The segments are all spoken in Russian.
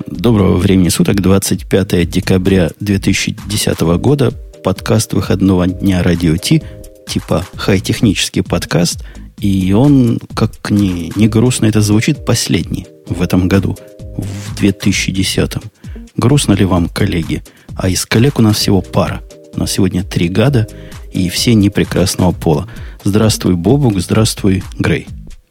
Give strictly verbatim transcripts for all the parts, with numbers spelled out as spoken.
Доброго времени суток, двадцать пятое декабря две тысячи десятого года, подкаст выходного дня Радио Ти, типа хай-технический подкаст, и он, как ни, ни грустно это звучит, последний в этом году, в две тысячи десятом. Грустно ли вам, коллеги? А из коллег у нас всего пара. У нас сегодня три гада, и все не прекрасного пола. Здравствуй, Бобук, здравствуй, Грей.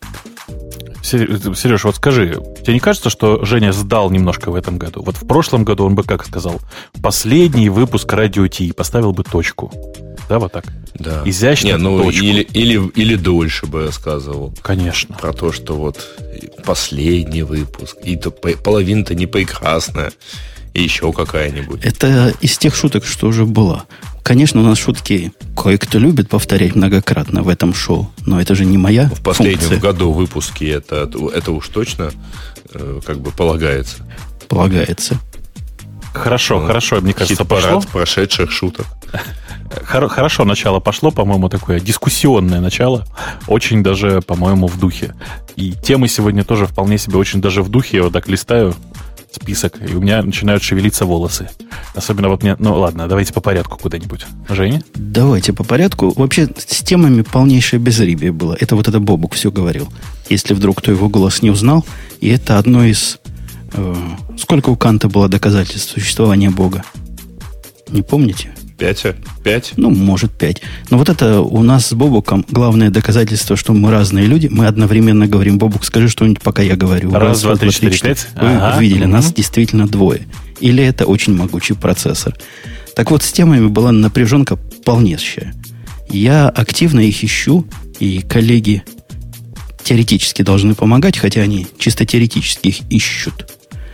Сереж, вот скажи, тебе не кажется, что Женя сдал немножко в этом году? Вот в прошлом году он бы как сказал? Последний выпуск Радио Ти, поставил бы точку. Да, вот так? Да. Изящно. Не, ну, точку. Или, или, или дольше бы рассказывал. Конечно. Про то, что вот последний выпуск, и то половина-то не прекрасная, и еще какая-нибудь. Это из тех шуток, что уже была. Конечно, у нас шутки кое-кто любит повторять многократно в этом шоу, но это же не моя В последнем функция. году выпуски это, это уж точно э, как бы полагается. Полагается. Хорошо, Ну, хорошо, мне кажется, хит-парад пошло. прошедших шуток. Хор- Хорошо начало пошло, по-моему, такое дискуссионное начало. Очень даже, по-моему, в духе. И темы сегодня тоже вполне себе очень даже в духе. Я вот так листаю список, и у меня начинают шевелиться волосы. Особенно вот мне... Ну, ладно, давайте по порядку куда-нибудь. Женя? Давайте по порядку. Вообще, с темами полнейшее безрыбье было. Это вот это Бобук все говорил. Если вдруг кто его голос не узнал, и это одно из... Э, сколько у Канта было доказательств существования Бога? Не помните? Пять? Пять? Ну, может, пять. Но вот это у нас с Бобуком главное доказательство, что мы разные люди. Мы одновременно говорим: Бобук, скажи что-нибудь, пока я говорю. Раз, два, три, четыре, пять. Вы Ага. видели, нас Мгм. действительно двое. Или это очень могучий процессор. Так вот, с темами была напряженка полнейшая. Я активно их ищу, и коллеги теоретически должны помогать, хотя они чисто теоретически их ищут.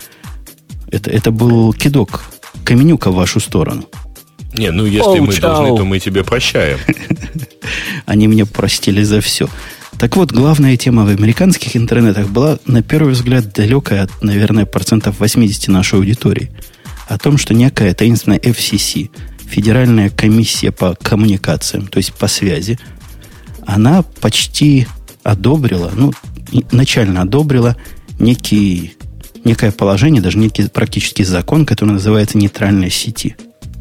Это, это был кидок Каменюка в вашу сторону. Не, ну если Оу, мы чау. должны, то мы тебе прощаем. Они меня простили за все. Так вот, главная тема в американских интернетах была, на первый взгляд, далекая от, наверное, процентов восемьдесят нашей аудитории. О том, что некая таинственная эф си си, Федеральная комиссия по коммуникациям, то есть по связи, она почти одобрила, ну, и начально одобрила некий, некое положение, даже некий практически закон, который называется нейтральной сети.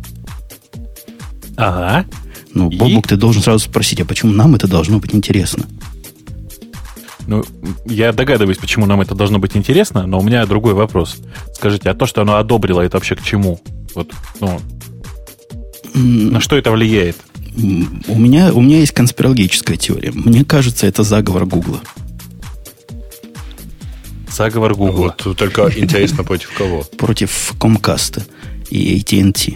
Ага. Ну, И? Бобук, ты должен сразу спросить, а почему нам это должно быть интересно? Ну, я догадываюсь, почему нам это должно быть интересно, но у меня другой вопрос. Скажите, а то, что оно одобрило, это вообще к чему? Вот, ну, М, на что это влияет? м, У меня, у меня есть конспирологическая теория. Мне кажется, это заговор Гугла. Заговор Гугла. Вот только интересно, против кого. Против Комкаста и эй ти энд ти.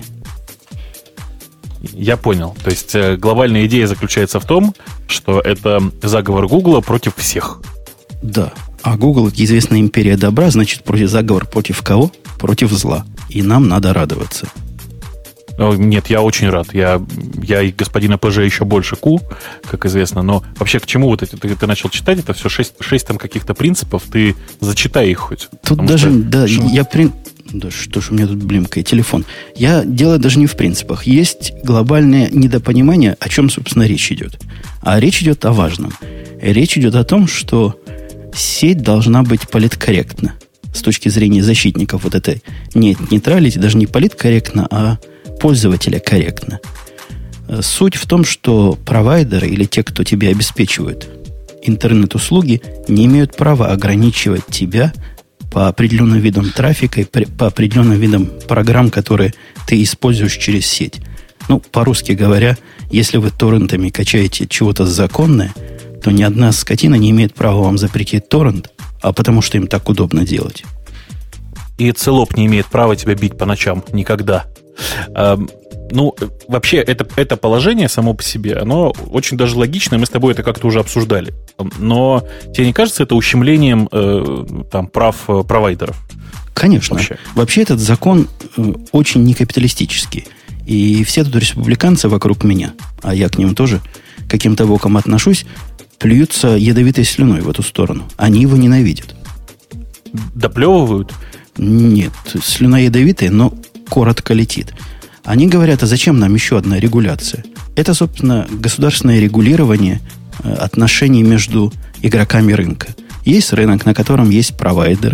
Я понял. То есть э, глобальная идея заключается в том, что это заговор Гугла против всех. Да. А Google, это известная империя добра, значит, против заговор против кого? Против зла. И нам надо радоваться. О, Нет, я очень рад. Я, я и господина ПЖ еще больше ку, как известно. Но вообще к чему вот эти, ты, ты начал читать? Это все шесть, шесть там каких-то принципов. Ты зачитай их хоть. Тут Потому даже, что- да, что- я при... Да что ж у меня тут блимкает телефон. Я дело даже не в принципах. Есть глобальное недопонимание, о чем, собственно, речь идет. А речь идет о важном. Речь идет о том, что сеть должна быть политкорректна. С точки зрения защитников вот этой нет нейтралити, даже не политкорректно, а пользователя корректно. Суть в том, что провайдеры или те, кто тебе обеспечивают интернет-услуги, не имеют права ограничивать тебя по определенным видам трафика и по определенным видам программ, которые ты используешь через сеть. Ну, по-русски говоря, если вы торрентами качаете чего-то законное, то ни одна скотина не имеет права вам запретить торрент, а потому что им так удобно делать. И Целоп не имеет права тебя бить по ночам. Никогда. Эм, ну, вообще, это, это положение само по себе, оно очень даже логичное. Мы с тобой это как-то уже обсуждали. Но тебе не кажется это ущемлением э, там, прав э, провайдеров? Конечно. Вообще. Вообще этот закон э, очень некапиталистический. И все тут республиканцы вокруг меня, а я к ним тоже каким-то боком отношусь, плюются ядовитой слюной в эту сторону. Они его ненавидят. Доплевывают? Нет, слюна ядовитая, но коротко летит. Они говорят, а зачем нам еще одна регуляция? Это, собственно, государственное регулирование отношений между игроками рынка. Есть рынок, на котором есть провайдеры,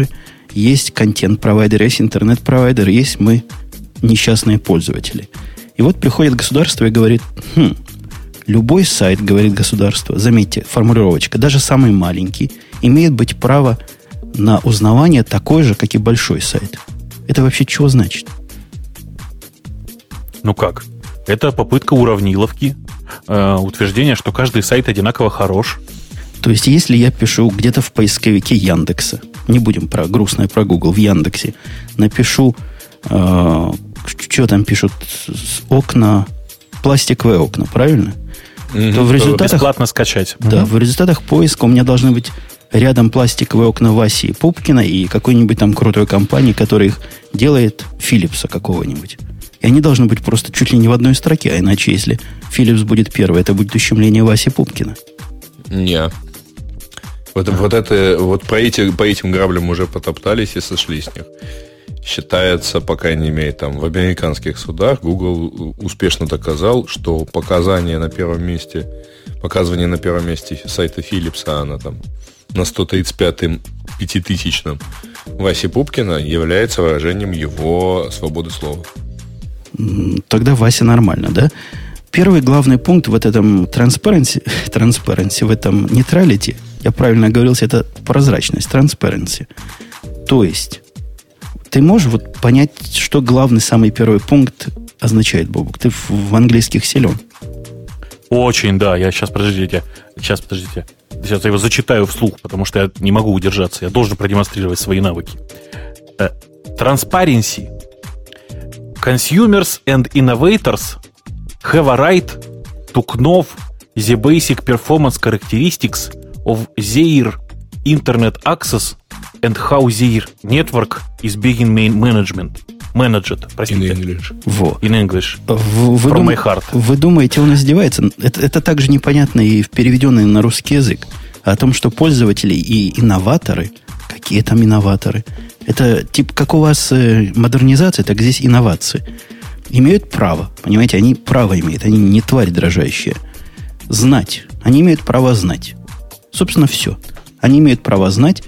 есть контент-провайдер, есть интернет-провайдер, есть мы, несчастные пользователи. И вот приходит государство и говорит, хм, любой сайт, говорит государство, заметьте, формулировочка, даже самый маленький, имеет быть право на узнавание такое же, как и большой сайт. Это вообще чего значит? Ну как? Это попытка уравниловки, э, утверждение, что каждый сайт одинаково хорош. То есть, если я пишу где-то в поисковике Яндекса, не будем про грустное про Google, в Яндексе, напишу, э, что там пишут, окна, пластиковые окна, правильно? Mm-hmm. То в результатах, бесплатно скачать. Да, mm-hmm. в результатах поиска у меня должны быть рядом пластиковые окна Васи Пупкина и какой-нибудь там крутой компании, которая их делает, Philips'а какого-нибудь. И они должны быть просто чуть ли не в одной строке, а иначе, если Philips будет первый, это будет ущемление Васи Пупкина. Не. Вот, вот, это, вот по, эти, по этим граблям уже потоптались и сошли с них. Считается, по крайней мере, там, в американских судах Google успешно доказал, что показания на первом месте, показывание на первом месте сайта Philips, а она там на сто тридцать пятом пятитысячном Васи Пупкина является выражением его свободы слова. Тогда Вася нормально, да? Первый главный пункт в этом transparency, transparency, в этом neutrality, я правильно оговорился, это прозрачность, transparency. То есть, ты можешь вот понять, что главный, самый первый пункт означает, Бобук? Ты в, в английских силен? Очень, да. Я сейчас, подождите, сейчас, подождите. Сейчас я его зачитаю вслух, потому что я не могу удержаться. Я должен продемонстрировать свои навыки. Transparency. Consumers and innovators have a right to know the basic performance characteristics of their internet access and how their network is being management. Managed, простите. In English. Во. In English. Вы, вы, From дум... my heart. Вы думаете, он издевается? Это, это также непонятно и переведенный на русский язык. О том, что пользователи и инноваторы, какие там инноваторы, это типа как у вас э, модернизация, так здесь инновации, имеют право, понимаете, они право имеют, они не тварь дрожащая, знать, они имеют право знать. Собственно, все. Они имеют право знать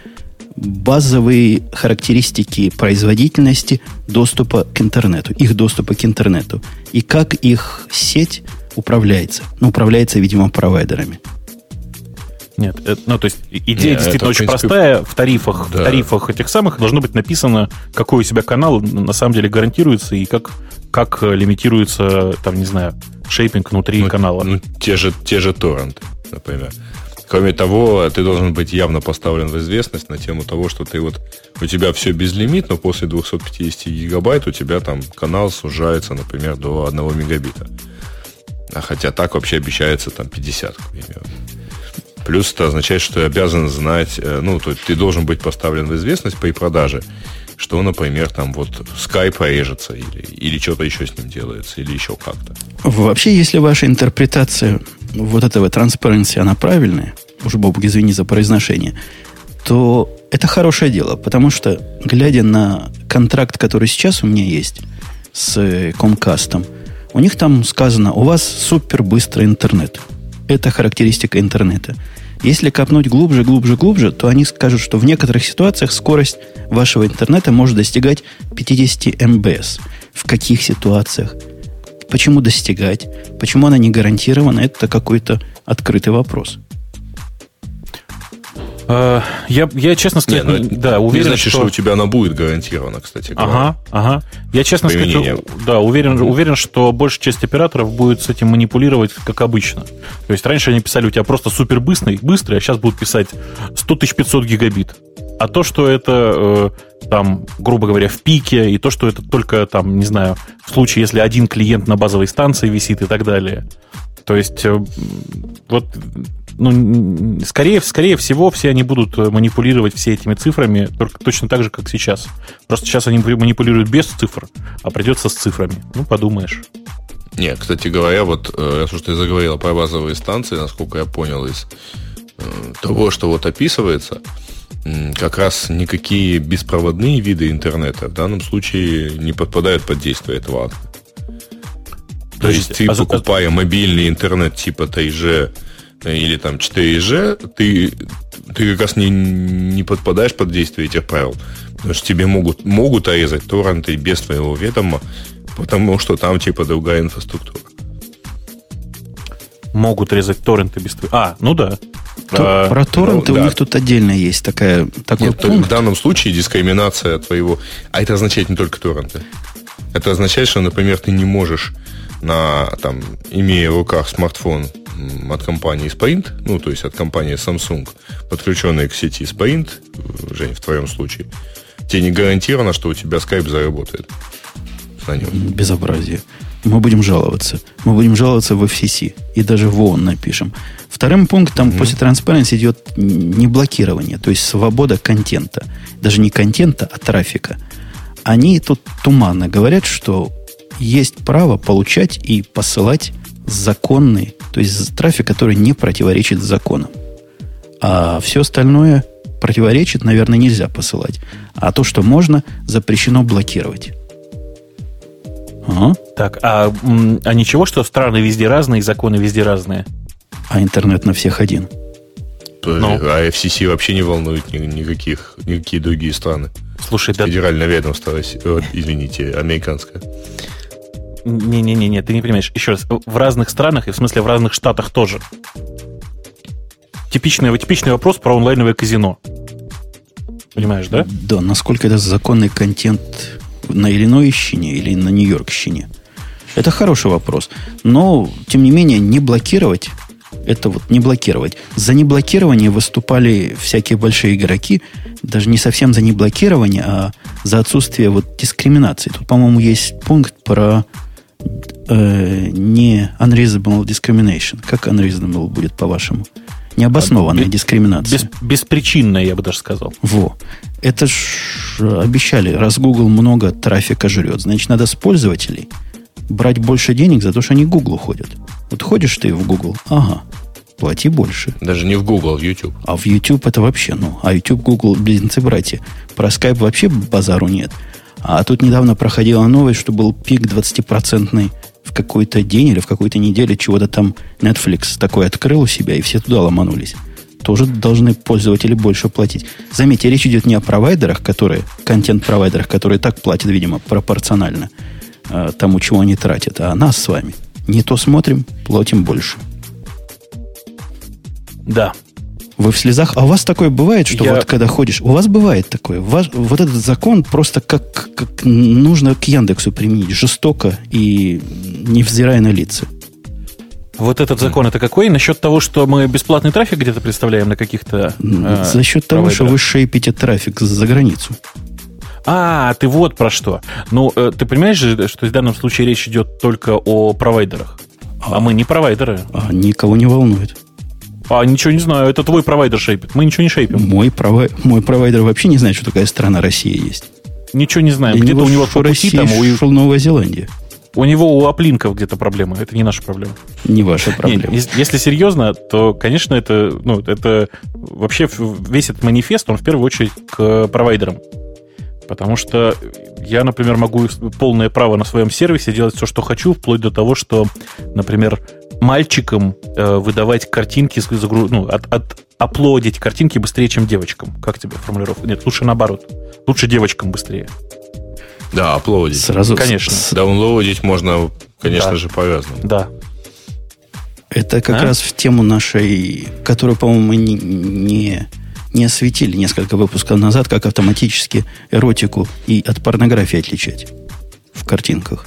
базовые характеристики производительности доступа к интернету, их доступа к интернету, и как их сеть управляется. Ну, управляется, видимо, провайдерами. Нет, это, ну, то есть идея Нет, действительно это, очень принципе, простая. В тарифах, да. в тарифах этих самых должно быть написано, какой у себя канал на самом деле гарантируется и как, как лимитируется, там, не знаю, шейпинг внутри ну, канала. Ну, те же, те же торренты, например. Кроме того, ты должен быть явно поставлен в известность на тему того, что ты вот у тебя все безлимит, но после двести пятьдесят гигабайт у тебя там канал сужается, например, до одного мегабита. А хотя так вообще обещается там пятьдесят, к примеру. Плюс это означает, что ты обязан знать, ну, то есть ты должен быть поставлен в известность при продаже, что, например, там вот Skype режется или, или что-то еще с ним делается, или еще как-то. Вообще, если ваша интерпретация вот этого transparency, она правильная, уж, Бобук, извини за произношение, то это хорошее дело, потому что, глядя на контракт, который сейчас у меня есть с Comcast, у них там сказано, у вас супер быстрый интернет. Это характеристика интернета. Если копнуть глубже, глубже, глубже, то они скажут, что в некоторых ситуациях скорость вашего интернета может достигать пятьдесят мбс. В каких ситуациях? Почему достигать? Почему она не гарантирована? Это какой-то открытый вопрос. Я, я честно сказать, не, ну, да, уверен, не значит, что... что у тебя она будет гарантирована, кстати говоря. Ага, ага. Я честно сказать, да, уверен, mm-hmm. уверен, что большая часть операторов будет с этим манипулировать, как обычно. То есть раньше они писали, у тебя просто супер быстрый, быстрый, а сейчас будут писать сто тысяч пятьсот гигабит. А то, что это э, там, грубо говоря, в пике, и то, что это только там, не знаю, в случае, если один клиент на базовой станции висит и так далее. То есть, э, вот, ну, скорее, скорее всего, все они будут манипулировать все этими цифрами только точно так же, как сейчас. Просто сейчас они манипулируют без цифр, а придется с цифрами. Ну, подумаешь. Не, кстати говоря, вот раз уж ты заговорила про базовые станции, насколько я понял из э, того, что вот описывается, э, как раз никакие беспроводные виды интернета в данном случае не подпадают под действие этого акта. То есть ты, а, покупая а... мобильный интернет типа три джи или там четыре джи, ты, ты как раз не, не подпадаешь под действие этих правил. Потому что тебе могут, могут резать торренты без твоего ведома, потому что там типа другая инфраструктура. Могут резать торренты без твоего... А, ну да. То, а, про торренты ну, у да. них тут отдельно есть такая, такой Нет, пункт. в данном случае дискриминация твоего... А это означает не только торренты. Это означает, что, например, ты не можешь, на, там, имея в руках смартфон от компании Sprint, ну, то есть от компании Samsung, подключенный к сети Sprint, Жень, в твоем случае, тебе не гарантировано, что у тебя Skype заработает на нем. Безобразие. Мы будем жаловаться. Мы будем жаловаться в эф си си. И даже в ООН напишем. Вторым пунктом mm-hmm. после Transparency идет не блокирование, то есть свобода контента. Даже не контента, а трафика. Они тут туманно говорят, что есть право получать и посылать законный, то есть трафик, который не противоречит законам. А все остальное противоречит, наверное, нельзя посылать. А то, что можно, запрещено блокировать. Ага. Так, а, а ничего, что страны везде разные, законы везде разные? А интернет на всех один. Ну. А эф си си вообще не волнует никаких, никакие другие страны. Слушай, да... Федеральное ведомство, извините, американское. Не-не-не, ты не понимаешь. Еще раз, в разных странах, и в смысле в разных штатах тоже. Типичный, типичный вопрос про онлайновое казино. Понимаешь, да? Да, насколько это законный контент на Иллинойщине или на Нью-Йоркщине. Это хороший вопрос. Но, тем не менее, не блокировать, это вот не блокировать. За неблокирование выступали всякие большие игроки, даже не совсем за неблокирование, а за отсутствие вот дискриминации. Тут, по-моему, есть пункт про э, не unreasonable discrimination. Как unreasonable будет, по-вашему? Необоснованная без, дискриминация. Без, беспричинная, я бы даже сказал. Во. Это ж обещали, раз Google много трафика жрет, значит, надо с пользователей брать больше денег за то, что они к Google ходят. Вот ходишь ты в Google, ага, плати больше. Даже не в Google, в YouTube. А в YouTube это вообще, ну, а YouTube, Google, близнецы-братья. Про Skype вообще базару нет. А тут недавно проходила новость, что был пик двадцатипроцентный в какой-то день или в какой-то неделе чего-то там Netflix такое открыл у себя, и все туда ломанулись. Тоже должны пользователи больше платить. Заметьте, речь идет не о провайдерах, которые, контент-провайдерах, которые так платят, видимо, пропорционально э, тому, чего они тратят, а о нас с вами. Не то смотрим, платим больше. Да. Вы в слезах. А у вас такое бывает, что Я... вот когда ходишь, у вас бывает такое. Ваш, вот этот закон просто как, как нужно к Яндексу применить. Жестоко и невзирая на лица. Вот этот закон, это какой? Насчет того, что мы бесплатный трафик где-то представляем на каких-то... Э, За счет того, что вы шейпите трафик за границу. А, ты вот про что. Ну, э, ты понимаешь же, что в данном случае речь идет только о провайдерах. А, а мы не провайдеры. А никого не волнует. А, ничего не знаю, это твой провайдер шейпит. Мы ничего не шейпим. Мой, провай... Мой провайдер вообще не знает, что такая страна Россия есть. Ничего не знаем. Для Где-то него у него по пути там... У... Новая Зеландия. У него у аплинков где-то проблема. Это не наша проблема. Не ваша проблема. Не, если серьезно, то, конечно, это, ну, это вообще весь этот манифест, он в первую очередь к провайдерам. Потому что я, например, могу полное право на своем сервисе делать все, что хочу, вплоть до того, что, например, мальчикам э, выдавать картинки, ну, от, от, аплодить картинки быстрее, чем девочкам. Как тебе формулировка? Нет, лучше наоборот. Лучше девочкам быстрее. Да, аплодить. Сразу конечно. С... Даунлоудить можно, конечно да. же, по-разному. Да. Это как а? раз в тему нашей, которую, по-моему, мы не, не, не осветили несколько выпусков назад, как автоматически эротику и от порнографии отличать в картинках.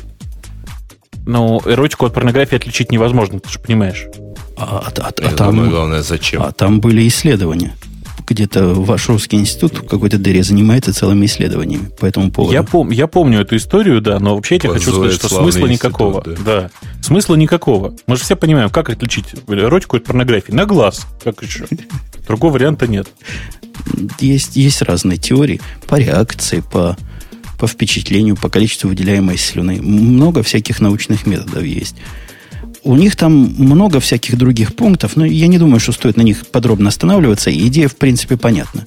Ну, эротику от порнографии отличить невозможно, ты же понимаешь. А, а, а, а, там, самое главное, зачем? А там были исследования. Где-то ваш русский институт в какой-то дыре занимается целыми исследованиями по этому поводу. Я, пом- я помню эту историю, да, но вообще я тебе хочу сказать, что смысла никакого. Да. да. Смысла никакого. Мы же все понимаем, как отличить эротику от порнографии. На глаз. Как еще? Другого варианта нет. Есть, есть разные теории по реакции, по, по впечатлению, по количеству выделяемой слюны. Много всяких научных методов есть. У них там много всяких других пунктов, но я не думаю, что стоит на них подробно останавливаться. Идея, в принципе, понятна.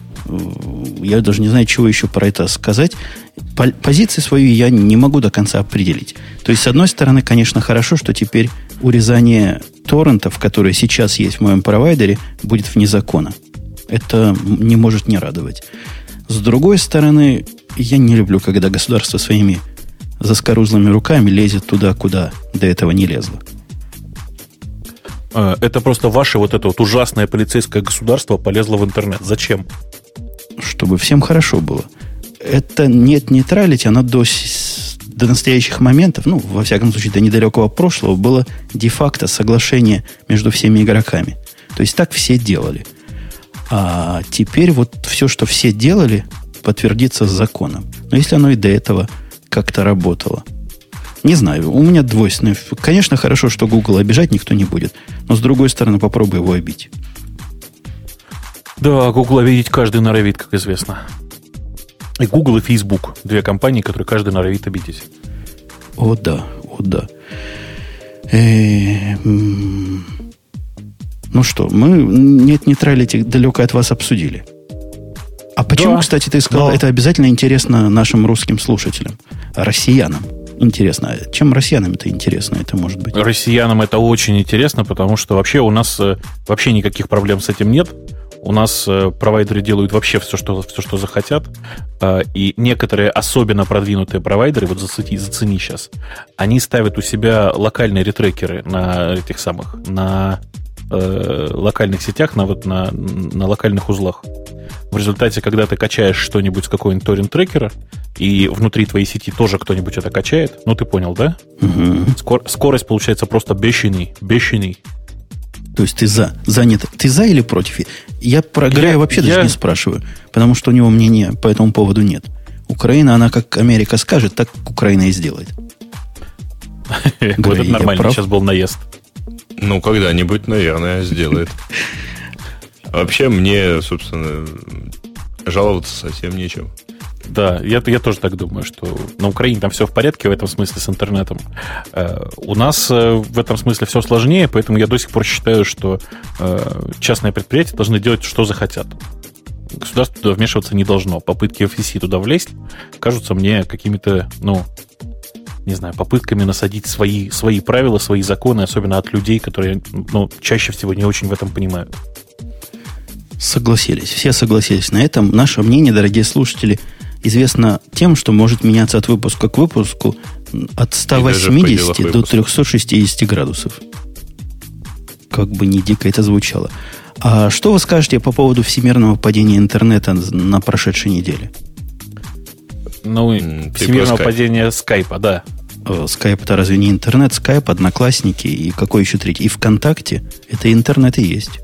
Я даже не знаю, чего еще про это сказать. Позицию свою я не могу до конца определить. То есть, с одной стороны, конечно, хорошо, что теперь урезание торрентов, которые сейчас есть в моем провайдере, будет вне закона. Это не может не радовать. С другой стороны, я не люблю, когда государство своими заскорузлыми руками лезет туда, куда до этого не лезло. Это просто ваше вот это вот ужасное полицейское государство полезло в интернет. Зачем? Чтобы всем хорошо было. Это нет нейтралити, оно до, до настоящих моментов, ну, во всяком случае, до недалекого прошлого, было де-факто соглашение между всеми игроками. То есть так все делали. А теперь вот все, что все делали, подтвердится законом. Но если оно и до этого как-то работало. Не знаю, у меня двойственное. Конечно, хорошо, что Google обижать никто не будет. Но с другой стороны, попробуй его обидеть. Да, Google обидеть каждый норовит, как известно. И Google, и Facebook. Две компании, которые каждый норовит обидеть. О да, о да. Ну что, мы нет нейтралити далеко от вас обсудили. А почему, да, кстати, ты сказал, да, это обязательно интересно нашим русским слушателям, россиянам? Интересно. Чем россиянам это интересно? Это может быть? Россиянам это очень интересно, потому что вообще у нас вообще никаких проблем с этим нет. У нас провайдеры делают вообще все, что, все, что захотят. И некоторые особенно продвинутые провайдеры, вот зацени, зацени сейчас, они ставят у себя локальные ретрекеры на этих самых, на э, локальных сетях, на, вот, на, на локальных узлах. В результате, когда ты качаешь что-нибудь с какого-нибудь торрент-трекера, и внутри твоей сети тоже кто-нибудь это качает, ну ты понял, да? Угу. Скор, скорость получается просто бешеный, бешеный. То есть ты за, занят. Ты за или против? Я про Грея я, вообще я... даже не спрашиваю, потому что у него мнения по этому поводу нет. Украина, она как Америка скажет, так Украина и сделает. Вот это нормально, сейчас был наезд. Ну, когда-нибудь, наверное, сделает. Вообще, мне, собственно, жаловаться совсем нечем. Да, я, я тоже так думаю, что на Украине там все в порядке в этом смысле с интернетом. Э, у нас э, в этом смысле все сложнее, поэтому я до сих пор считаю, что э, частные предприятия должны делать, что захотят. Государство туда вмешиваться не должно. Попытки эф си си туда влезть кажутся мне какими-то, ну, не знаю, попытками насадить свои, свои правила, свои законы, особенно от людей, которые, ну, чаще всего не очень в этом понимают. Согласились. Все согласились на этом. Наше мнение, дорогие слушатели, известно тем, что может меняться от выпуска к выпуску от ста восьмидесяти до трехсот шестидесяти градусов. Как бы не дико это звучало. А что вы скажете по поводу всемирного падения интернета на прошедшей неделе? Ну, Ты всемирного падения скайпа, да. Скайп это разве не интернет? Скайп, Одноклассники и какой еще третий? И ВКонтакте. Это интернет и есть.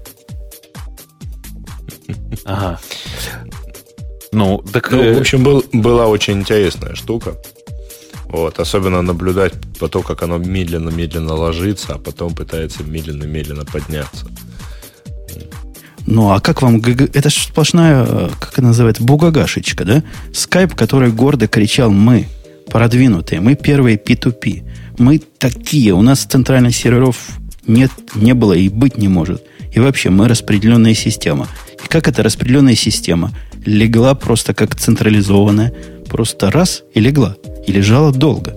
Ага. Ну, так... ну, в общем, был, была очень интересная штука. Вот, особенно наблюдать по тому, как оно медленно-медленно ложится, а потом пытается медленно-медленно подняться. Ну, а как вам... Это же сплошная, как это называется, бугагашечка, да? Скайп, который гордо кричал: мы продвинутые, мы первые пи ту пи. Мы такие, у нас центральных серверов нет, не было и быть не может. И вообще, мы распределенная система. И как эта распределенная система легла просто как централизованная, просто раз и легла. И лежала долго.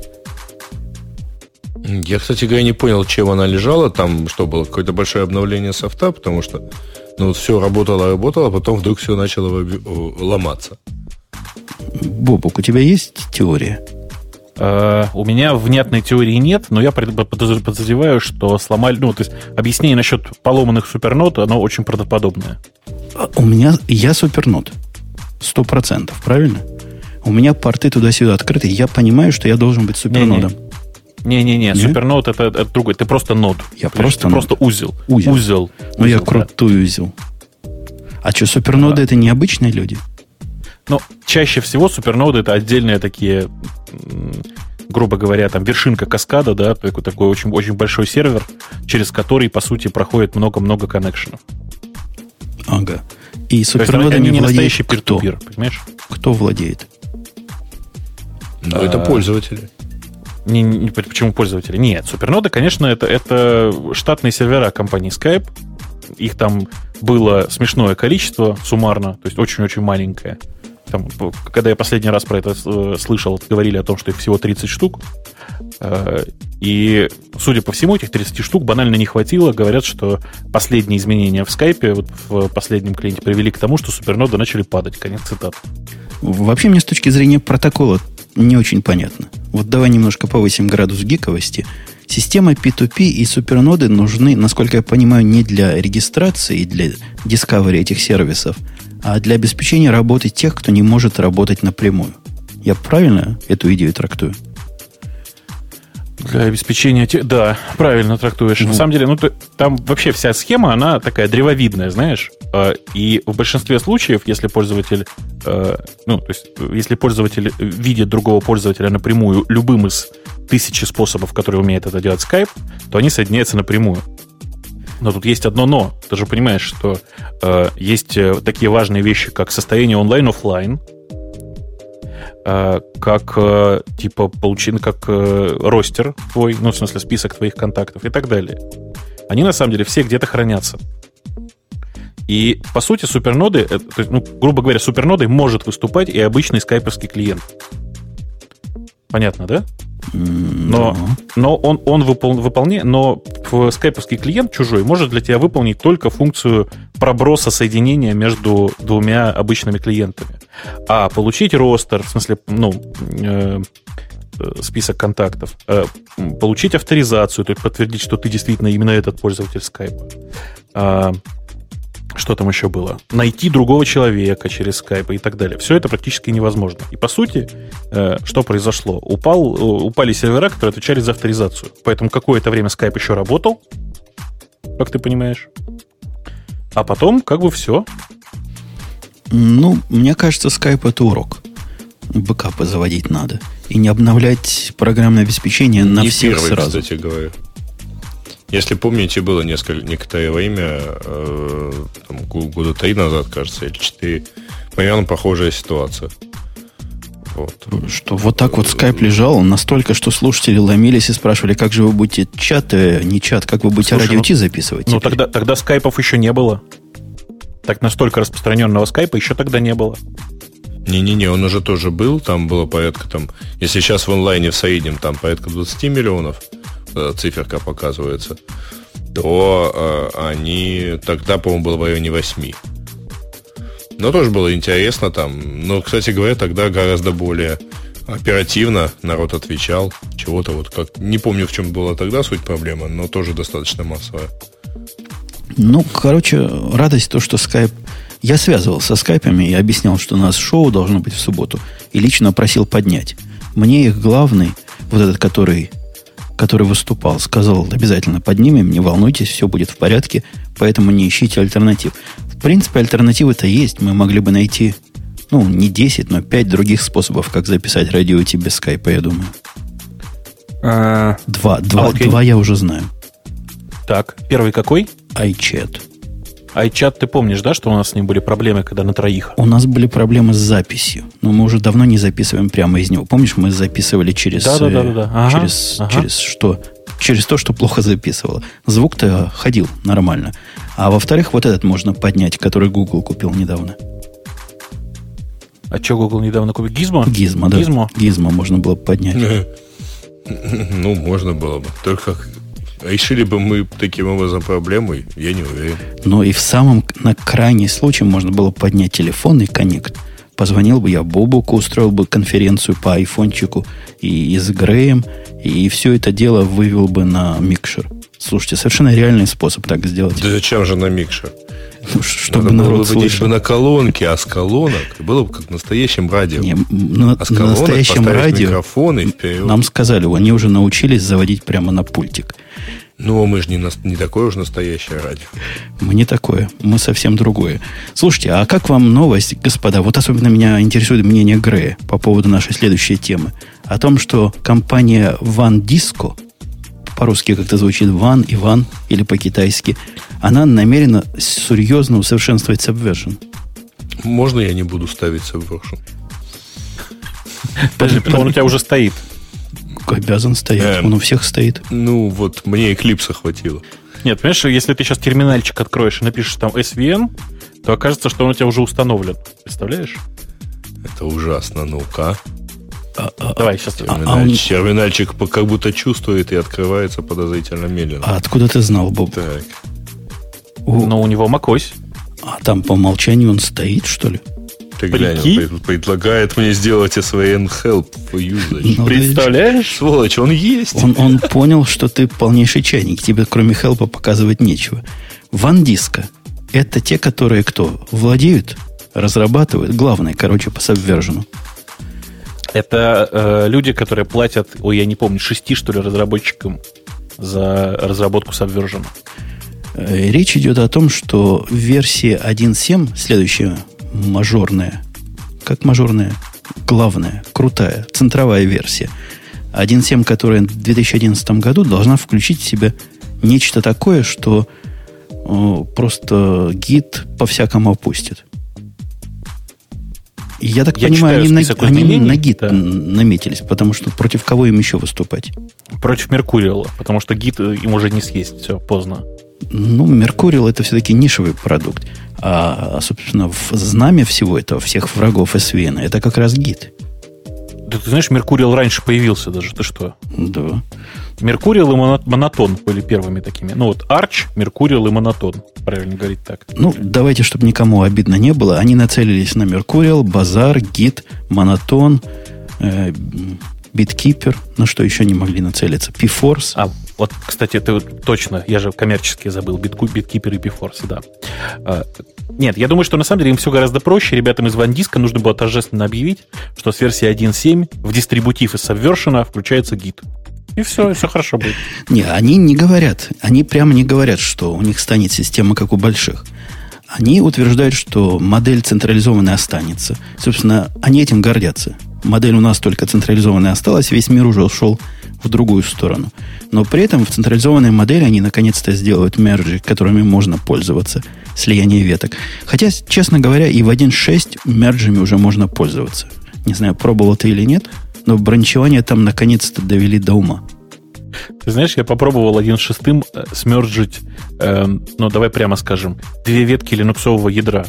Я, кстати говоря, не понял, чем она лежала. Там что было? Какое-то большое обновление софта, потому что ну, все работало, работало, а потом вдруг все начало ломаться. Бобок, у тебя есть теория? Uh, у меня внятной теории нет, но я подозреваю, что сломали... Ну, то есть объяснение насчет поломанных супернод, оно очень правдоподобное. У меня... Я супернод. Сто процентов, правильно? У меня порты туда-сюда открыты. Я понимаю, что я должен быть супернодом. Не-не-не, супернод это, это другой. Ты просто нод. Я просто Ты просто узел. Узел. Узел. Ну, узел, я крутой да. узел. А что, суперноды а. это необычные люди? Ну, чаще всего суперноды это отдельные такие, грубо говоря, там вершинка каскада, да, такой, такой очень, очень большой сервер, через который, по сути, проходит много-много коннекшенов. Ага. И супернодами не настоящий кто? Peer-to-peer, понимаешь? Кто владеет? Ну, а, это пользователи. Не, не, почему пользователи? Нет, суперноды, конечно, это, это штатные сервера компании Skype. Их там было смешное количество суммарно, то есть очень-очень маленькое. там, когда я последний раз про это слышал, говорили о том, что их всего тридцать штук. И, судя по всему, этих тридцати штук банально не хватило. Говорят, что последние изменения в скайпе вот в последнем клиенте привели к тому, что суперноды начали падать. Конец цитаты. Вообще, мне с точки зрения протокола не очень понятно. Вот давай немножко повысим градус гиковости. Система пи ту пи и суперноды нужны, насколько я понимаю, не для регистрации и для discovery этих сервисов, а для обеспечения работы тех, кто не может работать напрямую. Я правильно эту идею трактую? Для обеспечения... Те... Да, правильно трактуешь. Ну. На самом деле, ну, ты, там вообще вся схема, она такая древовидная, знаешь. И в большинстве случаев, если пользователь... Ну, то есть, если пользователь видит другого пользователя напрямую любым из тысячи способов, которые умеет это делать Skype, то они соединяются напрямую. Но тут есть одно но. Ты же понимаешь, что э, есть такие важные вещи, как состояние онлайн-офлайн, э, как э, типа получен, как э, ростер твой, ну, в смысле, список твоих контактов и так далее. Они, на самом деле, все где-то хранятся. И, по сути, суперноды, то есть, ну, грубо говоря, супернодой может выступать и обычный скайповский клиент. Понятно, да? Но, но он, он выпол, выполняет, но скайповский клиент чужой может для тебя выполнить только функцию проброса соединения между двумя обычными клиентами. А получить ростер, в смысле, ну, э, список контактов, э, получить авторизацию, то есть подтвердить, что ты действительно именно этот пользователь скайпа. Э, Что там еще было? Найти другого человека через скайп и так далее. Все это практически невозможно. И по сути, э, что произошло? Упал, упали сервера, которые отвечали за авторизацию. Поэтому какое-то время скайп еще работал, как ты понимаешь. А потом как бы все. Ну, мне кажется, скайп это урок. Бэкапы заводить надо. И не обновлять программное обеспечение на не всех первый, сразу. Кстати говоря. Если помните, было несколько, некоторое время, э, там, года три назад, кажется, или четыре, примерно похожая ситуация. Вот. Что вот так вот скайп лежал настолько, что слушатели ломились и спрашивали, как же вы будете чат, э, не чат, как вы будете радио Ти записывать? Ну, тогда, тогда скайпов еще не было. Так настолько распространенного скайпа еще тогда не было. Не-не-не, он уже тоже был, там было порядка, там, если сейчас в онлайне в среднем там порядка двадцать миллионов, циферка показывается, то э, они тогда, по-моему, было в районе восьми. Но тоже было интересно там. Но, кстати говоря, тогда гораздо более оперативно народ отвечал. Чего-то вот как... Не помню, в чем была тогда суть проблемы, но тоже достаточно массовая. Ну, короче, радость то, что скайп... Я связывался со скайпами и объяснял, что у нас шоу должно быть в субботу. И лично просил поднять. Мне их главный, вот этот, который... который выступал, сказал, обязательно поднимем, не волнуйтесь, все будет в порядке, поэтому не ищите альтернатив. В принципе, альтернативы-то есть. Мы могли бы найти, ну, не десять, но пять других способов, как записать радио Ти без скайпа, я думаю. А, два, два, окей. два я уже знаю. Так, первый какой? iChat. iChat, ты помнишь, да, что у нас с ним были проблемы, когда на троих? У нас были проблемы с записью, но мы уже давно не записываем прямо из него. Помнишь, мы записывали через... Да, да, да, да, да. Ага, через, ага. через что? Через то, что плохо записывало. Звук-то ходил нормально. А во-вторых, вот этот можно поднять, который Google купил недавно. А что Google недавно купил? Gizmo? Gizmo, да. Gizmo? Gizmo можно было бы поднять. Ну, можно было бы. Только решили бы мы таким образом проблему, я не уверен. Но и в самом, на крайний случай можно было поднять телефон и коннект. Позвонил бы я Бобуку, устроил бы конференцию по айфончику и, и с Греем, и все это дело вывел бы на микшер. Слушайте, совершенно реальный способ так сделать. Да зачем же на микшер? Ну, чтобы Надо народ было бы слышал. на колонке, а с колонок было бы как в настоящем радио. Не, на, а с на колонок настоящем поставить радио микрофон и вперед. нам сказали, они уже научились заводить прямо на пультик. Ну, мы же не, на, не такое уж настоящее радио. Мы не такое, мы совсем другое. Слушайте, а как вам новость, господа? Вот особенно меня интересует мнение Грея по поводу нашей следующей темы. О том, что компания OneDisco, по-русски как-то звучит Ван, Иван или по-китайски, она намерена серьезно усовершенствовать Subversion. Можно я не буду ставить Subversion? Подожди, потому он у тебя уже стоит. Обязан стоять, Эм, он у всех стоит. Ну, вот мне Eclipse хватило. Нет, понимаешь, если ты сейчас терминальчик откроешь и напишешь там эс ви эн, то окажется, что он у тебя уже установлен. Представляешь? Это ужасно. Ну-ка. А, а, Давай сейчас. Терминаль, а он... Терминальчик как будто чувствует и открывается подозрительно медленно. А откуда ты знал, Боб? Так. У... Но у него macOS. А там по умолчанию он стоит, что ли? Ты глянь, он предлагает мне сделать эс ви эн Help for Usage. Ну, представляешь? Сволочь, он есть. Он, он понял, что ты полнейший чайник. Тебе кроме Help показывать нечего. Вандиска. Это те, которые кто? Владеют, разрабатывают. Главное, короче, по Subversion. Это э, люди, которые платят, ой, я не помню, шести, что ли, разработчикам за разработку Subversion. Речь идет о том, что версия один точка семь, следующая мажорная, как мажорная, главная, крутая, центровая версия, один точка семь, которая в две тысячи одиннадцатом году должна включить в себя нечто такое, что о, просто гид по-всякому опустит. И я так я понимаю, они, на, они на гид да. наметились, потому что против кого им еще выступать? Против Mercurial, потому что гид им уже не съесть, все, поздно. Ну, Mercurial это все-таки нишевый продукт. А, собственно, в знамя всего этого, всех врагов эс ви эн, это как раз гид. Да ты знаешь, Mercurial раньше появился даже, ты что? Да. Mercurial и Монотон были первыми такими. Ну вот Arch, Mercurial и Монотон, правильно говорить так. Ну, давайте, чтобы никому обидно не было, они нацелились на Mercurial, Bazaar, Git, Монотон, э, BitKeeper, на что еще не могли нацелиться, pForce. А, вот, кстати, ты вот точно, я же коммерчески забыл, BitKeeper и pForce, да. А, нет, я думаю, что на самом деле им все гораздо проще. Ребятам из Вандиска нужно было торжественно объявить, что с версии один точка семь в дистрибутив из Subversion включается гид. И все, и все хорошо будет. Не, они не говорят, они прямо не говорят, что у них станет система, как у больших. Они утверждают, что модель централизованная останется. Собственно, они этим гордятся. Модель у нас только централизованная осталась, весь мир уже ушел в другую сторону. Но при этом в централизованной модели они наконец-то сделают мерджи, которыми можно пользоваться, слияние веток. Хотя, честно говоря, и в один точка шесть мерджами уже можно пользоваться. Не знаю, пробовал ты или нет, но бранчевание там наконец-то довели до ума. Ты знаешь, я попробовал один точка шесть смерджить, э, ну, давай прямо скажем, две ветки линуксового ядра.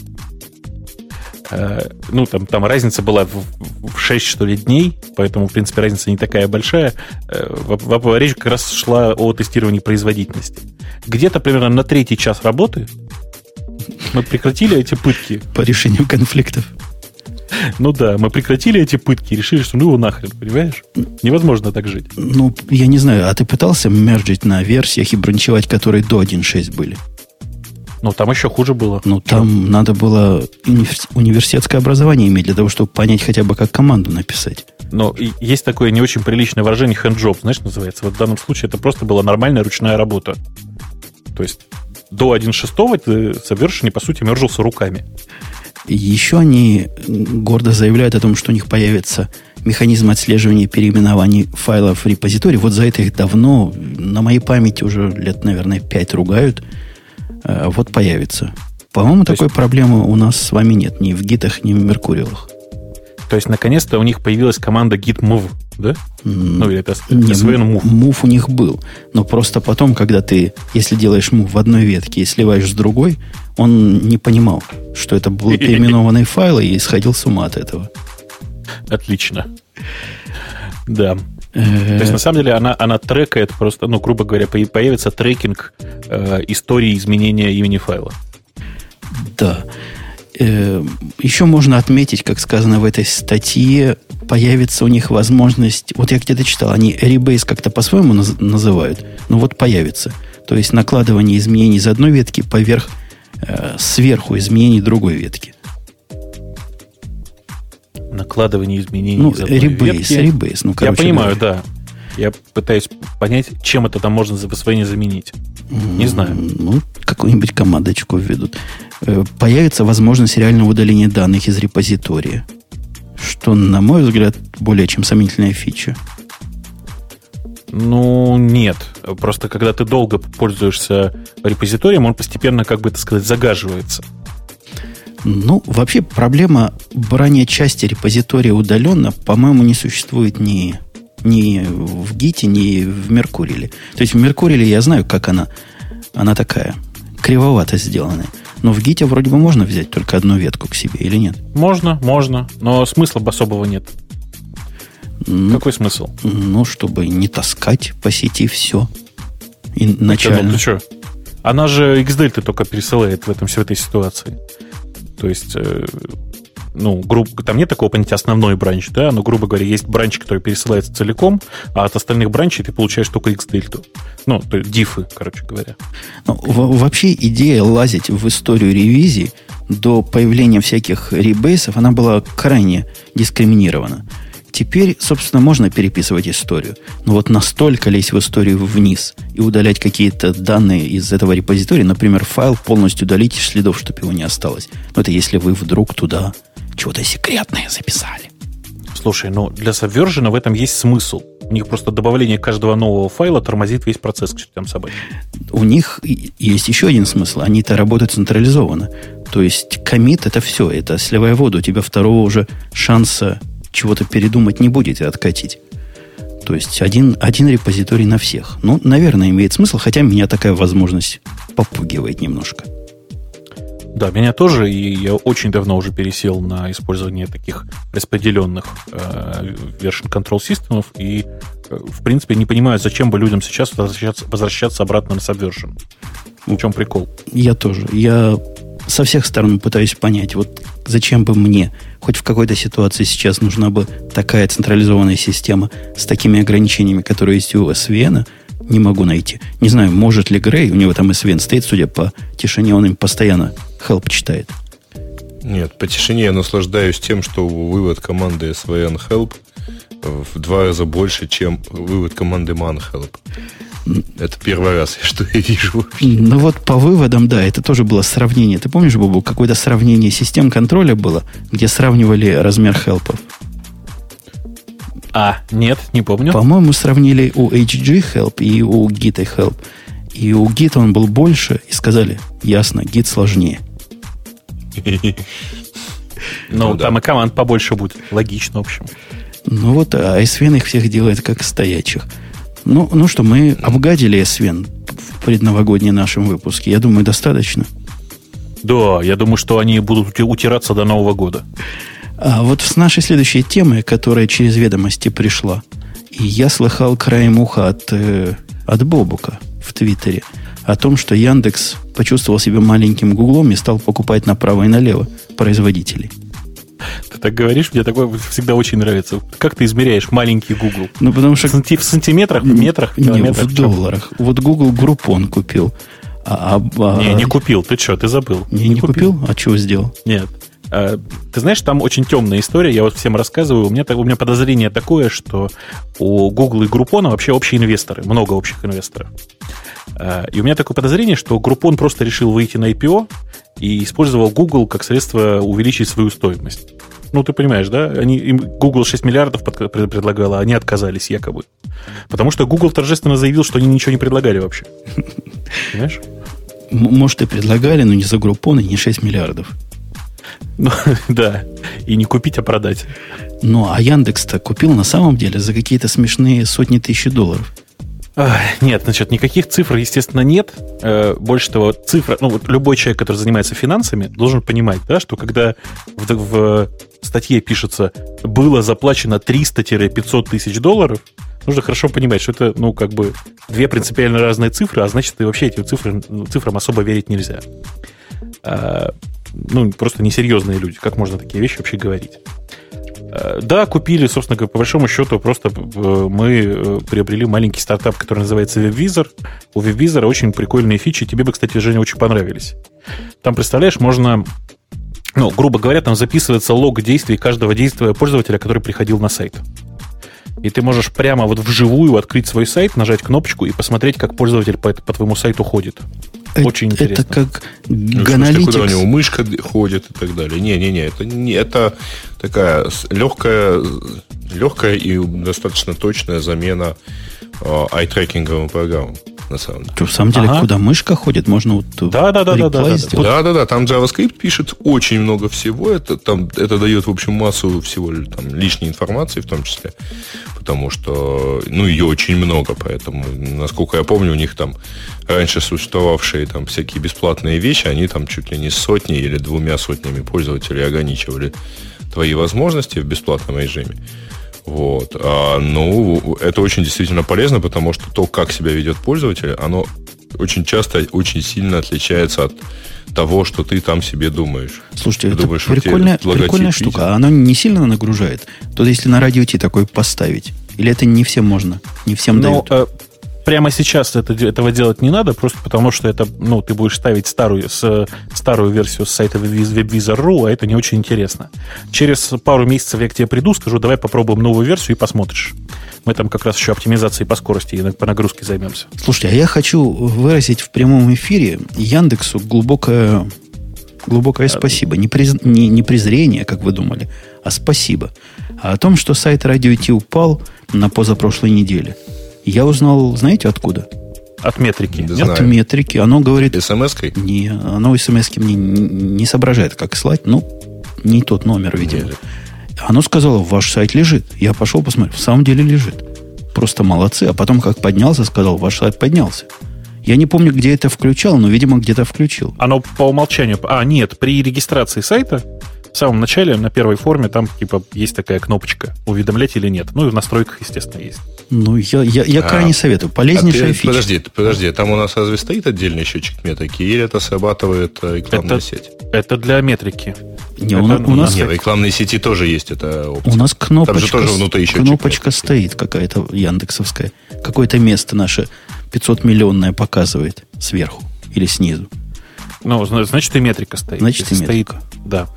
Э, ну, там, там разница была в, в шесть, что ли, дней, поэтому, в принципе, разница не такая большая. Э, в, в, речь как раз шла о тестировании производительности. Где-то примерно на третий час работы мы прекратили эти пытки. По решению конфликтов. Ну да, мы прекратили эти пытки и решили, что ну его нахрен, понимаешь? Невозможно так жить. Ну, я не знаю, а ты пытался мерджить на версиях и бранчевать, которые до один точка шесть были? Ну, там еще хуже было. Ну, там Что? Надо было университетское образование иметь для того, чтобы понять хотя бы, как команду написать. Но есть такое не очень приличное выражение handjob, знаешь, называется. Вот в данном случае это просто была нормальная ручная работа. То есть до один точка шесть ты Subversion, по сути, мержился руками. Еще они гордо заявляют о том, что у них появится механизм отслеживания переименований файлов в репозитории. Вот за это их давно, на моей памяти уже лет, наверное, пять ругают. Вот появится. По-моему, То такой есть... проблемы у нас с вами нет. Ни в гитах, ни в Меркуриалах. То есть, наконец-то у них появилась команда git-move, да? Ну, или это эс ви эн move. Move у них был. Но просто потом, когда ты, если делаешь move в одной ветке и сливаешь с другой, он не понимал, что это были переименованные файлы, и сходил с ума от этого. Отлично. Да. То есть, на самом деле, она, она трекает просто, ну, грубо говоря, появится трекинг э, истории изменения имени файла. Да. Э, еще можно отметить, как сказано в этой статье, появится у них возможность, вот я где-то читал, они Rebase как-то по-своему наз, называют, но вот появится. То есть накладывание изменений из одной ветки поверх, э, сверху изменений другой ветки. Накладывание изменений ну, из одной Rebase, ветки. Rebase, ну, я понимаю, говоря. Да. Я пытаюсь понять, чем это там можно за свои заменить. Не mm, знаю. Ну, какую-нибудь командочку введут. Появится возможность реального удаления данных из репозитория. Что, на мой взгляд, более чем сомнительная фича. Ну, нет. Просто когда ты долго пользуешься репозиторием, он постепенно, как бы это сказать, загаживается. Ну, вообще проблема брания части репозитория удаленно, по-моему, не существует ни, ни в Гите, ни в Меркуриале. То есть в Меркуриале я знаю, как она, она такая, кривовато сделанная. Но в Git вроде бы можно взять только одну ветку к себе, или нет? Можно, можно, но смысла особого нет. Ну, какой смысл? Ну, чтобы не таскать по сети все. И начально. Ну, ты что? Она же Xdelta только пересылает в, этом, в этой ситуации. То есть, э, ну, грубо, там нет такого понятия основной бранч, да, но, грубо говоря, есть бранч, который пересылается целиком, а от остальных бранчей ты получаешь только Xdelta. Ну, то есть дифы, короче говоря. Ну, в- вообще идея лазить в историю ревизии до появления всяких ребейсов, она была крайне дискриминирована. Теперь, собственно, можно переписывать историю. Но вот настолько лезть в историю вниз и удалять какие-то данные из этого репозитория, например, файл полностью удалить из следов, чтобы его не осталось. Но это если вы вдруг туда чего-то секретное записали. Слушай, ну для Subversion в этом есть смысл. У них просто добавление каждого нового файла тормозит весь процесс к чертям собачьим. У них есть еще один смысл. Они-то работают централизованно. То есть коммит это все. Это сливая воду. У тебя второго уже шанса чего-то передумать не будет и откатить. То есть один, один репозиторий на всех. Ну, наверное, имеет смысл, хотя меня такая возможность попугивает немножко. Да, меня тоже, и я очень давно уже пересел на использование таких распределенных э, version control системов, и, э, в принципе, не понимаю, зачем бы людям сейчас возвращаться, возвращаться обратно на Subversion. В чем прикол? Я тоже. Я со всех сторон пытаюсь понять, вот зачем бы мне, хоть в какой-то ситуации сейчас нужна бы такая централизованная система с такими ограничениями, которые есть у эс ви эн, не могу найти. Не знаю, может ли Грей, у него там эс ви эн стоит, судя по тишине, он им постоянно help читает. Нет, по тишине я наслаждаюсь тем, что вывод команды эс ви эн help в два раза больше, чем вывод команды man help. Это первый раз, что я вижу вообще. Ну вот по выводам, да, это тоже было сравнение. Ты помнишь, Бобу, какое-то сравнение систем контроля было, где сравнивали размер хелпов? А, нет, не помню. По-моему, сравнили у эйч джи help и у Git help. И у Git он был больше, и сказали, ясно, Git сложнее. Ну, там и команд побольше будет. Логично, в общем. Ну вот, а эс ви эн их всех делает как стоячих. Ну, ну что, мы обгадили эс ви эн в предновогоднем нашем выпуске. Я думаю, достаточно. Да, я думаю, что они будут утираться до Нового года. А вот с нашей следующей темой, которая через ведомости пришла, и я слыхал краем уха от, э, от Бобука в Твиттере о том, что Яндекс почувствовал себя маленьким Гуглом и стал покупать направо и налево производителей. Ты так говоришь, мне такое всегда очень нравится. Как ты измеряешь маленький Google? Ну, потому что... В сантиметрах, в метрах, в километрах? Не, в долларах. Вот Google Groupon купил. А, а, не, не купил. Ты что, ты забыл? Не, не, не купил? купил? А чего сделал? Нет. А, ты знаешь, там очень темная история. Я вот всем рассказываю. У меня, у меня подозрение такое, что у Google и Groupon вообще общие инвесторы. Много общих инвесторов. А, и у меня такое подозрение, что Groupon просто решил выйти на ай пи о и использовал Google как средство увеличить свою стоимость. Ну, ты понимаешь, да? Они, им Google шесть миллиардов под, предлагала, а они отказались якобы. Потому что Google торжественно заявил, что они ничего не предлагали вообще. Понимаешь? Может, и предлагали, но не за Groupon, и не шесть миллиардов. Ну, да. И не купить, а продать. Ну, а Яндекс-то купил на самом деле за какие-то смешные сотни тысяч долларов. Нет, значит, никаких цифр, естественно, нет. Больше того, цифра, ну, вот любой человек, который занимается финансами, должен понимать, да, что когда в, в статье пишется «было заплачено триста-пятьсот тысяч долларов», нужно хорошо понимать, что это, ну, как бы две принципиально разные цифры, а значит, и вообще этим цифрам, цифрам особо верить нельзя. А, ну, просто несерьезные люди. Как можно такие вещи вообще говорить? Да, купили, собственно говоря, по большому счету, просто мы приобрели маленький стартап, который называется WebVisor. У WebVisor очень прикольные фичи. Тебе бы, кстати, Женя, очень понравились. Там, представляешь, можно, ну, грубо говоря, там записывается лог действий каждого действия пользователя, который приходил на сайт. И ты можешь прямо вот вживую открыть свой сайт, нажать кнопочку и посмотреть, как пользователь по, по твоему сайту ходит. Очень это, интересно. Это как Аналитикс. Куда у него мышка ходит и так далее. Не-не-не, это, не, это такая легкая, легкая и достаточно точная замена э, ай-трекинговым программам. на самом деле. Что, в самом деле, ага. куда мышка ходит, можно вот да, да, да, да, да, да. да, да, да, там JavaScript пишет очень много всего. Это, там, это дает, в общем, массу всего там, лишней информации, в том числе. Потому что, ну, ее очень много. Поэтому, насколько я помню, у них там раньше существовавшие там всякие бесплатные вещи, они там чуть ли не сотней или двумя сотнями пользователей ограничивали твои возможности в бесплатном режиме. Вот. А, ну, это очень действительно полезно, потому что то, как себя ведет пользователь, оно очень часто очень сильно отличается от того, что ты там себе думаешь. Слушайте, ты это думаешь, прикольная, прикольная штука. А оно не сильно нагружает? То если на радио Ти такой поставить, или это не всем можно? Не всем Но, дают? Э, прямо сейчас это, этого делать не надо, просто потому что это, ну, ты будешь ставить старую, с, старую версию с сайта WebVisor точка ру, а это не очень интересно. Через пару месяцев я к тебе приду, скажу, давай попробуем новую версию и посмотришь. Мы там как раз еще оптимизацией по скорости и по нагрузке займемся. Слушайте, а я хочу выразить в прямом эфире Яндексу глубокое, глубокое спасибо. Не, приз, не, не презрение, как вы думали, а спасибо. А о том, что сайт Радио Ти упал на позапрошлой неделе, я узнал, знаете, откуда? От метрики. От знаю. метрики. Оно говорит... СМС-кой? Не, оно СМС-ки мне не соображает, как слать. Ну, не тот номер, видимо. Нет. Оно сказало, ваш сайт лежит. Я пошел посмотреть. В самом деле лежит. Просто молодцы. А потом, как поднялся, сказал, ваш сайт поднялся. Я не помню, где это включал, но, видимо, где-то включил. Оно по умолчанию... А, нет, при регистрации сайта в самом начале, на первой форме, там типа есть такая кнопочка уведомлять или нет. Ну и в настройках, естественно, есть. Ну, я, я, я а, крайне советую. Полезнейшая а ты, фича. Подожди, подожди, там у нас разве стоит отдельный счетчик метрики, или это срабатывает рекламная это, сеть? Это для метрики. Не, это, у, у нас... Не, в рекламной сети тоже есть эта опция. У нас кнопочка, там же тоже внутри кнопочка стоит какая-то яндексовская. Какое-то место наше пятисотмиллионное показывает сверху или снизу. Ну, значит, и метрика стоит. Значит, и метрика. Стоит, да.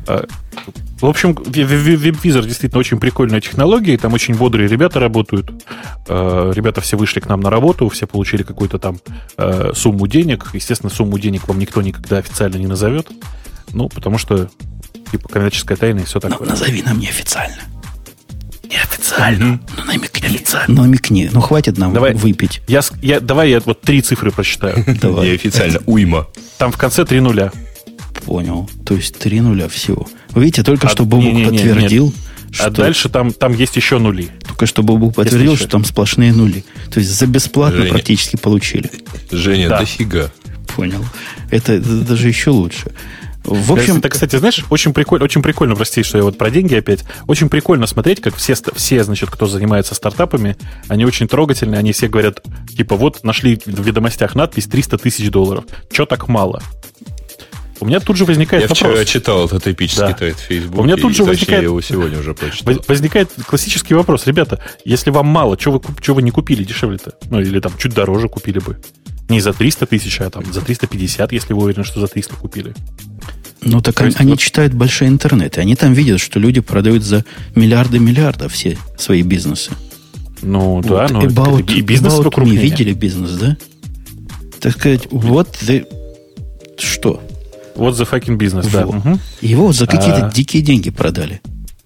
В общем, WebVisor действительно очень прикольная технология, там очень бодрые ребята работают. Ребята все вышли к нам на работу, все получили какую-то там сумму денег. Естественно, сумму денег вам никто никогда официально не назовет. Ну, потому что, типа, коммерческая тайна и все такое. Ну, назови нам неофициально. Неофициально. Mm-hmm. Ну, намекни. Официально. Ну, намекни. Ну, хватит нам давай, выпить. Я, я, давай я вот три цифры прочитаю. Неофициально. Уйма. Там в конце три нуля. Понял. То есть три нуля всего. Вы видите, только а, что Бобук не, не, подтвердил. Не, что... А дальше там, там есть еще нули. Только что Бобук подтвердил, что там сплошные нули. То есть за бесплатно Женя. практически получили. Женя, да. дофига. Понял. Это, это даже еще лучше. В общем, это, кстати, знаешь, очень прикольно, очень прикольно, прости, что я вот про деньги опять. Очень прикольно смотреть, как все, все, значит, кто занимается стартапами, они очень трогательные, они все говорят, типа, вот нашли в ведомостях надпись триста тысяч долларов. Че так мало? У меня тут же возникает я вопрос. Я вчера читал этот эпический да. тред в Фейсбуке. У меня тут же возникает... я его сегодня уже прочитал. Возникает классический вопрос. Ребята, если вам мало, что вы, что вы не купили дешевле-то? Ну, или там чуть дороже купили бы. Не за триста тысяч, а там за триста пятьдесят, если вы уверены, что за триста купили. Ну, так они, они вот... читают большой интернет, и они там видят, что люди продают за миллиарды миллиардов все свои бизнесы. Ну, вот. да, но about, и бизнес about me видели бизнес, да? Так сказать, вот the... что? Вот the fucking business, вот. Да. Угу. Его вот за какие-то а... дикие деньги продали.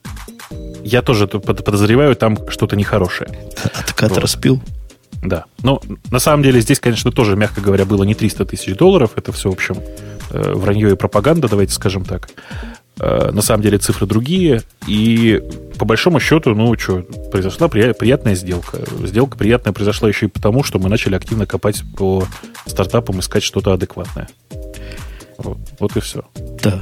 Я тоже подозреваю, там что-то нехорошее. Откат вот. Распил? Да. Но на самом деле здесь, конечно, тоже, мягко говоря, было не триста тысяч долларов. Это все, в общем, вранье и пропаганда, давайте скажем так. На самом деле цифры другие. И по большому счету, ну что, произошла приятная сделка. Сделка приятная произошла еще и потому, что мы начали активно копать по стартапам, искать что-то адекватное. Вот, вот и все. Да.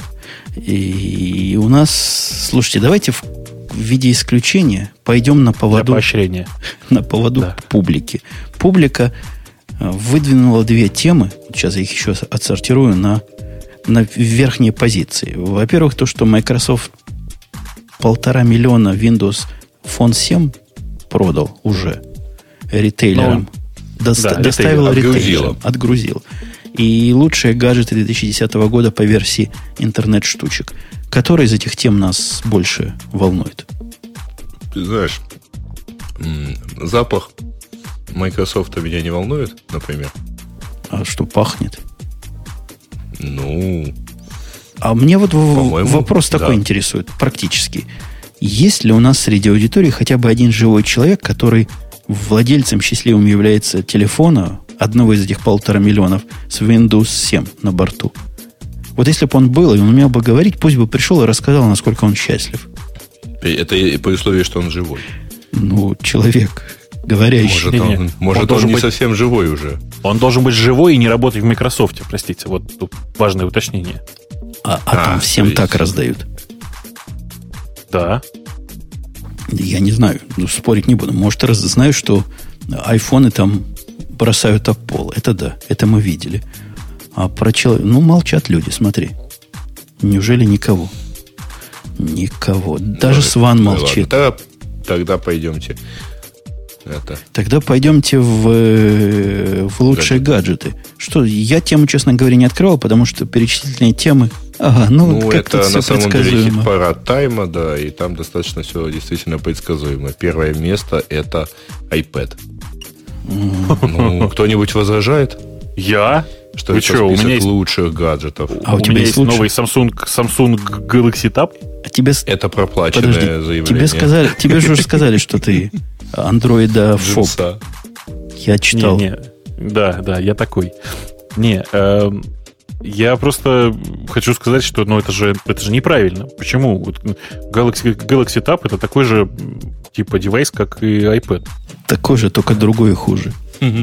И у нас, слушайте, давайте в в виде исключения пойдем на поводу, на поводу да. публики. Публика выдвинула две темы. Сейчас я их еще отсортирую на, на верхние позиции. Во-первых, то, что Microsoft полтора миллиона Windows Phone семь продал уже ритейлерам. Ну, Доста- да, доставила ритейлерам. Отгрузил. И лучшие гаджеты две тысячи десятого года по версии интернет-штучек. Который из этих тем нас больше волнует? Ты знаешь, запах Microsoft меня не волнует, например. А что пахнет? Ну... А мне вот вопрос такой да. интересует, практически. Есть ли у нас среди аудитории хотя бы один живой человек, который владельцем счастливым является телефона, одного из этих полутора миллионов с Windows семь на борту. Вот если бы он был, и он умел бы говорить, пусть бы пришел и рассказал, насколько он счастлив. Это по условию, что он живой. Ну, человек говорящий. Может, он, он, может, он, должен он не быть, совсем живой уже. Он должен быть живой и не работать в Microsoft, простите. Вот тут важное уточнение. А, а, а там всем есть... так раздают. Да. Я не знаю, ну, спорить не буду. Может, раз знаю, что айфоны там бросают об пол. Это да, это мы видели. А про человека... Ну, молчат люди, смотри. Неужели никого? Никого. Даже ну, Сван молчит. Тогда, тогда пойдемте. Это. Тогда пойдемте в, в лучшие гаджеты. гаджеты. Что, я тему, честно говоря, не открывал, потому что перечислительные темы... Ага, ну, ну как-то это все на самом предсказуемо. деле хит-парад тайма, да, и там достаточно все действительно предсказуемо. Первое место это iPad. Mm. Ну, кто-нибудь возражает? Я? Что Вы это что, список у меня есть... лучших гаджетов. А у, у тебя меня есть, есть новый Samsung, Samsung Galaxy Tab. А тебе... Это проплаченное Подожди, заявление. Тебе, сказали, тебе же уже сказали, что ты андроидофоб. Я читал. Не, не. Да, да, я такой. Не, э, я просто хочу сказать, что ну, это, же, это же неправильно. Почему? Вот Galaxy, Galaxy Tab это такой же типа девайс, как и iPad. Такой же, только другой и хуже.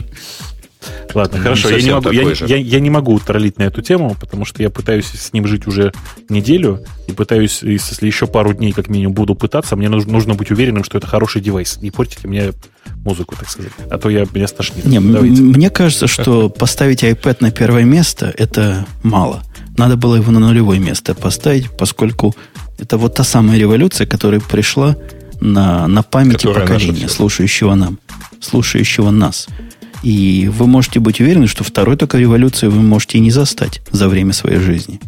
Ладно, хорошо. Я не, могу, я, я, я не могу троллить на эту тему, потому что я пытаюсь с ним жить уже неделю и пытаюсь, если еще пару дней как минимум буду пытаться, мне нужно, нужно быть уверенным, что это хороший девайс. Не портите мне музыку, так сказать. А то я, меня стошнит. Не, мне кажется, что поставить iPad на первое место это мало. Надо было его на нулевое место поставить, поскольку это вот та самая революция, которая пришла на, на памяти которая поколения, слушающего нам, слушающего нас. И вы можете быть уверены, что второй только революции вы можете и не застать за время своей жизни.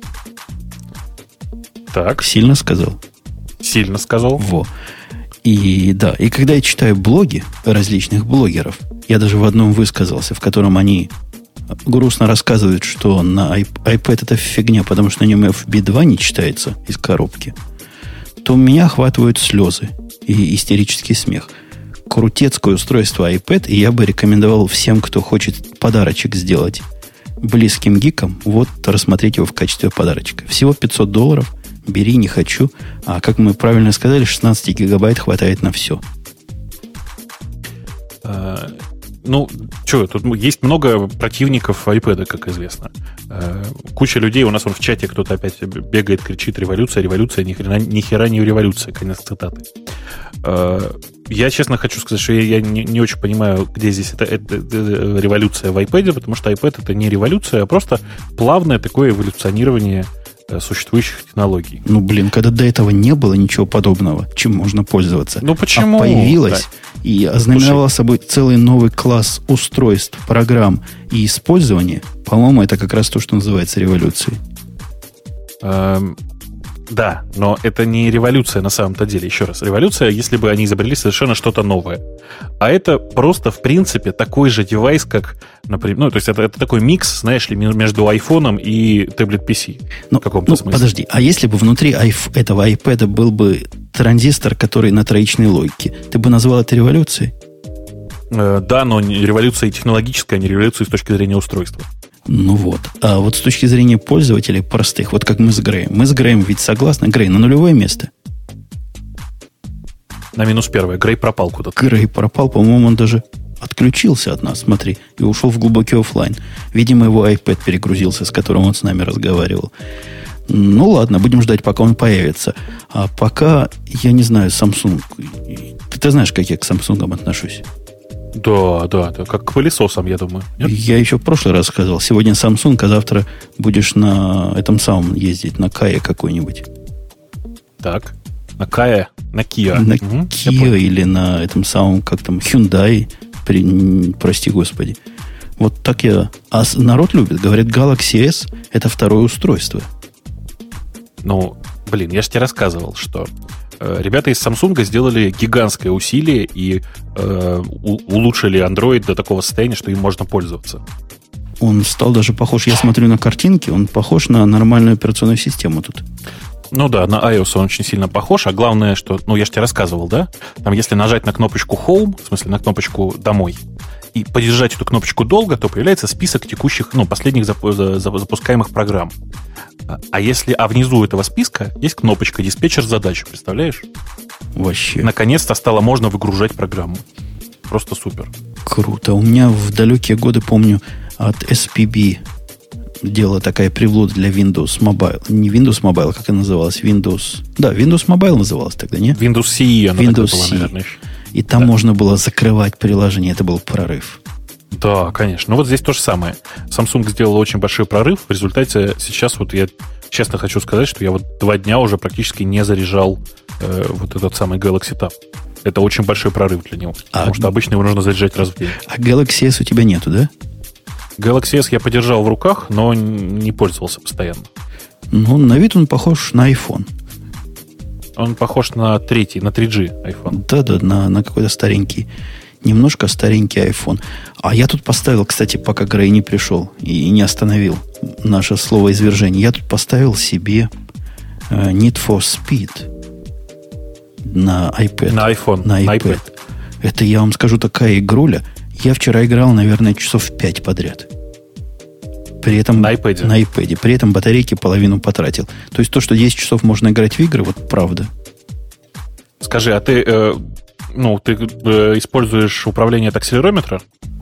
Так. Сильно сказал? Сильно сказал. Во. И да, и когда я читаю блоги различных блогеров, я даже в одном высказался, в котором они грустно рассказывают, что на iPad это фигня, потому что на нем эф би два не читается из коробки, то меня охватывают слезы и истерический смех. Крутецкое устройство iPad, и я бы рекомендовал всем, кто хочет подарочек сделать близким гикам, вот рассмотреть его в качестве подарочка. Всего пятьсот долларов, бери, не хочу. А как мы правильно сказали, шестнадцать гигабайт хватает на все. А, ну, что, тут есть много противников iPad, как известно. А, куча людей, у нас он в чате кто-то опять бегает, кричит: революция, революция, ни хера, ни хера не революция, конец цитаты. А, я честно хочу сказать, что я, я не, не очень понимаю, где здесь это, это, это революция в iPad, потому что iPad это не революция, а просто плавное такое эволюционирование существующих технологий. Ну, блин, когда до этого не было ничего подобного, чем можно пользоваться. Ну, почему? А появилось да. и ознаменовало собой целый новый класс устройств, программ и использования. По-моему, это как раз то, что называется революцией. Эм... Да, но это не революция на самом-то деле. Еще раз, революция, если бы они изобрели совершенно что-то новое. А это просто, в принципе, такой же девайс, как, например... Ну, то есть это, это такой микс, знаешь ли, между айфоном и таблет-пи си. Ну, в каком-то ну, смысле. Подожди, а если бы внутри айф- этого iPad был бы транзистор, который на троичной логике, ты бы назвал это революцией? Э, да, но не революция технологическая, а не революция с точки зрения устройства. Ну вот. А вот с точки зрения пользователей простых, вот как мы с Греем. Мы с Греем ведь согласны. Грей, на нулевое место? На минус первое. Грей пропал куда-то. Грей пропал. По-моему, он даже отключился от нас, смотри, и ушел в глубокий офлайн. Видимо, его iPad перегрузился, с которым он с нами разговаривал. Ну ладно, будем ждать, пока он появится. А пока, я не знаю, Samsung. Ты, ты знаешь, как я к Samsung отношусь? Да, да, да, как к пылесосам, я думаю. Нет? Я еще в прошлый раз сказал. Сегодня Samsung, а завтра будешь на этом самом ездить, на Кае какой-нибудь. Так, на Кае, на Kia. На угу, Kia или на этом самом, как там, Hyundai, при, прости господи. Вот так я... А народ любит. Говорят, Galaxy S это второе устройство. Ну, блин, я же тебе рассказывал, что ребята из Samsung сделали гигантское усилие и э, у, улучшили Android до такого состояния, что им можно пользоваться. Он стал даже похож, я смотрю на картинки, он похож на нормальную операционную систему тут. Ну да, на iOS он очень сильно похож, а главное, что, ну я же тебе рассказывал, да? Там если нажать на кнопочку Home, в смысле на кнопочку Домой, и подержать эту кнопочку долго, то появляется список текущих, ну, последних запускаемых программ. А если, а внизу этого списка есть кнопочка «Диспетчер задач», представляешь? Вообще. Наконец-то стало можно выгружать программу. Просто супер. Круто. У меня в далекие годы, помню, от эс пи би делала такая приблуда для Windows Mobile. Не Windows Mobile, как она называлась? Windows... Да, Windows Mobile называлась тогда, не? Windows си и она Windows была, си. наверное, еще. И там да. можно было закрывать приложение. Это был прорыв. Да, конечно. Ну вот здесь то же самое. Samsung сделал очень большой прорыв. В результате сейчас вот я честно хочу сказать, что я вот два дня уже практически не заряжал э, вот этот самый Galaxy Tab. Это очень большой прорыв для него. А, потому что обычно его нужно заряжать раз в день. А Galaxy S у тебя нету, да? Galaxy S я подержал в руках, но не пользовался постоянно. Ну, на вид он похож на iPhone. Он похож на третий, на три джи iPhone. Да-да, на, на какой-то старенький, немножко старенький iPhone. А я тут поставил, кстати, пока Грей не пришел и не остановил наше словоизвержение, я тут поставил себе uh, Need for Speed на iPad. На iPhone. На iPad. На iPad. Это, я вам скажу, такая игруля. Я вчера играл, наверное, часов пять подряд. При этом, на iPad. На iPad. При этом батарейки половину потратил. То есть то, что десять часов можно играть в игры, вот правда. Скажи, а ты, э, ну, ты э, используешь управление от акселерометра?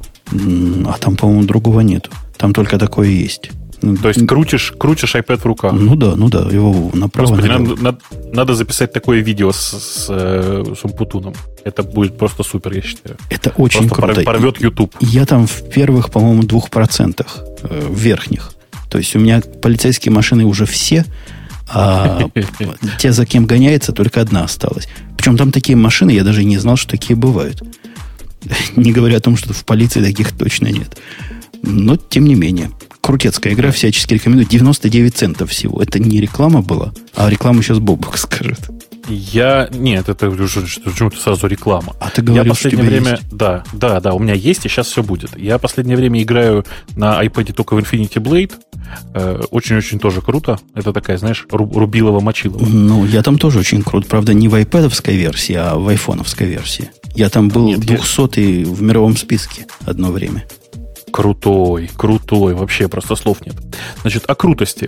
А там, по-моему, другого нету. Там только такое есть. То есть крутишь, крутишь iPad в руках? Ну да, ну да, его направо. Господи, надо, надо, надо записать такое видео с, с, с Умпутуном. Это будет просто супер, я считаю. Это очень просто круто. Порвет YouTube. Я там в первых, по-моему, двух процентах э, верхних. То есть у меня полицейские машины уже все, а те, за кем гоняется, только одна осталась. Причем там такие машины, я даже не знал, что такие бывают. Не говоря о том, что в полиции таких точно нет. Но, тем не менее, крутецкая игра, всячески рекомендую. девяносто девять центов всего. Это не реклама была, а рекламу сейчас Бобок скажет. Я... Нет, это почему-то сразу реклама. А ты говорил, я последнее что у тебя время... есть? Да, да, да, у меня есть, и сейчас все будет. Я последнее время играю на iPad только в Infinity Blade. Э, очень-очень тоже круто. Это такая, знаешь, рубилово-мочилово. Ну, я там тоже очень крут. Правда, не в iPad-овской версии, а в айфоновской версии. Я там был Нет, двухсотый я... в мировом списке одно время. Крутой, крутой. Вообще просто слов нет. Значит, о крутости.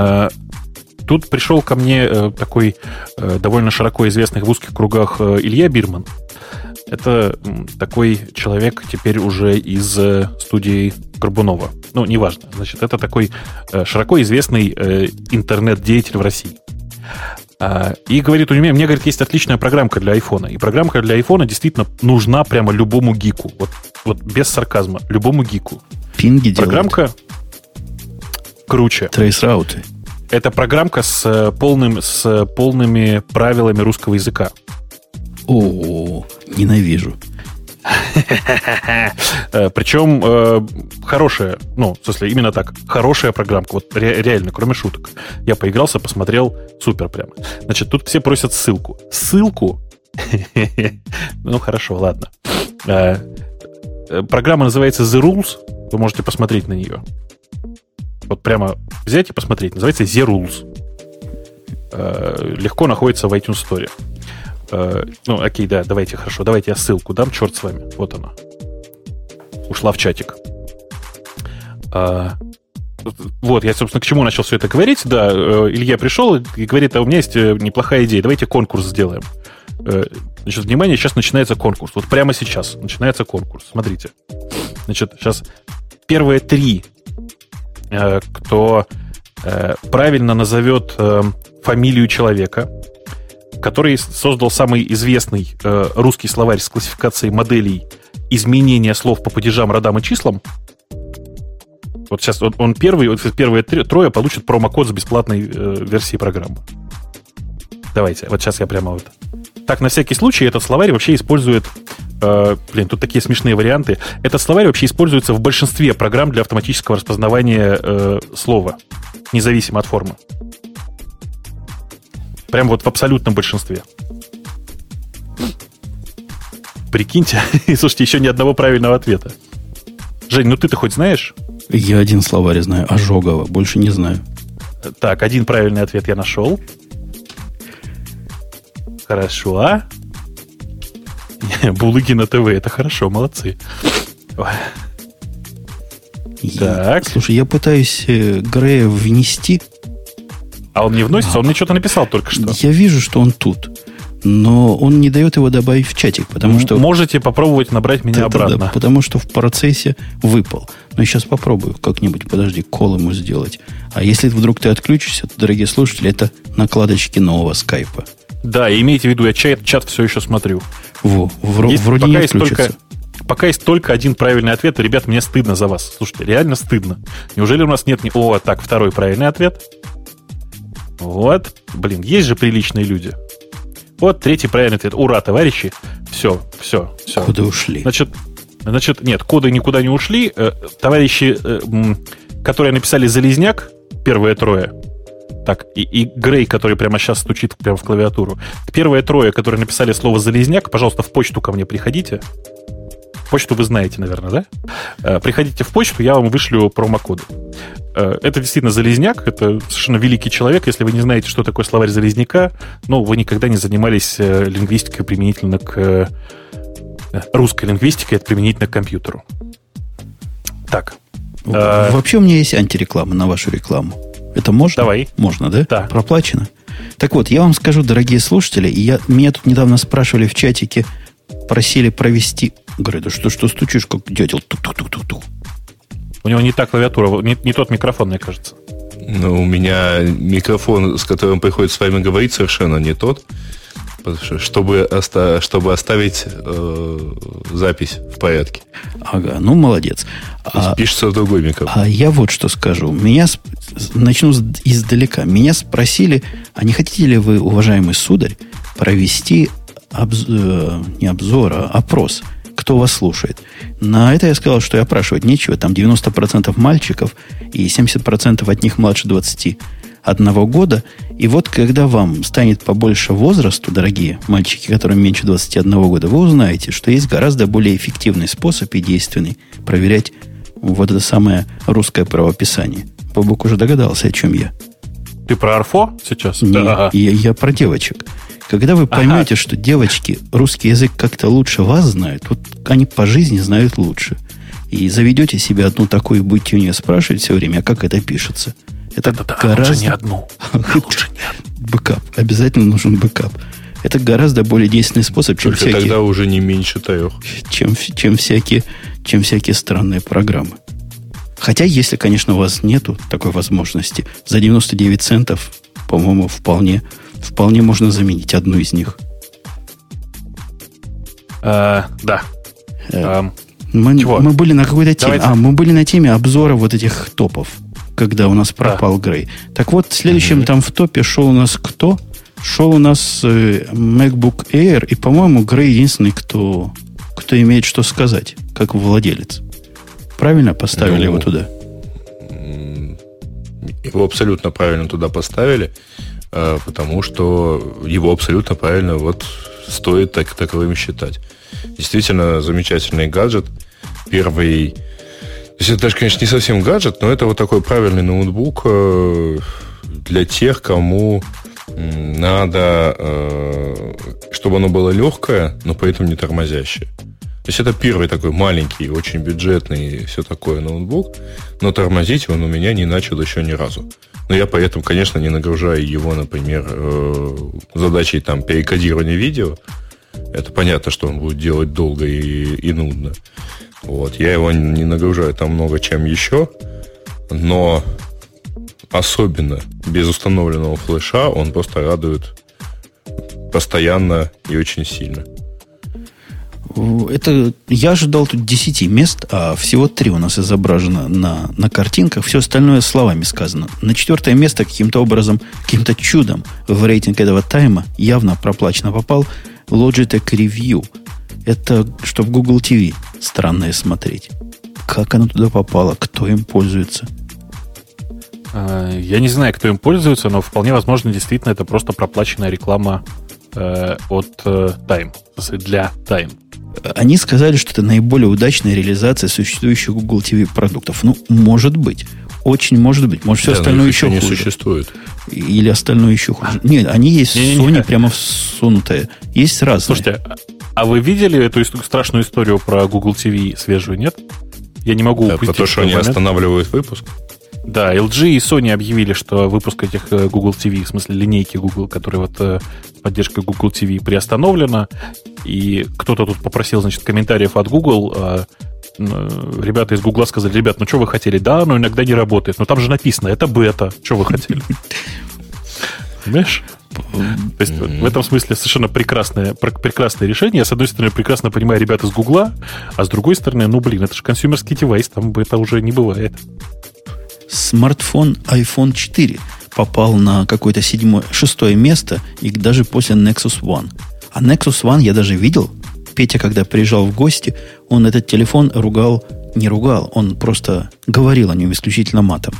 Тут пришел ко мне такой довольно широко известный в узких кругах Илья Бирман. Это такой человек теперь уже из студии Горбунова. Ну, неважно. Значит, это такой широко известный интернет-деятель в России. И говорит, у меня, мне, говорит, есть отличная программка для айфона. И программка для айфона действительно нужна прямо любому гику. Вот, вот без сарказма. Любому гику. Пинги программка делает. Круче. Трейс-рауты. Это программка с, полным, с полными правилами русского языка. О, ненавижу. Причем э, хорошая, ну, в смысле, именно так, хорошая программка, вот ре- реально, кроме шуток. Я поигрался, посмотрел, супер прямо. Значит, тут все просят ссылку. Ссылку? Ну, хорошо, ладно. Программа называется The Rules, вы можете посмотреть на нее. Вот прямо взять и посмотреть. Называется The Rules. Легко находится в iTunes Store. Ну, окей, да, давайте, хорошо. Давайте я ссылку дам, черт с вами. Вот она. Ушла в чатик. А, вот, я, собственно, к чему начал все это говорить. Да, Илья пришел и говорит, а у меня есть неплохая идея. Давайте конкурс сделаем. Значит, внимание, сейчас начинается конкурс. Вот прямо сейчас начинается конкурс. Смотрите. Значит, сейчас первые три, кто правильно назовет фамилию человека, который создал самый известный э, русский словарь с классификацией моделей изменения слов по падежам, родам и числам. Вот сейчас он, он первый, вот первые три, трое получат промокод с бесплатной э, версией программы. Давайте, вот сейчас я прямо вот... Так, на всякий случай, этот словарь вообще использует... Э, блин, тут такие смешные варианты. Этот словарь вообще используется в большинстве программ для автоматического распознавания э, слова, независимо от формы. Прям вот в абсолютном большинстве. Прикиньте. И слушайте, еще ни одного правильного ответа. Жень, ну ты-то хоть знаешь? Я один словарь знаю. Ожогова. Больше не знаю. Так, один правильный ответ я нашел. Хорошо. Булыгина ТВ. Это хорошо, молодцы. Так. Слушай, я пытаюсь Грея внести. А он не вносится? Он мне что-то написал только что. Я вижу, что он тут. Но он не дает его добавить в чатик, потому что... Можете попробовать набрать меня обратно. Да, потому что в процессе выпал. Но я сейчас попробую как-нибудь, подожди, кол ему сделать. А если вдруг ты отключишься, то, дорогие слушатели, это накладочки нового скайпа. Да, и имейте в виду, я чат, чат все еще смотрю. Во, вро, есть, вроде не отключится. Только, пока есть только один правильный ответ. Ребят, мне стыдно за вас. Слушайте, реально стыдно. Неужели у нас нет... ни? О, так, второй правильный ответ. Вот. Блин, есть же приличные люди. Вот третий правильный ответ. Ура, товарищи. Все, все, все. Коды ушли. Значит, значит, нет, коды никуда не ушли. Э, товарищи, э, которые написали «Залезняк», первые трое, так, и, и Грей, который прямо сейчас стучит прямо в клавиатуру. Первые трое, которые написали слово «Залезняк», пожалуйста, в почту ко мне приходите. Почту вы знаете, наверное, да? Э, приходите в почту, я вам вышлю промокоды. Э, это действительно Залезняк, это совершенно великий человек. Если вы не знаете, что такое словарь Залезняка, ну, вы никогда не занимались э, лингвистикой применительно к... Э, русской лингвистикой, это применительно к компьютеру. Так. Э, Вообще у меня есть антиреклама на вашу рекламу. Это можно? Давай. Можно, да? Да. Проплачено? Так вот, я вам скажу, дорогие слушатели, и я, меня тут недавно спрашивали в чатике, просили провести... Говорю, да что, что стучишь, как дятел? Тук-тук-тук-тук-тук. У него не та клавиатура, не, не тот микрофон, мне кажется. Ну, у меня микрофон, с которым приходится с вами говорить, совершенно не тот. Чтобы, оста- чтобы оставить э, запись в порядке. Ага, ну молодец. А, пишется в другой микрофон. А я вот что скажу. Меня сп... Начну издалека. Меня спросили, а не хотите ли вы, уважаемый сударь, провести обз... не обзор, а опрос, кто вас слушает. На это я сказал, что и опрашивать нечего. Там девяносто процентов мальчиков и семьдесят процентов от них младше двадцати одного года. И вот когда вам станет побольше возрасту, дорогие мальчики, которым меньше двадцати одного года, вы узнаете, что есть гораздо более эффективный способ и действенный проверять вот это самое русское правописание. Бобок уже догадался, о чем я. Ты про Арфо сейчас? Нет, да. я, я про девочек. Когда вы поймете, ага. что девочки русский язык как-то лучше вас знают, вот они по жизни знают лучше, и заведете себе одну такую, и будете у нее спрашивать все время, а как это пишется. Это Да-да-да, гораздо... лучше не одну. Лучше не одну. Бэкап. Обязательно нужен бэкап. Это гораздо более действенный способ, чем Только всякие... тогда уже не меньше трех. Чем, чем, всякие, чем всякие странные программы. Хотя, если, конечно, у вас нету такой возможности, за девяносто девять центов, по-моему, вполне, вполне можно заменить одну из них. А, да. А, мы, мы были на какой-то теме. Давайте. А, мы были на теме обзора вот этих топов, когда у нас пропал да. Грей. Так вот, следующим mm-hmm. там в топе шел у нас кто? Шел у нас э, MacBook Air, и, по-моему, Грей единственный, кто, кто имеет что сказать, как владелец. Правильно поставили ну, его туда? Его абсолютно правильно туда поставили, потому что его абсолютно правильно вот стоит так, таковым считать. Действительно замечательный гаджет. Первый... То есть это даже, конечно, не совсем гаджет, но это вот такой правильный ноутбук для тех, кому надо, чтобы оно было легкое, но при этом не тормозящее. То есть это первый такой маленький, очень бюджетный, все такое ноутбук, но тормозить он у меня не начал еще ни разу. Но я поэтому, конечно, не нагружаю его, например, задачей там перекодирования видео. Это понятно, что он будет делать долго и, и нудно. Вот. Я его не нагружаю там много чем еще, но особенно без установленного флеша он просто радует постоянно и очень сильно. Это я ожидал тут десять мест, а всего три у нас изображено на, на картинках. Все остальное словами сказано. На четвертое место каким-то образом, каким-то чудом в рейтинг этого тайма явно проплачено попал Logitech Review. Это чтобы Google ти ви странное смотреть. Как оно туда попало? Кто им пользуется? Я не знаю, кто им пользуется, но вполне возможно, действительно, это просто проплаченная реклама э, от э, Time, для Time. Они сказали, что это наиболее удачная реализация существующих Google ти ви продуктов. Ну, может быть. Очень может быть. Может, все да, остальное еще не хуже. Существует. Или остальное еще хуже. Нет, они есть в Sony прямо всунутые. Есть разные. Слушайте, А вы видели эту страшную историю про Google ти ви свежую, нет? Я не могу да, упустить. Про то, что они момент. останавливают выпуск? Да, эл джи и Sony объявили, что выпуск этих Google ти ви, в смысле линейки Google, которая вот с поддержкой Google ти ви приостановлена. И кто-то тут попросил, значит, комментариев от Google. Ребята из Google сказали: ребят, ну что вы хотели? Да, но иногда не работает. Но там же написано, это бета. Что вы хотели? Понимаешь? То есть mm-hmm. в этом смысле совершенно прекрасное, прекрасное решение. Я, с одной стороны, прекрасно понимаю ребят из Гугла, а с другой стороны, ну, блин, это же консюмерский девайс, там это уже не бывает. Смартфон айфон четыре попал на какое-то седьмое, шестое место, и даже после Nexus One. А Nexus One я даже видел. Петя, когда приезжал в гости, он этот телефон ругал, не ругал, он просто говорил о нем исключительно матом.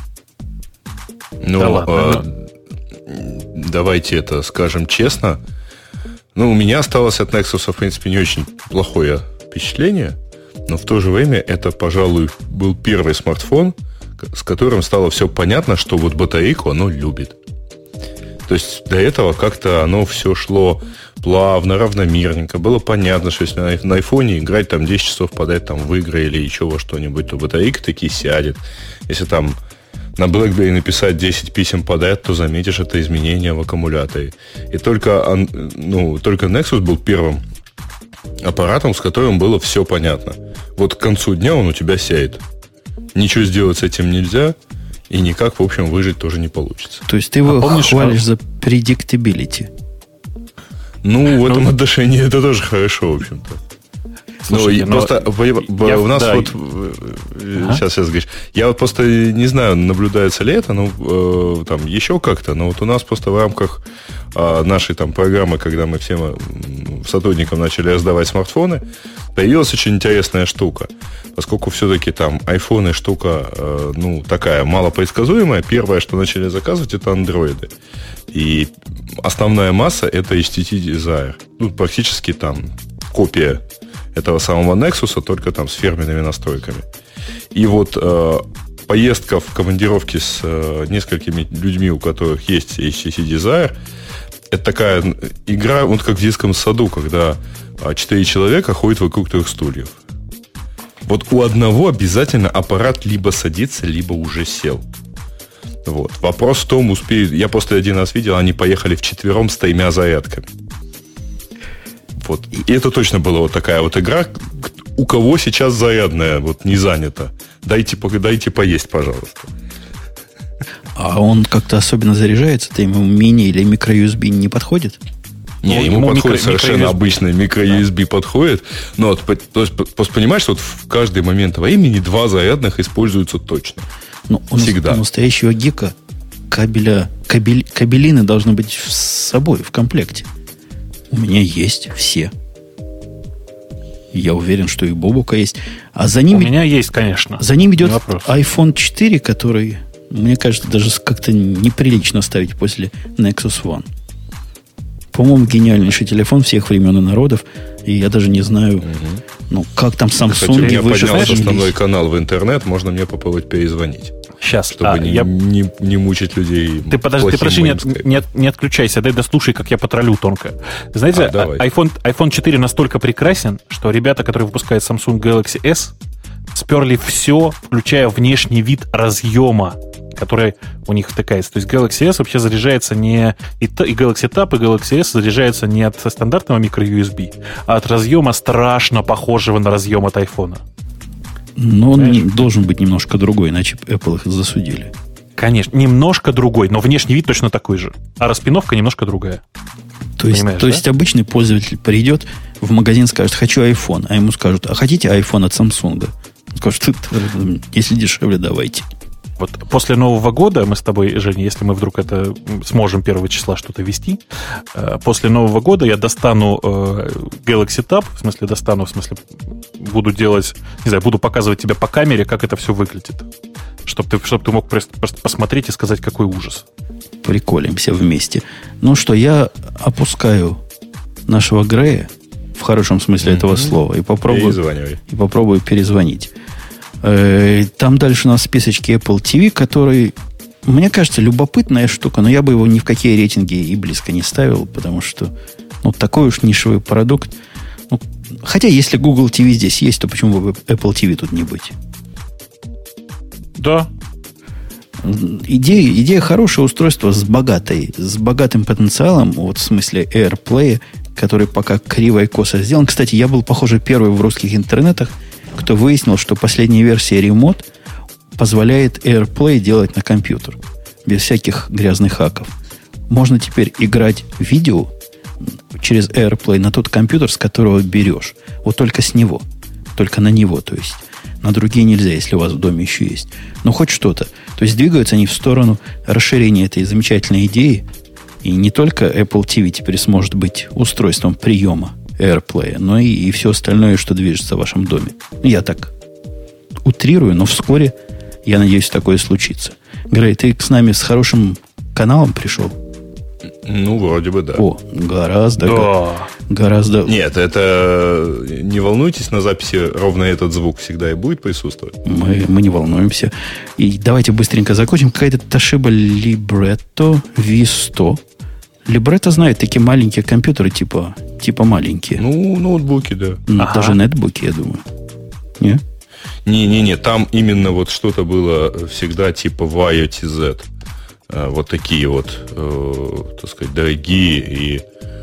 Ну, да ладно, а, но... давайте это скажем честно. Ну, у меня осталось от Nexus, в принципе, не очень плохое впечатление, но в то же время это, пожалуй, был первый смартфон, с которым стало все понятно, что вот батарейку оно любит. То есть до этого как-то оно все шло плавно, равномерненько. Было понятно, что если на айфоне играть там десять часов подряд там, в игры или еще во что-нибудь, то батарейка таки сядет. Если там на BlackBerry написать десять писем подряд, то заметишь это изменение в аккумуляторе. И только, ну, только Nexus был первым аппаратом, с которым было все понятно. Вот к концу дня он у тебя сядет. Ничего сделать с этим нельзя, и никак, в общем, выжить тоже не получится. То есть ты его а помнишь, хвалишь а... за predictability? Ну, в этом ну, отношении это тоже хорошо, в общем-то. Слушайте, ну, но просто я, у нас да, вот ага. сейчас, сейчас говоришь, я вот просто не знаю, наблюдается ли это, ну, э, там еще как-то, но вот у нас просто в рамках э, нашей там программы, когда мы всем э, сотрудникам начали раздавать смартфоны, появилась очень интересная штука, поскольку все-таки там айфоны штука, э, ну, такая малопредсказуемая. Первое, что начали заказывать, это андроиды. И основная масса это эйч ти ти Desire. Ну, практически там копия этого самого Nexus, только там с фирменными настройками. И вот э, поездка в командировке с э, несколькими людьми, у которых есть эйч ти ти Desire, это такая игра, вот как в детском саду, когда четыре человека ходят вокруг трех стульев. Вот у одного обязательно аппарат либо садится, либо уже сел. Вот. Вопрос в том, успеют... Я просто один раз видел, они поехали вчетвером с тремя зарядками. Вот. И это точно была вот такая вот игра. У кого сейчас зарядная вот не занята? Дайте, дайте поесть, пожалуйста. А он как-то особенно заряжается? Ты ему мини или микро-ю эс би не подходит? Не, ему, ему подходит микро, совершенно микро-ю эс би. Обычный микро-ю эс би да. подходит. Но вот, то есть, просто понимаешь, что вот в каждый момент времени два зарядных используются точно. Ну, у Всегда. У настоящего гика кабеля, кабель, кабелины должны быть с собой в комплекте. У меня есть все. Я уверен, что и у Бобука есть. А за ним... У меня есть, конечно. За ним идет айфон четыре, который, мне кажется, даже как-то неприлично ставить после Nexus One. По-моему, гениальнейший телефон всех времен и народов. И я даже не знаю, угу. ну, как там Samsung не выжил. Поднялся основной канал в интернет, можно мне попробовать перезвонить. Сейчас. Чтобы а, не, я... не, не мучить людей. Ты подожди, ты прошу, не, от, не, от, не отключайся, дай дослушай, как я потроллю тонко. Знаете, а, iPhone, айфон четыре настолько прекрасен, что ребята, которые выпускают Samsung Galaxy эс, сперли все, включая внешний вид разъема, который у них втыкается. То есть Galaxy S вообще заряжается не... И, и Galaxy Tab, и Galaxy S заряжается не от стандартного микро-ю эс би, а от разъема страшно похожего на разъем от айфона. Но он не, должен быть немножко другой, иначе Apple их засудили. Конечно, немножко другой, но внешний вид точно такой же. А распиновка немножко другая. То есть, то да? есть обычный пользователь придет в магазин, скажет, хочу iPhone, а ему скажут, а хотите iPhone от Samsung? Он скажет, если дешевле, давайте. Вот после Нового года мы с тобой, Женя, если мы вдруг это сможем первого числа что-то вести, после Нового года я достану Galaxy Tab, в смысле достану, в смысле буду делать, не знаю, буду показывать тебе по камере, как это все выглядит, чтобы ты, чтобы ты мог просто, просто посмотреть и сказать, какой ужас. Приколимся вместе. Ну что, я опускаю нашего Грея, в хорошем смысле mm-hmm. этого слова, и попробую, и попробую перезвонить. Там дальше у нас в списочке Apple ти ви, который, мне кажется, любопытная штука, но я бы его ни в какие рейтинги и близко не ставил, потому что ну, такой уж нишевый продукт. Ну, хотя, если Google ти ви здесь есть, то почему бы Apple ти ви тут не быть? Да. Идея, идея хорошее устройство с богатой, с богатым потенциалом, вот в смысле AirPlay, который пока криво и косо сделан. Кстати, я был, похоже, первый в русских интернетах, кто выяснил, что последняя версия Remote позволяет AirPlay делать на компьютер без всяких грязных хаков. Можно теперь играть видео через AirPlay на тот компьютер, с которого берешь. Вот только с него. Только на него, то есть. На другие нельзя, если у вас в доме еще есть. Но хоть что-то. То есть двигаются они в сторону расширения этой замечательной идеи. И не только Apple ти ви теперь сможет быть устройством приема AirPlay, но и, и все остальное, что движется в вашем доме. Я так утрирую, но вскоре, я надеюсь, такое случится. Грей, ты с нами с хорошим каналом пришел? Ну, вроде бы, да. О, гораздо, Да. гораздо... Нет, это... Не волнуйтесь, на записи ровно этот звук всегда и будет присутствовать. Мы, мы не волнуемся. И давайте быстренько закончим. Какая-то Toshiba Libretto ви сто. Libretto знает такие маленькие компьютеры, типа, типа маленькие. Ну, ноутбуки, да. Ну, Ага. даже нетбуки, я думаю. Не? Не-не-не, там именно вот что-то было всегда типа Vaio ти зет. А, вот такие вот, э, так сказать, дорогие и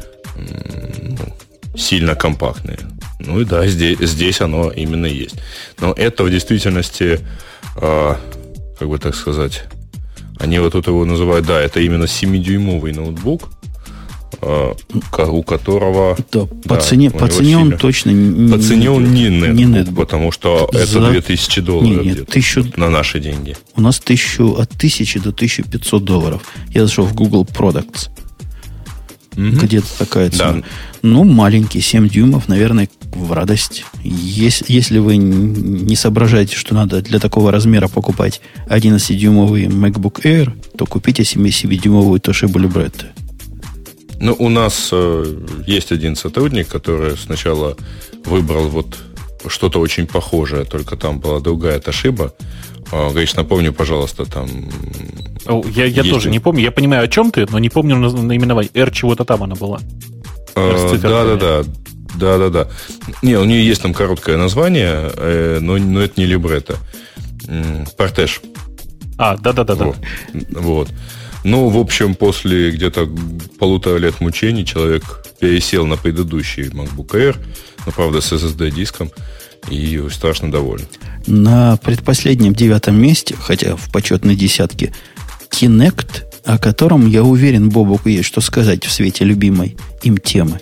м, ну, сильно компактные. Ну и да, здесь, здесь оно именно есть. Но это в действительности, э, как бы так сказать, они вот тут его называют, да, это именно семидюймовый ноутбук, э, у которого... Да, по да, цене, у по него цене он сильно- точно не По цене он не нетбук, не нетбук. потому что За- это две тысячи долларов Не, нет, где-то тысячу- на наши деньги. У нас тысячу, от тысячи до тысячи пятьсот долларов. Я зашел в Google Products. Мгм. Где-то такая цена. Да. Ну, маленький, семь дюймов, наверное, в радость. Ес- Если вы н- не соображаете, что надо для такого размера покупать одиннадцатидюймовый MacBook Air, то купите себе семидюймовую Toshiba Libretto. Ну, у нас э, есть один сотрудник, который сначала выбрал вот что-то очень похожее, только там была другая Toshiba. Э, Гриш, напомню, пожалуйста, там... О, Я, я Есть тоже ли? не помню. Я понимаю, о чем ты, но не помню на- наименование. R чего-то там она была. э, с циферками. Да-да-да. Да-да-да. Не, у нее есть там короткое название, э, но, но это не Libretto. М, Портеж. А, да-да-да-да. Вот. Вот. Ну, в общем, после где-то полутора лет мучений человек пересел на предыдущий MacBook Air, ну, правда, с эс эс ди-диском, и страшно доволен. На предпоследнем девятом месте, хотя в почетной десятке, Kinect, о котором, я уверен, Бобуку есть что сказать в свете любимой им темы.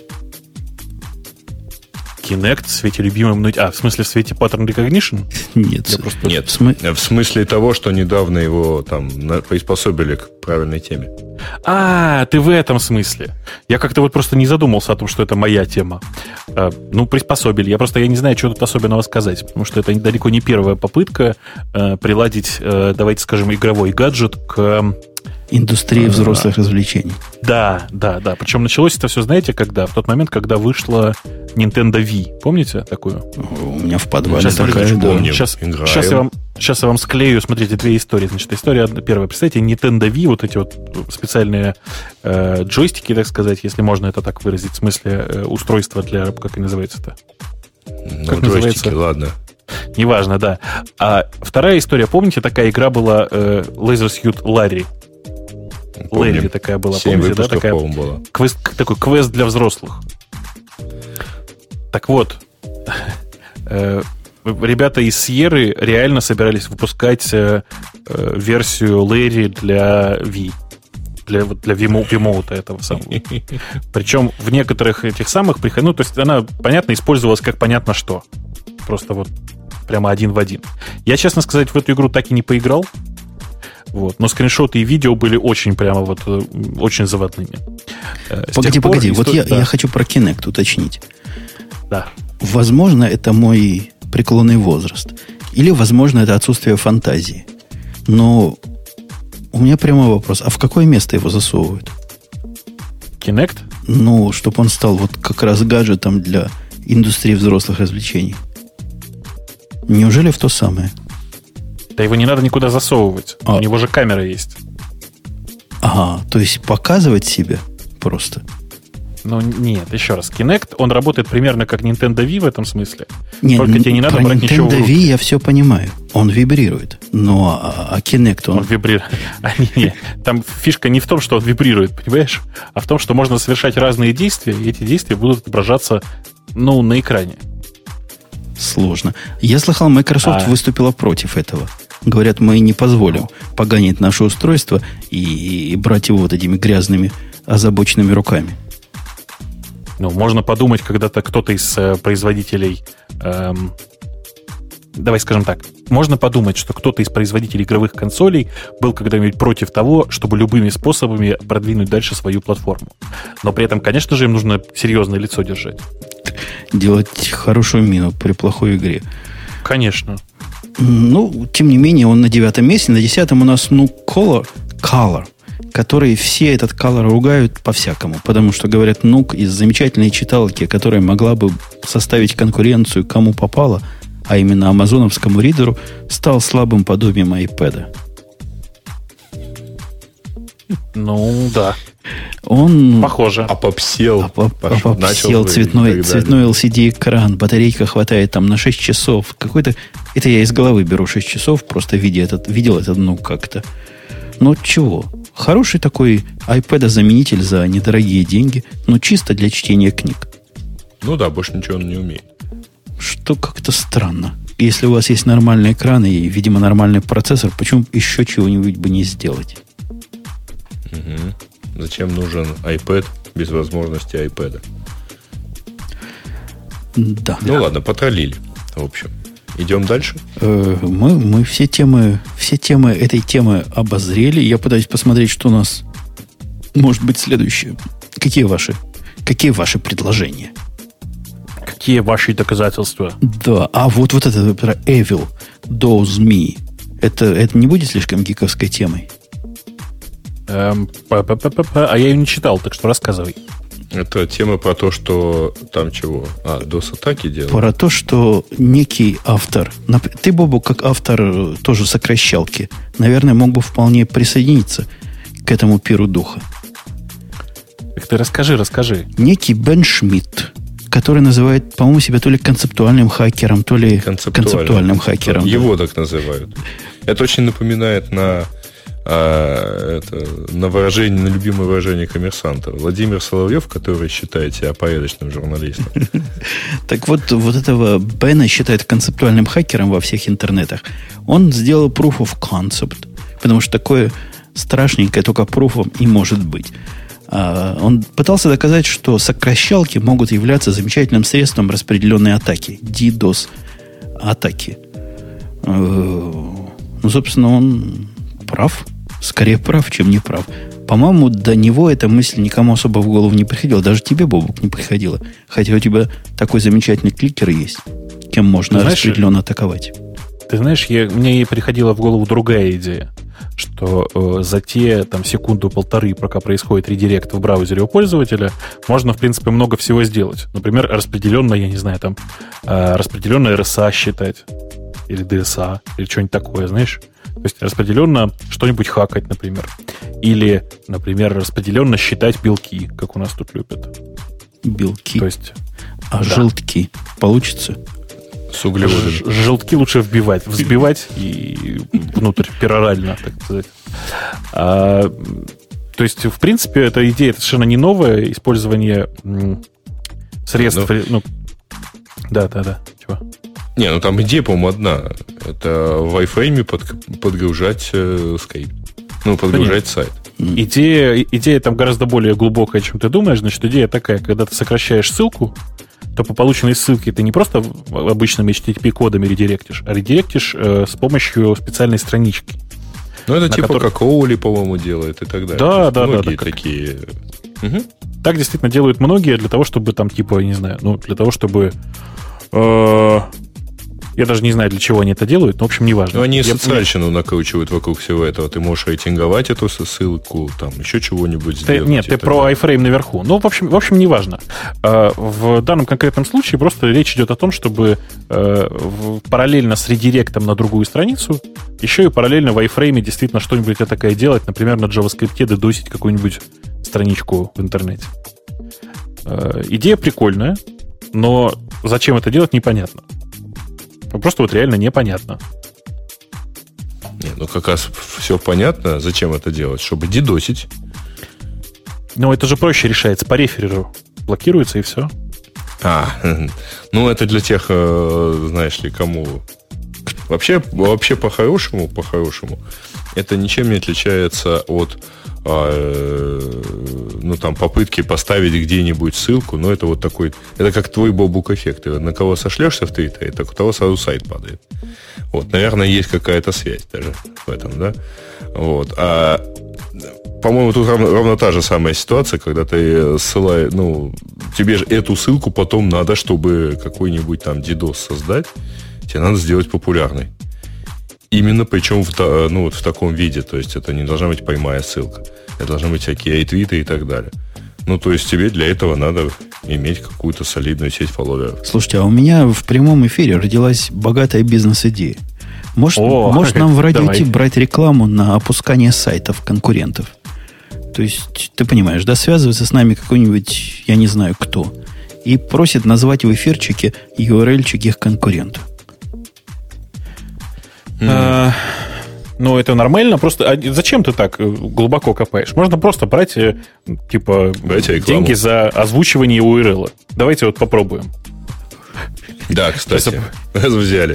Kinect в свете любимым... А, в смысле в свете Pattern Recognition? Нет, Я просто- Нет, в смы- в смысле того, что недавно его там на- приспособили к правильной теме. А, ты в этом смысле. Я как-то вот просто не задумался о том, что это моя тема. Э, ну, приспособили. Я просто я не знаю, что тут особенного сказать, потому что это далеко не первая попытка э, приладить, э, давайте скажем, игровой гаджет к... индустрии взрослых развлечений. Да, да, да. Причем началось это все, знаете, когда? В тот момент, когда вышла Nintendo Wii. Помните такую? У меня в подвале Сейчас, такая, подожди, да. помню. Сейчас, играем. сейчас, я вам, сейчас я вам склею, смотрите, две истории. Значит, история одна- первая. Представьте, Nintendo Wii, вот эти вот специальные э, джойстики, так сказать, если можно это так выразить, в смысле э, устройства для, как и называется-то? Ну, Как джойстики, называется? ладно. Неважно, да. А вторая история, помните, такая игра была э, Laser Suit Larry? Помним. Лэри такая была, Семь помните, да? выпусков, Такая по-моему, было. квест, такой квест для взрослых. Так вот, э, ребята из Sierra реально собирались выпускать э, э, версию Лэри для Wii. Для, вот для Vimo- Wiimote этого самого. Причем в некоторых этих самых приходилось... Ну, то есть она, понятно, использовалась как понятно что. Просто вот прямо один в один. Я, честно сказать, в эту игру так и не поиграл. Вот. Но скриншоты и видео были очень прямо вот э, очень заводными. Э, с Погоди, тех пор погоди, вот история- я, да, я хочу про Kinect уточнить. да. Возможно, это мой преклонный возраст. Или, возможно, это отсутствие фантазии. Но у меня прямой вопрос. А в какое место его засовывают? Kinect? Ну, чтобы он стал вот как раз гаджетом для индустрии взрослых развлечений. Неужели в то самое? Да его не надо никуда засовывать. А. У него же камера есть. Ага, то есть показывать себя просто. Ну, нет, еще раз. Kinect, он работает примерно как Nintendo Wii в этом смысле. Нет, только тебе не надо про брать Nintendo ничего в руки. Wii я все понимаю. Он вибрирует. Но а, а Kinect, он... Он вибрирует. А, не, не. Там фишка не в том, что он вибрирует, понимаешь? А в том, что можно совершать разные действия, и эти действия будут отображаться, ну, на экране. Сложно. Я слыхал, Microsoft а... выступила против этого. Говорят, мы не позволим поганить наше устройство и, и брать его вот этими грязными, озабоченными руками. Ну, можно подумать, когда-то кто-то из э, производителей... Эм, давай скажем так. Можно подумать, что кто-то из производителей игровых консолей был когда-нибудь против того, чтобы любыми способами продвинуть дальше свою платформу. Но при этом, конечно же, им нужно серьезное лицо держать. Делать хорошую мину при плохой игре. Конечно. Ну, тем не менее, он на девятом месте. На десятом у нас, ну, Color, Color, который все этот Color ругают по-всякому, потому что, говорят, ну, из замечательной читалки, которая могла бы составить конкуренцию кому попало, а именно амазоновскому ридеру, стал слабым подобием iPad. Ну, да. Он... Похоже. Опопсел. Оп- опопсел цветной, цветной эл си ди-экран, батарейка хватает там на шесть часов. Какой-то... Это я из головы беру шесть часов, просто видя этот, видел это, ну, как-то. Ну, чего? Хороший такой iPad-заменитель за недорогие деньги, но чисто для чтения книг. Ну да, больше ничего он не умеет. Что как-то странно. Если у вас есть нормальный экран и, видимо, нормальный процессор, почему еще чего-нибудь бы не сделать? Угу. Зачем нужен iPad без возможности iPad? Да. Ну да. Ладно, потроллили. В общем, идем дальше. Э, мы, мы все темы, все темы этой темы обозрели. Я пытаюсь посмотреть, что у нас может быть следующее. Какие ваши, какие ваши предложения? Какие ваши доказательства? Да, а вот, вот это про Evil Does Me. Это, это не будет слишком гиковской темой? Эм, а я ее не читал, так что рассказывай. Это тема про то, что там чего? А, дос-атаки делают? Про то, что некий автор... Ты, Бобу, как автор тоже сокращалки, наверное, мог бы вполне присоединиться к этому пиру духа. Так ты расскажи, расскажи. Некий Бен Шмидт, который называет, по-моему, себя то ли концептуальным хакером, то ли концептуальным, концептуальным хакером. Его да. так называют. Это очень напоминает на... А, это, на выражение, на любимое выражение коммерсанта. Владимир Соловьев, который считает себя порядочным журналистом. Так вот, вот этого Бена считают концептуальным хакером во всех интернетах. Он сделал proof of concept, потому что такое страшненькое только пруфом и может быть. Он пытался доказать, что сокращалки могут являться замечательным средством распределенной атаки, DDoS атаки. Ну, собственно, он прав. Скорее прав, чем не прав. По-моему, до него эта мысль никому особо в голову не приходила. Даже тебе, Бобук, не приходила. Хотя у тебя такой замечательный кликер есть, кем можно знаешь, распределенно атаковать. Ты знаешь, я, мне приходила в голову другая идея, что э, за те там, секунду-полторы, пока происходит редирект в браузере у пользователя, можно, в принципе, много всего сделать. Например, распределенно, я не знаю, там, э, распределенно эр эс эй считать, или ди эс эй, или что-нибудь такое, знаешь? То есть распределенно что-нибудь хакать, например. Или, например, распределенно считать белки, как у нас тут любят. Белки? То есть, а да. Желтки получится? С углеводами. Ж- желтки лучше вбивать, взбивать и внутрь перорально, так сказать. А, то есть, в принципе, эта идея совершенно не новая. Использование м, средств... Ну, ну, да, да, да. Чего? Не, ну там идея, по-моему, одна. Это в iFrame под, подгружать э, Skype. Ну, подгружать да сайт. Идея, идея там гораздо более глубокая, чем ты думаешь. Значит, идея такая, когда ты сокращаешь ссылку, то по полученной ссылке ты не просто обычными эйч ти ти пи-кодами редиректишь, а редиректишь э, с помощью специальной странички. Ну, это типа которой... как Оули, по-моему, делает и так далее. Да, да, да. да такие... Угу. Так действительно делают многие для того, чтобы там, типа, не знаю, ну, для того, чтобы... Э- Я даже не знаю, для чего они это делают, но, в общем, неважно. Ну, они Я... социальщину накручивают вокруг всего этого. Ты можешь рейтинговать эту ссылку, там, еще чего-нибудь ты, сделать. Нет, ты про iFrame наверху. Ну, в общем, в общем, неважно. В данном конкретном случае просто речь идет о том, чтобы параллельно с редиректом на другую страницу еще и параллельно в iFrame действительно что-нибудь такое делать, например, на JavaScript дедосить какую-нибудь страничку в интернете. Э, идея прикольная, но зачем это делать, непонятно. Просто вот реально непонятно. Не, ну как раз все понятно, зачем это делать, чтобы дидосить. Но это же проще решается, по рефереру блокируется и все. А, ну это для тех, знаешь ли, кому... Вообще, вообще по-хорошему, по-хорошему, это ничем не отличается от ну, там, попытки поставить где-нибудь ссылку, но это вот такой, это как твой бобук-эффект. Ты на кого сошлешься в Твиттере, так у того сразу сайт падает. Вот, наверное, есть какая-то связь даже в этом, да? Вот. А, по-моему, тут ровно, ровно та же самая ситуация, когда ты ссылаешь, ну, тебе же эту ссылку потом надо, чтобы какой-нибудь там дидос создать, тебе надо сделать популярной. Именно причем в, ну, вот в таком виде. То есть это не должна быть прямая ссылка. Это должны быть всякие ретвиты и так далее. Ну, то есть тебе для этого надо иметь какую-то солидную сеть фолловеров. Слушайте, а у меня в прямом эфире родилась богатая бизнес-идея. Может, О, может нам в радио давай. Ти брать рекламу на опускание сайтов конкурентов? То есть, ты понимаешь, да, связывается с нами какой-нибудь, я не знаю кто, и просит назвать в эфирчике ю ар эл-чик их конкурента. Mm. А, ну, это нормально. Просто а зачем ты так глубоко копаешь? Можно просто брать, типа, деньги за озвучивание ю ар эл. Давайте вот попробуем. Да, кстати, взяли.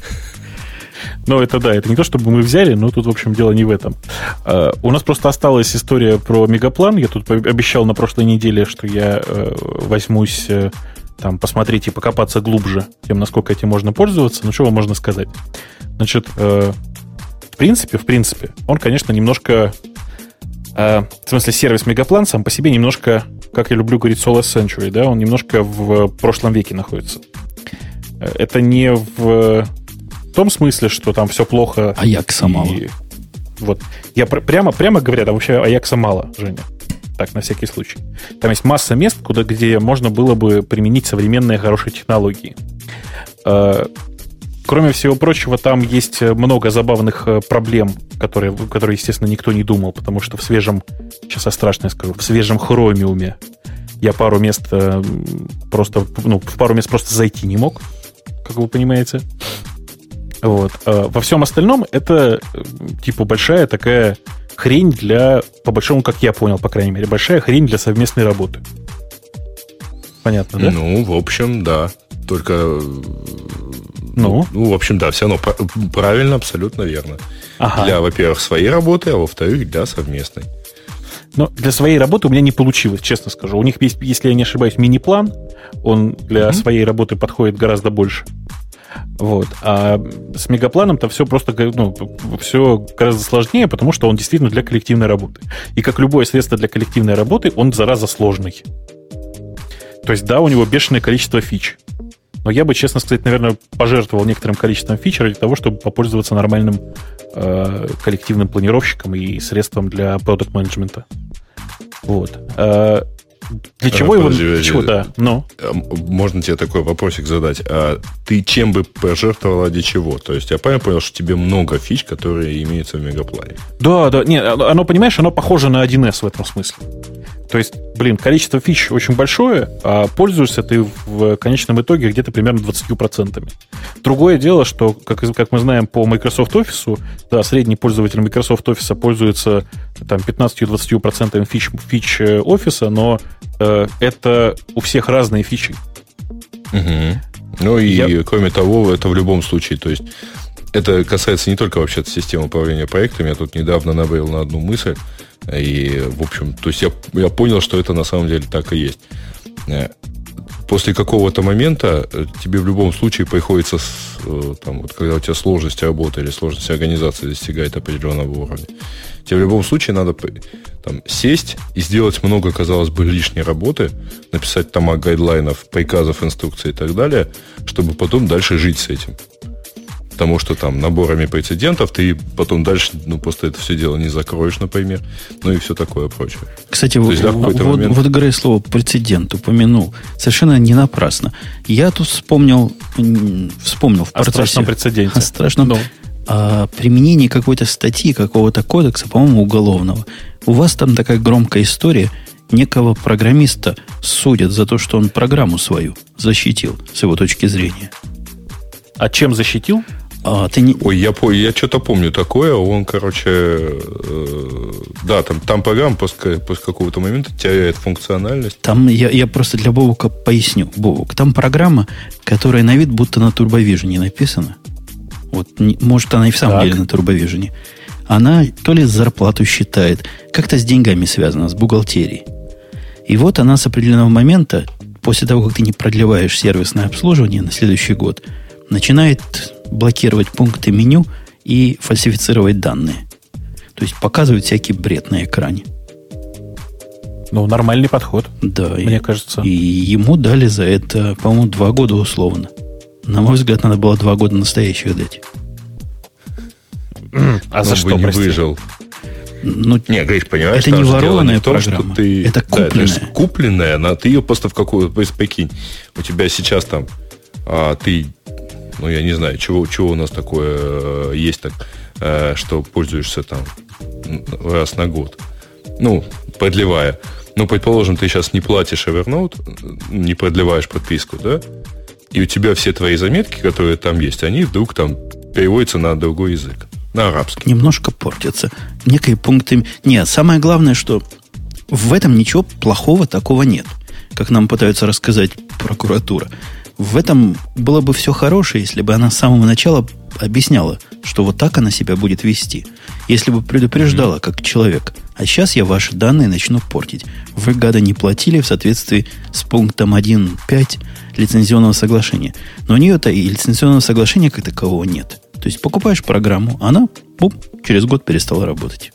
Ну, это да, это не то, чтобы мы взяли, но тут, в общем, дело не в этом. Uh, у нас просто осталась история про Мегаплан. Я тут обещал на прошлой неделе, что я uh, возьмусь uh, там, посмотреть и покопаться глубже тем, насколько этим можно пользоваться. Ну, что вам можно сказать? Значит, uh, в принципе, в принципе, он, конечно, немножко... Uh, в смысле, сервис Мегаплан сам по себе немножко, как я люблю говорить, Solus Century, да, он немножко в прошлом веке находится. Uh, это не в... В том смысле, что там все плохо. Аякса мало. Вот. Я пр- прямо, прямо говоря, там вообще Аякса мало, Женя. Так, на всякий случай. Там есть масса мест, куда, где можно было бы применить современные хорошие технологии. Э, кроме всего прочего, там есть много забавных проблем, которые, которые, естественно, никто не думал, потому что в свежем, сейчас я страшно скажу, в свежем хромиуме я пару мест э, просто, ну, в пару мест просто зайти не мог, как вы понимаете. Вот. Во всем остальном это типа большая такая хрень для, по большому, как я понял, по крайней мере, большая хрень для совместной работы. Понятно, да? Ну, в общем, да. Только... Ну? Ну, в общем, да, все равно правильно, абсолютно верно. Ага. Для, во-первых, своей работы, а во-вторых, для совместной. Но для своей работы у меня не получилось, честно скажу. У них есть, если я не ошибаюсь, мини-план. Он для mm-hmm. своей работы подходит гораздо больше. Вот. А с Мегапланом-то все просто, ну, все гораздо сложнее, потому что он действительно для коллективной работы. И как любое средство для коллективной работы, он, зараза, сложный. То есть, да, у него бешеное количество фич. Но я бы, честно сказать, наверное, пожертвовал некоторым количеством фич ради того, чтобы попользоваться нормальным э, коллективным планировщиком и средством для продакт-менеджмента. Вот. А для чего а, его... подожди, Для чего, да. Но. Можно тебе такой вопросик задать? А ты чем бы пожертвовал ради чего? То есть я правильно понял, что тебе много фич, которые имеются в Мегаплане? Да, да. Нет, оно, понимаешь, оно похоже на один эс в этом смысле. То есть, блин, количество фич очень большое, а пользуешься ты в конечном итоге где-то примерно двадцать процентов. Другое дело, что, как, как мы знаем по Microsoft Office, да, средний пользователь Microsoft Office пользуется там, пятнадцать-двадцать процентов фич, фич Office, но э, это у всех разные фичи. Угу. Ну и Я... кроме того, это в любом случае, то есть это касается не только вообще системы управления проектами. Я тут недавно набрел на одну мысль. И, в общем, то есть я, я понял, что это на самом деле так и есть. После какого-то момента тебе в любом случае приходится, там, вот, когда у тебя сложность работы или сложность организации достигает определенного уровня, тебе в любом случае надо там, сесть и сделать много, казалось бы, лишней работы, написать тома гайдлайнов, приказов, инструкций и так далее, чтобы потом дальше жить с этим. Потому что там наборами прецедентов ты потом дальше, ну, просто это все дело не закроешь, например, ну и все такое прочее. Кстати, вот, есть, да, вот, момент... вот Грей слово прецедент упомянул совершенно не напрасно. Я тут вспомнил, вспомнил в процессе... О страшном прецеденте. О страшном no. о применении какой-то статьи, какого-то кодекса, по-моему, уголовного. У вас там такая громкая история, некого программиста судят за то, что он программу свою защитил, с его точки зрения. А чем защитил? А, ты не... Ой, я, я что-то помню такое. Он, короче, э, да, там, там программа после, после какого-то момента теряет функциональность. Там я, я просто для Бобука поясню. Бобук, там программа, которая на вид будто на TurboVision написана. Вот, не, может, она и в самом так. деле на TurboVision. Она то ли зарплату считает, как-то с деньгами связана, с бухгалтерией. И вот она с определенного момента, после того, как ты не продлеваешь сервисное обслуживание на следующий год, начинает блокировать пункты меню и фальсифицировать данные. То есть показывает всякий бред на экране. Ну, нормальный подход. Да. Мне и, кажется. И ему дали за это, по-моему, два года условно. На мой взгляд, надо было два года настоящих дать. А за Он что, бы не прости? выжил. Ну, не, Гриш, понимаешь, это не там же дело ворованная не в том, программа. что ты... Это купленная. Да, это купленная, но ты ее просто в какую... Прикинь, у тебя сейчас там... А, ты... Ну, я не знаю, чего, чего у нас такое э, есть, так, э, что пользуешься там раз на год. Ну, продлевая. Ну, предположим, ты сейчас не платишь Evernote, не продлеваешь подписку, да? И у тебя все твои заметки, которые там есть, они вдруг там переводятся на другой язык. На арабский. Немножко портятся. Некие пункты... Нет, самое главное, что в этом ничего плохого такого нет. Как нам пытаются рассказать прокуратура. В этом было бы все хорошее, если бы она с самого начала объясняла, что вот так она себя будет вести. Если бы предупреждала, как человек. А сейчас я ваши данные начну портить. Вы, гады, не платили в соответствии с пунктом один точка пять лицензионного соглашения. Но у нее-то и лицензионного соглашения как такового нет. То есть покупаешь программу, она бум, через год перестала работать.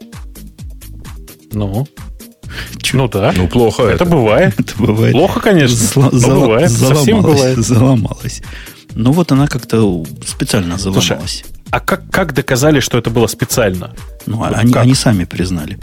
Ну... Ну да. Ну, плохо это. Это бывает. Это бывает. Плохо, конечно. Зла- но зала- бывает. Совсем бывает. Заломалась. Ну, вот она как-то специально заломалась. Слушай, а как, как доказали, что это было специально? Ну, Вот они, как? они сами признали.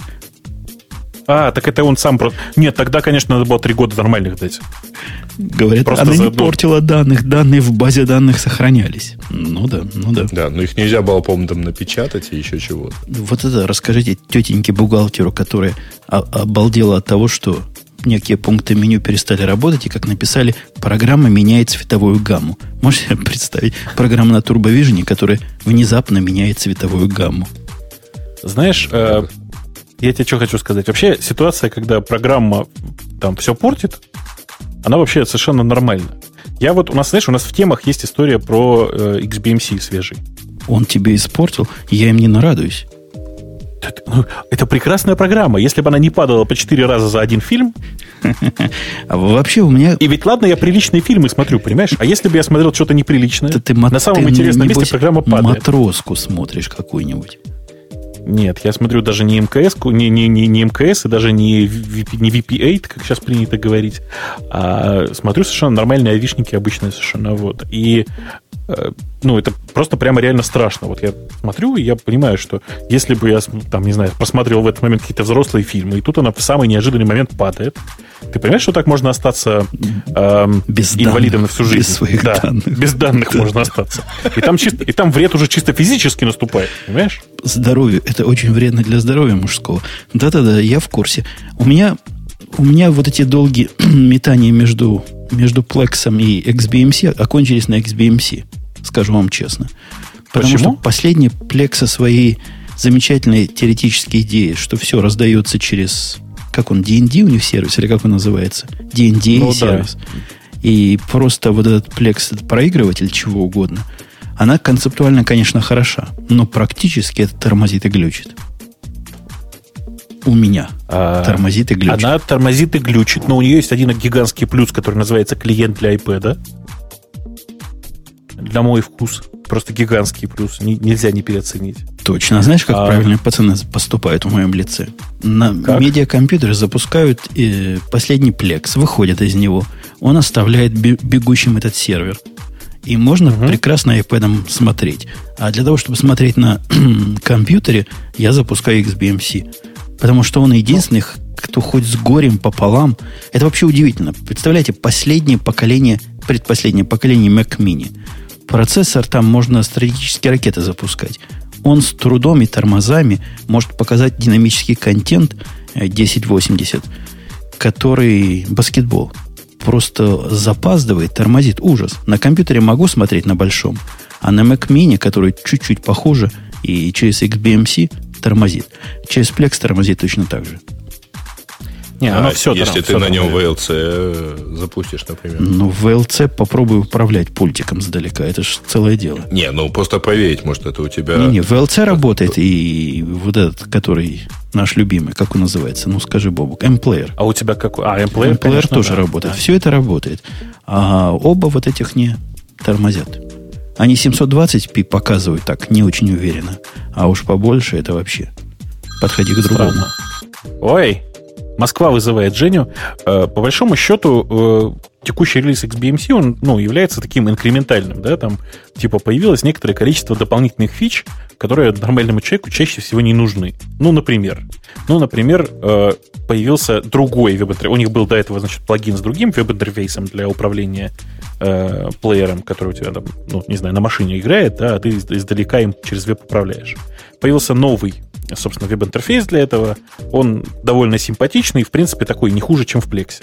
А, так это он сам просто... Нет, тогда, конечно, надо было три года нормальных дать. Говорят, Просто она за- не портила данных, данные в базе данных сохранялись. Ну да, ну да. Да, но их нельзя было, по-моему, там напечатать и еще чего-то. Вот это расскажите тетеньке-бухгалтеру, которая о- обалдела от того, что некие пункты меню перестали работать, и как написали, программа меняет цветовую гамму. Можете себе представить? Программа на TurboVision, которая внезапно меняет цветовую гамму. Знаешь, э, я тебе что хочу сказать. Вообще, ситуация, когда программа там все портит, она вообще совершенно нормальна. Я вот, у нас, знаешь, у нас в темах есть история про э, икс би эм си свежий. Он тебе испортил, я им не нарадуюсь. Это, ну, это прекрасная программа. Если бы она не падала по четыре раза за один фильм... А вообще у меня... И ведь ладно, я приличные фильмы смотрю, понимаешь? А если бы я смотрел что-то неприличное, ты, ты, мат- на самом ты, интересном месте небось, программа падает. Матроску смотришь какую-нибудь. Нет, я смотрю даже не эм ка эс, не, не, не, не эм ка эс и даже не, ви пи, не ви пи восемь, как сейчас принято говорить, а смотрю совершенно нормальные айвишники, обычные совершенно. Вот. И э, ну, это просто прямо реально страшно. Вот я смотрю, и я понимаю, что если бы я, там, не знаю, посмотрел в этот момент какие-то взрослые фильмы, и тут она в самый неожиданный момент падает, ты понимаешь, что так можно остаться э, без инвалидом данных, на всю жизнь? без своих да, данных. без данных можно остаться. И там, чисто, и там вред уже чисто физически наступает, понимаешь? Здоровью. Это очень вредно для здоровья мужского. Да-да-да, я в курсе. У меня, у меня вот эти долгие метания между, между Plex и икс би эм си окончились на икс би эм си. Скажу вам честно. Потому Почему? что последний Plex со своей замечательной теоретической идеей, что все раздается через... Как он, ди эн ди у них сервис, или как он называется? ди эн ди Ну, сервис. Да. И просто вот этот Plex, этот проигрыватель, чего угодно, она концептуально, конечно, хороша, но практически это тормозит и глючит. У меня а, тормозит и глючит. Она тормозит и глючит, но у нее есть один гигантский плюс, который называется клиент для iPad. Для мой вкус. Просто гигантский плюс. Н- нельзя не переоценить. Точно. А знаешь, как а... правильные пацаны поступают в моем лице? На как? Медиакомпьютере запускают э, последний Plex, выходят из него. Он оставляет бегущим этот сервер. И можно угу. прекрасно iPad'ом смотреть. А для того, чтобы смотреть на компьютере, я запускаю икс би эм си. Потому что он единственный, кто хоть с горем пополам. Это вообще удивительно. Представляете, последнее поколение, предпоследнее поколение Mac Mini. Процессор там можно стратегические ракеты запускать. Он с трудом и тормозами может показать динамический контент десять восемьдесят. который баскетбол. Просто запаздывает, тормозит. Ужас. На компьютере могу смотреть на большом, а на Mac Mini, который чуть-чуть похуже, и через икс би эм си тормозит. Через Plex тормозит точно так же. Не, а оно все если там, ты все на там нем говорит. ви эл си запустишь, например? Ну, в ви эл си попробую управлять пультиком сдалека. Это же целое дело. Не, ну просто проверить, может, это у тебя... Не-не, ви эл си работает, и вот этот, который наш любимый, как он называется? Ну, скажи, Бобук, M-Player. А у тебя какой? А, M-Player, M-Player тоже да, работает. Да. Все это работает. А оба вот этих не тормозят. Они семьсот двадцать пи показывают так, не очень уверенно. А уж побольше это вообще. Подходи к другому. Странно. Ой, Москва вызывает Женю. По большому счету, текущий релиз икс би эм си, он, ну, является таким инкрементальным, да, там, типа, появилось некоторое количество дополнительных фич, которые нормальному человеку чаще всего не нужны. Ну, например, ну, например, появился другой веб-интерфейс. У них был до этого, значит, плагин с другим веб-интерфейсом для управления э, плеером, который у тебя там, ну, не знаю, на машине играет, да, а ты издалека им через веб управляешь. Появился новый, собственно, веб-интерфейс для этого. Он довольно симпатичный, в принципе, такой не хуже, чем в Plex.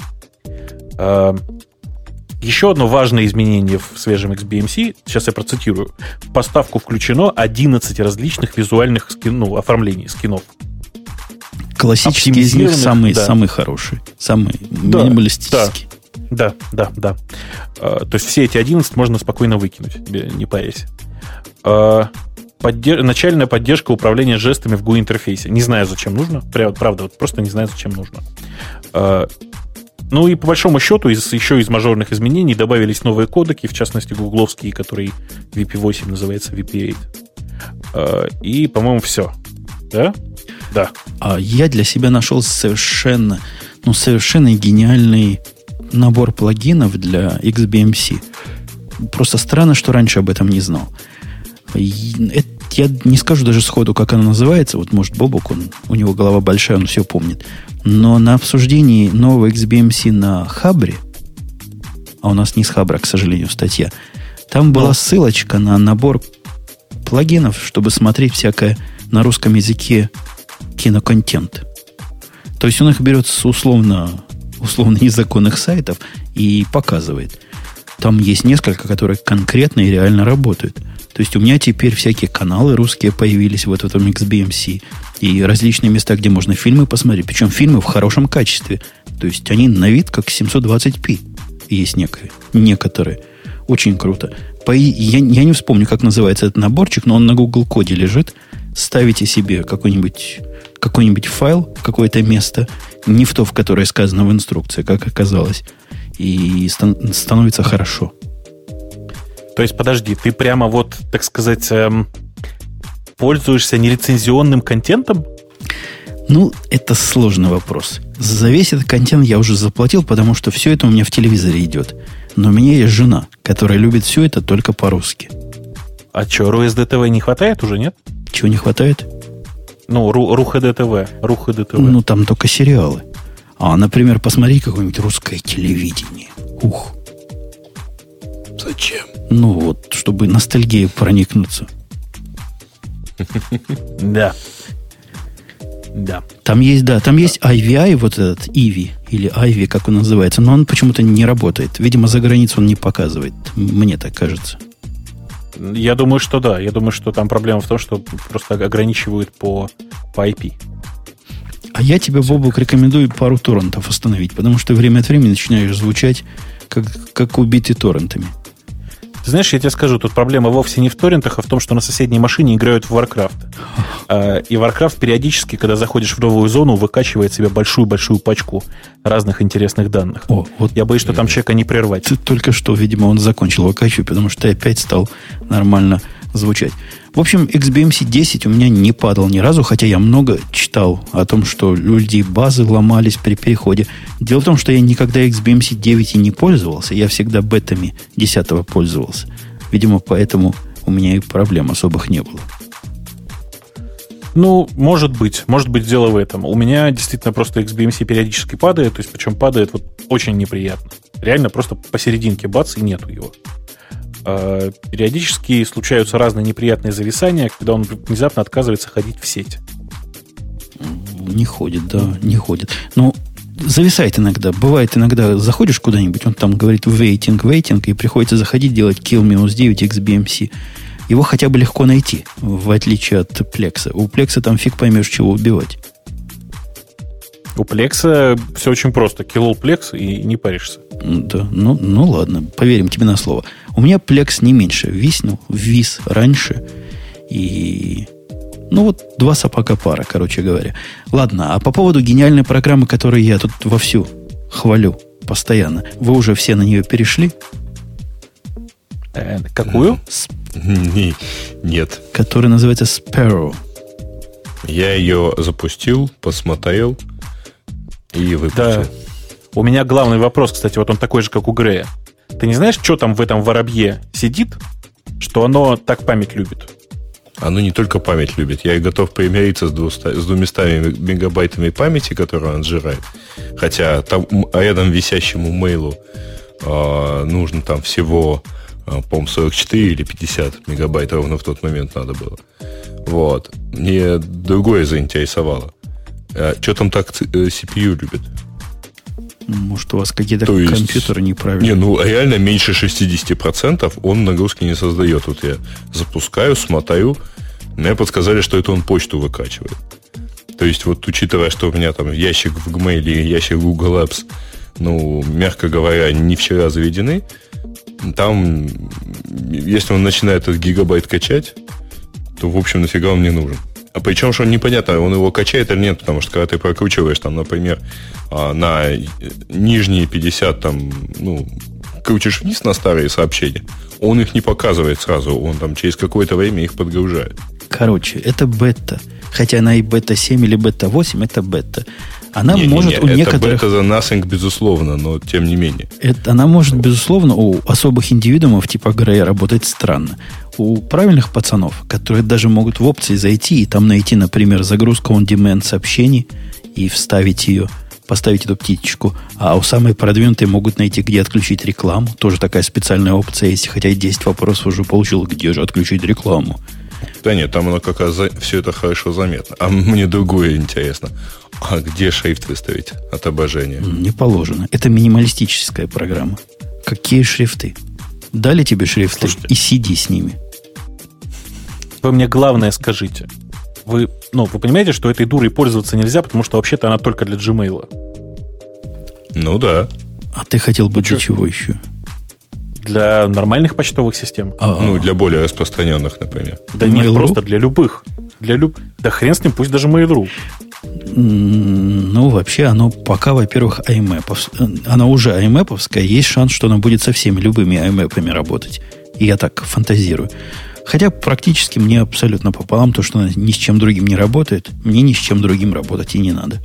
Еще одно важное изменение в свежем икс би эм си, сейчас я процитирую. В поставку включено одиннадцать различных визуальных скин, ну, оформлений скинов. Классические из них самые, да. самые хорошие, самые да, минималистические. Да, да, да. да. То есть все эти одиннадцать можно спокойно выкинуть, не парясь. Поддерж... Начальная поддержка управления жестами в джи ю ай-интерфейсе. Не знаю, зачем нужно. Правда, вот просто не знаю, зачем нужно. Ну и по большому счету из, еще из мажорных изменений добавились новые кодеки, в частности, гугловские, который ви пи восемь называется ви пи восемь. И, по-моему, все. Да? Да. А я для себя нашел совершенно, ну, совершенно гениальный набор плагинов для икс би эм си. Просто странно, что раньше об этом не знал. Это, я не скажу даже сходу, как оно называется. Вот, может, Бобок, он, у него голова большая, он все помнит. Но на обсуждении нового икс би эм си на Хабре, а у нас не с Хабра, к сожалению, статья, там была Но. ссылочка на набор плагинов, чтобы смотреть всякое на русском языке киноконтент. То есть он их берет с условно, условно незаконных сайтов и показывает. Там есть несколько, которые конкретно и реально работают. То есть у меня теперь всякие каналы русские появились вот в этом икс би эм си. И различные места, где можно фильмы посмотреть. Причем фильмы в хорошем качестве. То есть они на вид как семьсот двадцать пи. Есть некоторые. некоторые. Очень круто. По, я, я не вспомню, как называется этот наборчик, но он на Google Коде лежит. Ставите себе какой-нибудь, какой-нибудь файл в какое-то место, не в то, в которое сказано в инструкции, как оказалось. И стан- становится хорошо. То есть, подожди, ты прямо вот, так сказать, эм, пользуешься нелицензионным контентом? Ну, это сложный вопрос. За весь этот контент я уже заплатил, потому что все это у меня в телевизоре идет. Но у меня есть жена, которая любит все это только по-русски. А что, РУ-СД-ТВ не хватает уже, нет? Чего не хватает? Ну, РУ-ХД-ТВ. РУ-ХД-ТВ. Ну, там только сериалы. А, например, посмотри какое-нибудь русское телевидение. Ух. Зачем? Ну, вот, чтобы ностальгией проникнуться. Да. Да. Там есть, да, там есть ай ви ай, вот этот Иви, или Айви, как он называется, но он почему-то не работает. Видимо, за границу он не показывает. Мне так кажется. Я думаю, что да. Я думаю, что там проблема в том, что просто ограничивают по, по ай пи. А я тебе, Бобук, рекомендую пару торрентов остановить, потому что время от времени начинаешь звучать как, как убитый торрентами. Ты знаешь, я тебе скажу, тут проблема вовсе не в торрентах, а в том, что на соседней машине играют в Warcraft. И Warcraft периодически, когда заходишь в новую зону, выкачивает себе большую-большую пачку разных интересных данных. О, вот я боюсь, что там человека не прервать. Ты только что, видимо, он закончил выкачивать, потому что ты опять стал нормально звучать. В общем, икс би эм си десять у меня не падал ни разу, хотя я много читал о том, что люди базы ломались при переходе. Дело в том, что я никогда икс би эм си девять и не пользовался, я всегда бетами десятого пользовался. Видимо, поэтому у меня и проблем особых не было. Ну, может быть, может быть дело в этом. У меня действительно просто икс би эм си периодически падает, то есть причем падает вот очень неприятно. Реально просто посерединке бац, и нету его. Периодически случаются разные неприятные зависания, когда он внезапно отказывается ходить в сеть. Не ходит, да, не ходит. Но зависает иногда. Бывает иногда, заходишь куда-нибудь, он там говорит waiting, waiting, и приходится заходить делать kill минус девять икс би эм си. Его хотя бы легко найти, в отличие от Plex. У Plex там фиг поймешь, чего убивать. У Plex все очень просто. Киллол Plex и не паришься. Да, ну, ну ладно, поверим тебе на слово. У меня Plex не меньше виснул, вис раньше. И... Ну вот, два сапога пара, короче говоря. Ладно, а по поводу гениальной программы, которую я тут вовсю хвалю постоянно, вы уже все на нее перешли? Э, какую? Нет. Которая называется Sparrow. Я ее запустил, посмотрел и выпустил. Да. У меня главный вопрос, кстати, вот он такой же, как у Грея. Ты не знаешь, что там в этом воробье сидит, что оно так память любит? Оно не только память любит. Я и готов примириться с двумястами мегабайтами памяти, которую он сжирает. Хотя там рядом висящему мейлу э, нужно там всего, э, по-моему, сорок четыре или пятьдесят мегабайт ровно в тот момент надо было. Вот. Мне другое заинтересовало. А что там так си пи ю любит? Может, у вас какие-то То есть, компьютеры неправильные? Не, ну реально меньше шестьдесят процентов он нагрузки не создает. Вот я запускаю, смотрю, мне подсказали, что это он почту выкачивает. То есть, вот учитывая, что у меня там ящик в Gmail и ящик в Google Apps, ну, мягко говоря, не вчера заведены, там, если он начинает этот гигабайт качать, то, в общем, нафига он мне нужен? А причем, что непонятно, он его качает или нет, потому что когда ты прокручиваешь, там, например, на нижние пятьдесят, там, ну, крутишь вниз на старые сообщения, он их не показывает сразу, он там через какое-то время их подгружает. Короче, это бета. Хотя она и бета семь или бета восемь, это бета. Она не, может не, не, у это некоторых... Это за nothing, безусловно, но тем не менее. Это, она может, безусловно, у особых индивидуумов типа Грея работать странно. У правильных пацанов, которые даже могут в опции зайти и там найти, например, загрузку on-demand сообщений и вставить ее, поставить эту птичку. А у самой продвинутые могут найти, где отключить рекламу. Тоже такая специальная опция есть. Хотя десять вопросов уже получил, где же отключить рекламу. Да нет, там оно как раз за... все это хорошо заметно. А мне другое интересно. А где шрифт выставить отображение? Не положено. Это минималистическая программа. Какие шрифты? Дали тебе шрифты. Слушайте, и сиди с ними. Вы мне главное скажите. Вы, ну, вы понимаете, что этой дурой пользоваться нельзя, потому что вообще-то она только для Gmail. Ну да. А ты хотел бы для чего еще? Для нормальных почтовых систем. А-а-а. Ну, для более распространенных, например. Да Mail.ru? Нет, просто для любых. Для люб... Да хрен с ним, пусть даже Mail.ru. Ну, вообще, оно пока, во-первых, IMAP. Оно уже IMAP-овское. Есть шанс, что оно будет со всеми любыми IMAP-ами работать. И я так фантазирую. Хотя практически мне абсолютно пополам то, что она ни с чем другим не работает. Мне ни с чем другим работать и не надо.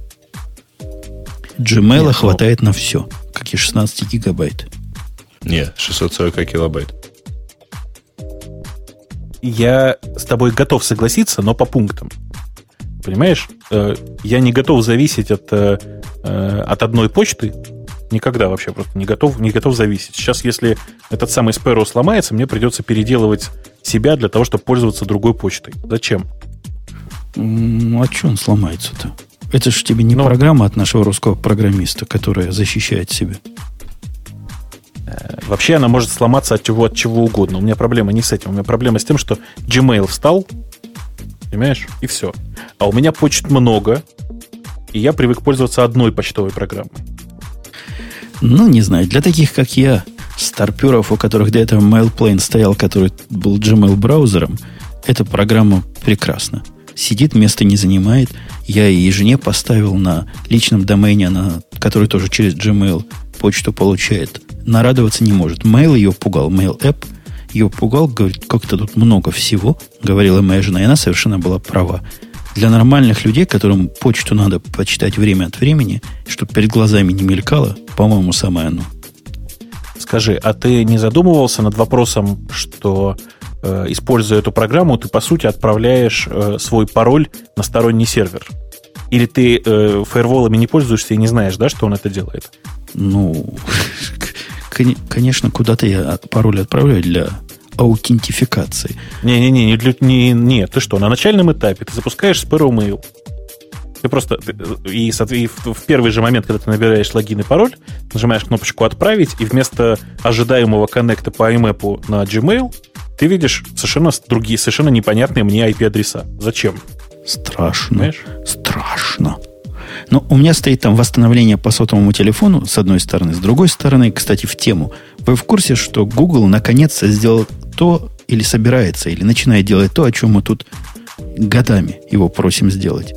Gmail хватает но... на все. Как и шестнадцать гигабайт. Нет, шестьсот сорок килобайт. Я с тобой готов согласиться, но по пунктам. Понимаешь? Я не готов зависеть от, от одной почты. Никогда вообще просто не готов, не готов зависеть. Сейчас, если этот самый Sparrow сломается, мне придется переделывать себя для того, чтобы пользоваться другой почтой. Зачем? А что он сломается-то? Это же тебе не Но... программа от нашего русского программиста, которая защищает себя. Вообще она может сломаться от чего, от чего угодно. У меня проблема не с этим. У меня проблема с тем, что Gmail встал, понимаешь, и все. А у меня почт много, и я привык пользоваться одной почтовой программой. Ну, не знаю. Для таких, как я, старперов, у которых до этого MailPlane стоял, который был Gmail браузером, эта программа прекрасна. Сидит, места не занимает. Я и жене поставил на личном домене, она, который тоже через Gmail почту получает. Нарадоваться не может. Mail ее пугал. Mail App ее пугал. Говорит, как-то тут много всего, говорила моя жена. И она совершенно была права. Для нормальных людей, которым почту надо почитать время от времени, чтобы перед глазами не мелькало, по-моему, самое оно. Скажи, а ты не задумывался над вопросом, что, э, используя эту программу, ты, по сути, отправляешь э, свой пароль на сторонний сервер? Или ты э, фаерволами не пользуешься и не знаешь, да, что он это делает? Ну, конечно, куда-то я пароль отправляю для аутентификации. Не-не-не, не, не, не, ты что, на начальном этапе ты запускаешь Sparrow Mail, Ты просто... Ты, и, и в, в первый же момент, когда ты набираешь логин и пароль, нажимаешь кнопочку «Отправить», и вместо ожидаемого коннекта по IMAP на Gmail ты видишь совершенно другие, совершенно непонятные мне ай пи-адреса. Зачем? Страшно. Понимаешь? Страшно. Но у меня стоит там восстановление по сотовому телефону, с одной стороны. С другой стороны, кстати, в тему. Вы в курсе, что Google наконец-то сделал то, или собирается, или начинает делать то, о чем мы тут годами его просим сделать?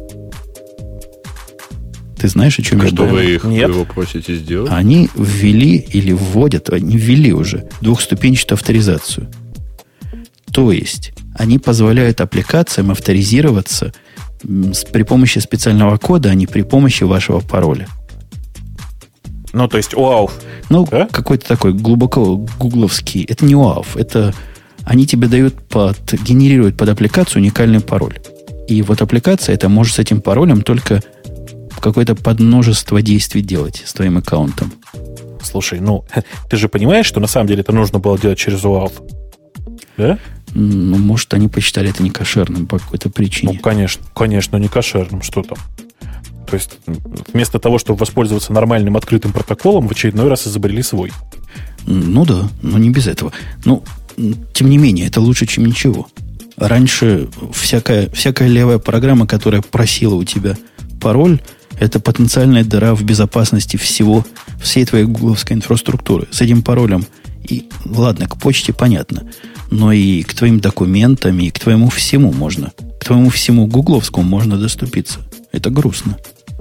Ты знаешь, о чем я говорю? Что вы их Нет. его просите сделать? Они ввели или вводят, они ввели уже двухступенчатую авторизацию. То есть, они позволяют аппликациям авторизироваться при помощи специального кода, а не при помощи вашего пароля. Ну, то есть ОАУФ. Ну, да? Какой-то такой глубоко гугловский. Это не ОАУФ. Это они тебе дают под, генерируют под аппликацию уникальный пароль. И вот аппликация это может с этим паролем только какое-то подмножество действий делать с твоим аккаунтом. Слушай, ну, ты же понимаешь, что на самом деле это нужно было делать через ОАУФ? Да? Ну, может, они посчитали это некошерным по какой-то причине. Ну, конечно, конечно, не кошерным. Что там? То есть, вместо того, чтобы воспользоваться нормальным открытым протоколом, в очередной раз изобрели свой. Ну да, но не без этого. Ну, тем не менее, это лучше, чем ничего. Раньше всякая, всякая левая программа, которая просила у тебя пароль, это потенциальная дыра в безопасности всего, всей твоей гугловской инфраструктуры. С этим паролем, и ладно, к почте понятно, но и к твоим документам, и к твоему всему можно, к твоему всему гугловскому можно доступиться. Это грустно.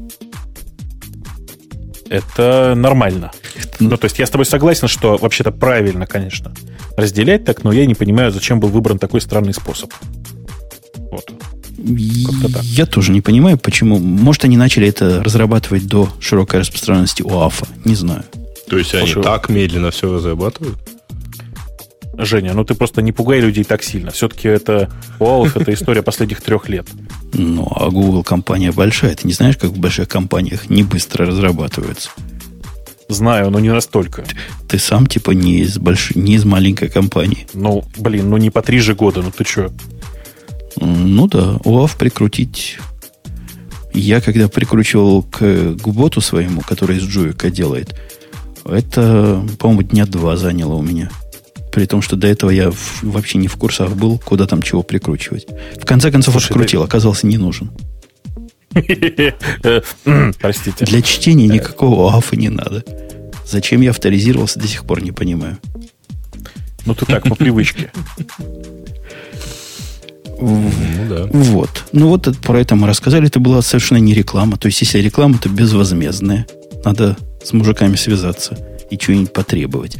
Это нормально. Ну, то есть я с тобой согласен, что вообще-то правильно, конечно, разделять так, но я не понимаю, зачем был выбран такой странный способ. Вот. Я тоже не понимаю, почему. Может, они начали это разрабатывать до широкой распространенности ОАФа. Не знаю. То есть они Слушай, так медленно все разрабатывают? Женя, ну ты просто не пугай людей так сильно. Все-таки это ОАУФ, это история последних трех лет. Ну, а Google компания большая. Ты не знаешь, как в больших компаниях не быстро разрабатываются? Знаю, но не настолько. Ты сам типа не из, больш... не из маленькой компании. Ну, блин, ну не по три же года, ну ты что? Ну да, ОАФ прикрутить. Я когда прикручивал к, к боту своему, который из Джуика делает, это, по-моему, дня два заняло у меня. При том, что до этого я в, вообще не в курсах был, куда там чего прикручивать. В конце концов, открутил, ты... оказался не нужен. Простите. Для чтения никакого ОАФа не надо. Зачем я авторизировался, до сих пор не понимаю. Ну, ты так, по привычке. Ну, да. Вот. Ну, вот про это мы рассказали. Это была совершенно не реклама. То есть, если реклама, то безвозмездная. Надо с мужиками связаться и что-нибудь потребовать.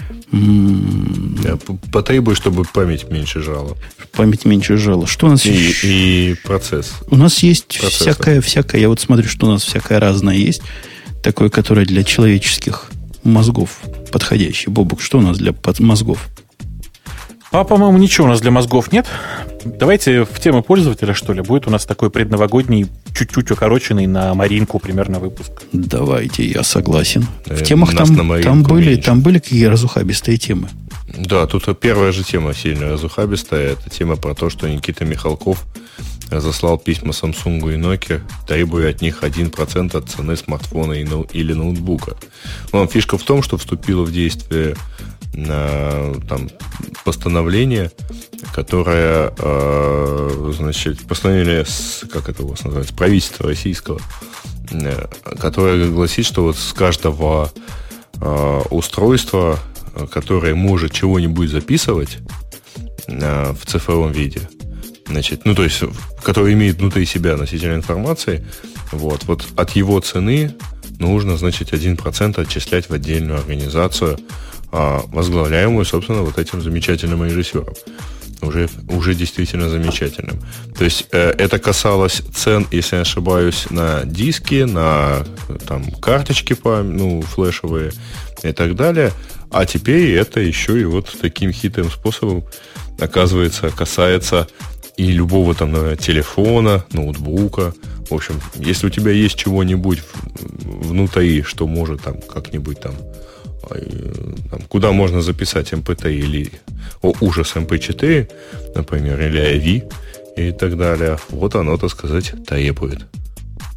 Я потребую, чтобы память меньше жала. Память меньше жала. Что у нас и, еще? И процесс. У нас есть всякое, всякое. Я вот смотрю, что у нас всякое разное есть. Такое, которое для человеческих мозгов подходящее. Бобук, что у нас для мозгов? А, по-моему, ничего у нас для мозгов нет. Давайте в тему пользователя, что ли. Будет у нас такой предновогодний, чуть-чуть укороченный на Маринку примерно выпуск. Давайте, я согласен. Э, в темах там, там, были, там были какие разухабистые темы. Да, тут первая же тема сильно разухабистая. Это тема про то, что Никита Михалков заслал письма Samsung и Nokia, требуя от них один процент от цены смартфона или ноутбука. Но фишка в том, что вступило в действие на, там, постановление, которое, э, значит, постановление с, как это у вас называется, правительства российского, э, которое гласит, что вот с каждого э, устройства, которое может чего-нибудь записывать э, в цифровом виде, значит, ну, то есть, который имеет внутри себя носитель информации, вот, вот от его цены нужно, значит, один процент отчислять в отдельную организацию, возглавляемую, собственно, вот этим замечательным режиссером. Уже, уже действительно замечательным. То есть, э, это касалось цен, если не ошибаюсь, на диски, на там, карточки, ну, флешевые и так далее. А теперь это еще и вот таким хитрым способом, оказывается, касается и любого там, наверное, телефона, ноутбука. В общем, если у тебя есть чего-нибудь внутри, что может там как-нибудь там Там, куда можно записать эм пэ три или о, ужас эм пэ четыре, например, или ай ви и так далее. Вот оно, так сказать, требует.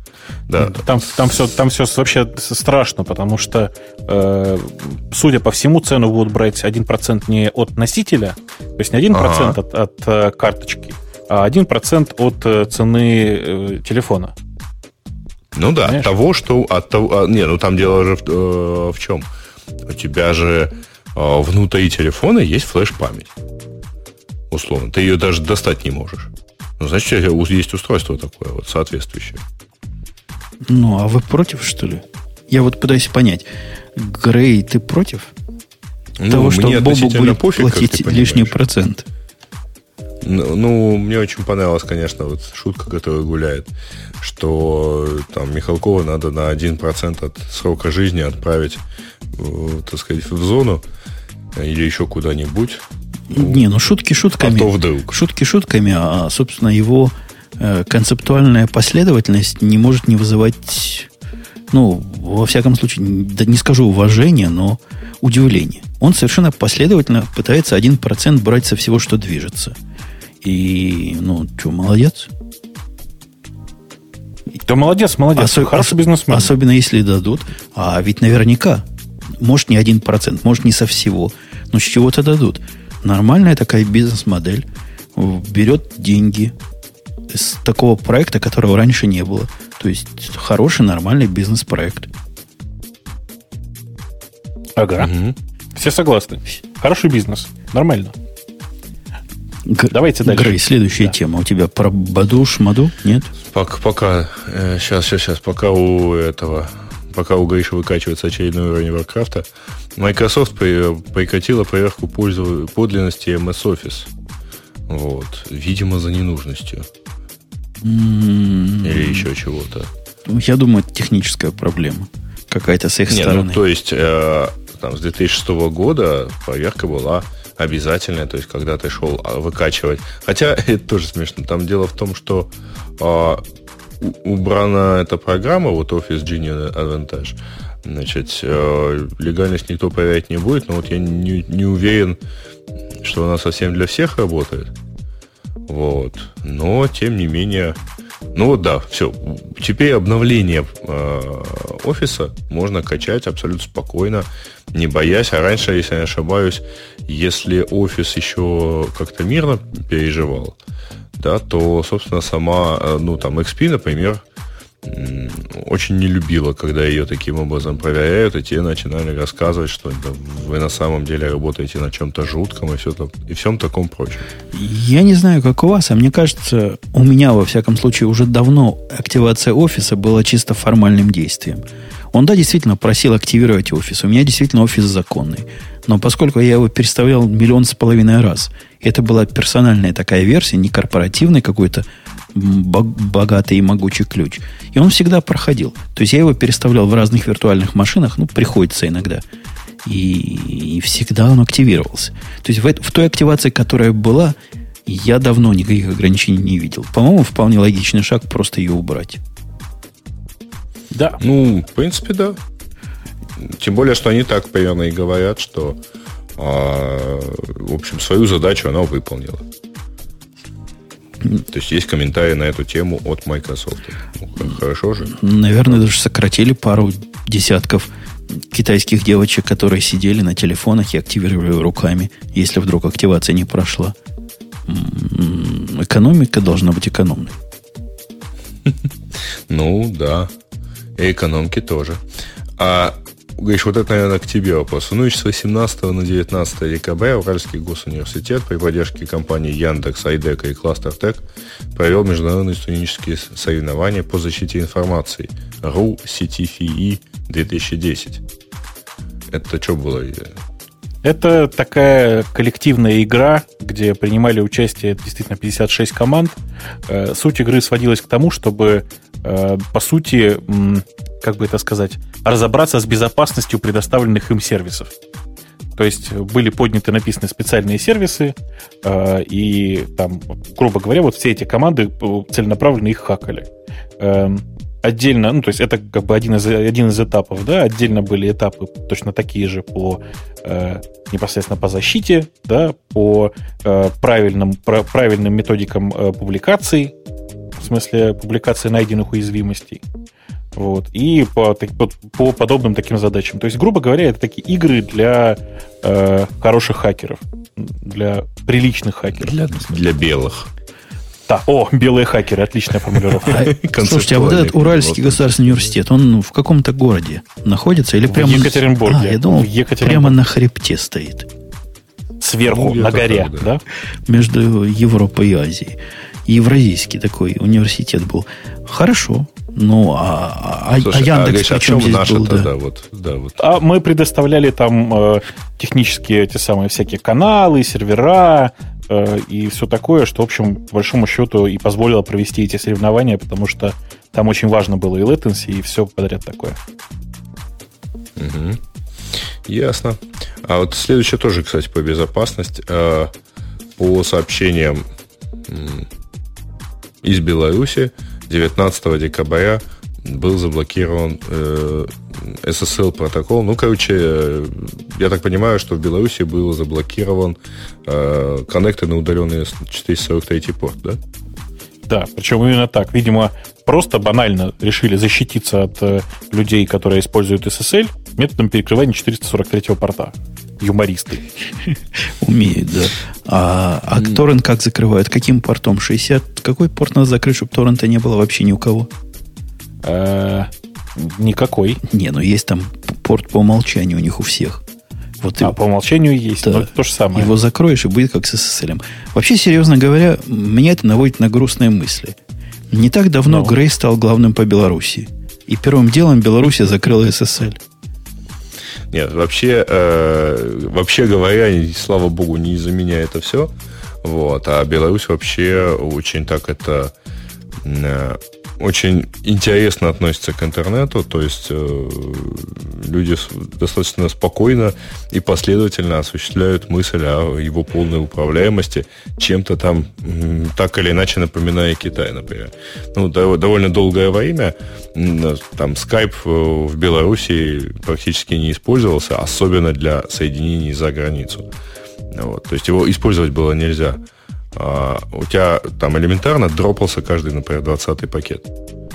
Да. Там, там, все, там все вообще страшно, потому что, э, судя по всему, цену будут брать один процент не от носителя, то есть не один процент ага. от, от э, карточки, а один процент от э, цены э, телефона. Ну да, Понимаешь? того, что... От того, а, не, ну там дело же в, э, в чем? У тебя же э, внутри телефона есть флеш-память. Условно. Ты ее даже достать не можешь. Ну, значит, есть устройство такое вот соответствующее. Ну, а вы против, что ли? Я вот пытаюсь понять. Грей, ты против ну, того, что Бобу будет пофиг, платить лишний процент? Ну, ну, мне очень понравилась, конечно, вот шутка, которая гуляет, что там Михалкова надо на один процент от срока жизни отправить, так сказать, в зону или еще куда-нибудь. Не, ну шутки шутками. А то вдруг. Шутки шутками, а, собственно, его э, концептуальная последовательность не может не вызывать, ну, во всяком случае, да не скажу уважения, но удивление. Он совершенно последовательно пытается один процент брать со всего, что движется. И, ну, что, молодец? Да молодец, молодец. Осо- Хороший ос- бизнесмен. Особенно если дадут. А ведь наверняка, может, не один процент, может, не со всего, но с чего-то дадут. Нормальная такая бизнес-модель. Берет деньги из такого проекта, которого раньше не было. То есть, хороший, нормальный бизнес-проект. Ага. Угу. Все согласны. Хороший бизнес. Нормально. Г- Давайте дальше. Грей, следующая да. тема. У тебя про Баду, Шмаду? Нет? Пока, пока э, сейчас, сейчас, сейчас, пока у этого, пока у Гриша выкачивается очередной уровень Варкрафта, Microsoft при, прекратила проверку пользу, подлинности эм эс Office. Вот. Видимо, за ненужностью. Mm-hmm. Или еще чего-то. Я думаю, это техническая проблема. Какая-то с их Не, стороны. Ну, то есть, э, там, с две тысячи шестого года проверка была обязательная, то есть, когда ты шел выкачивать. Хотя, это тоже смешно. Там дело в том, что э, убрана эта программа, вот Office Genie Advantage, значит, э, легальность никто проверять не будет, но вот я не, не уверен, что она совсем для всех работает. Вот. Но, тем не менее... Ну вот да, все. Теперь обновление э, офиса можно качать абсолютно спокойно, не боясь. А раньше, если я не ошибаюсь, если офис еще как-то мирно переживал, да, то, собственно, сама, ну, там, икс пи, например, очень не любила, когда ее таким образом проверяют, и те начинали рассказывать, что да, вы на самом деле работаете на чем-то жутком и, все, и всем таком прочем. Я не знаю, как у вас, а мне кажется, у меня, во всяком случае, уже давно активация офиса была чисто формальным действием. Он, да, действительно просил активировать офис. У меня действительно офис законный. Но поскольку я его переставлял миллион с половиной раз, это была персональная такая версия, не корпоративный какой-то богатый и могучий ключ. И он всегда проходил. То есть я его переставлял в разных виртуальных машинах, ну, приходится иногда. И, и всегда он активировался. То есть в, в той активации, которая была, я давно никаких ограничений не видел. По-моему, вполне логичный шаг просто ее убрать. Да. Ну, в принципе, да. Тем более, что они так примерно и говорят, что а, в общем, свою задачу она выполнила. То есть есть комментарии на эту тему от Microsoft. Ну, хорошо же. Наверное, даже сократили пару десятков китайских девочек, которые сидели на телефонах и активировали руками, если вдруг активация не прошла. Экономика должна быть экономной. Ну, да. И экономки тоже. А, Гриш, вот это, наверное, к тебе вопрос. В ночь с восемнадцатого на девятнадцатое декабря Уральский госуниверситет при поддержке компаний Яндекс, Айдека и Кластертек провел международные студенческие соревнования по защите информации ру си ти эф и две тысячи десять. Это что было? Это такая коллективная игра, где принимали участие действительно пятьдесят шесть команд. Суть игры сводилась к тому, чтобы, по сути, как бы это сказать, разобраться с безопасностью предоставленных им сервисов. То есть были подняты, написаны специальные сервисы, и там, грубо говоря, вот все эти команды целенаправленно их хакали. Отдельно, ну, то есть это как бы один из, один из этапов, да, отдельно были этапы точно такие же по э, непосредственно по защите, да, по э, правильным, про, правильным методикам э, публикаций, в смысле публикации найденных уязвимостей. Вот. И по, по, по подобным таким задачам. То есть, грубо говоря, это такие игры для э, хороших хакеров. Для приличных хакеров. Для, для белых. Да. О, белые хакеры, отличная формулировка. Слушайте, а вот этот Уральский государственный университет, он в каком-то городе находится? Или прямо... В Екатеринбурге. А, я думал, прямо на хребте стоит. Сверху, на горе, да? Между Европой и Азией. Евразийский такой университет был. Хорошо. Ну, а, Слушай, а Яндекс а, причем здесь был? Да. Да, вот, да, вот. А мы предоставляли там э, технические эти самые всякие каналы, сервера э, и все такое, что, в общем, по большому счету и позволило провести эти соревнования, потому что там очень важно было и latency, и все подряд такое. Угу. Ясно. А вот следующее тоже, кстати, по безопасности. Э, по сообщениям из Беларуси девятнадцатого декабря был заблокирован э, эс эс эл протокол. Ну, короче, э, я так понимаю, что в Беларуси был заблокирован э, коннекты на удаленный четыреста сорок третий порт, да? Да, причем именно так. Видимо, просто банально решили защититься от э, людей, которые используют эс эс эл методом перекрывания четыреста сорок третьего порта. Юмористы. Умеют, да. А, а mm. торрент как закрывают? Каким портом? шестьдесят? Какой порт надо закрыть, чтобы торрента не было вообще ни у кого? А, никакой. Не, ну есть там порт по умолчанию у них у всех. Вот а, и, по умолчанию есть, да, но это то же самое. Его закроешь, и будет как с эс эс эл. Вообще, серьезно говоря, меня это наводит на грустные мысли. Не так давно no. Грей стал главным по Беларуси. И первым делом Беларусь закрыла эс эс эл. Нет, вообще, э, вообще говоря, слава богу, не из-за меня это все. Вот, а Беларусь вообще очень так это э, очень интересно относится к интернету. То есть э, люди достаточно спокойно и последовательно осуществляют мысль о его полной управляемости, чем-то там м, так или иначе напоминая Китай, например. Ну, дов- довольно долгое время там Skype в Беларуси практически не использовался, особенно для соединений за границу. Вот. То есть его использовать было нельзя. А у тебя там элементарно дропался каждый, например, двадцатый пакет.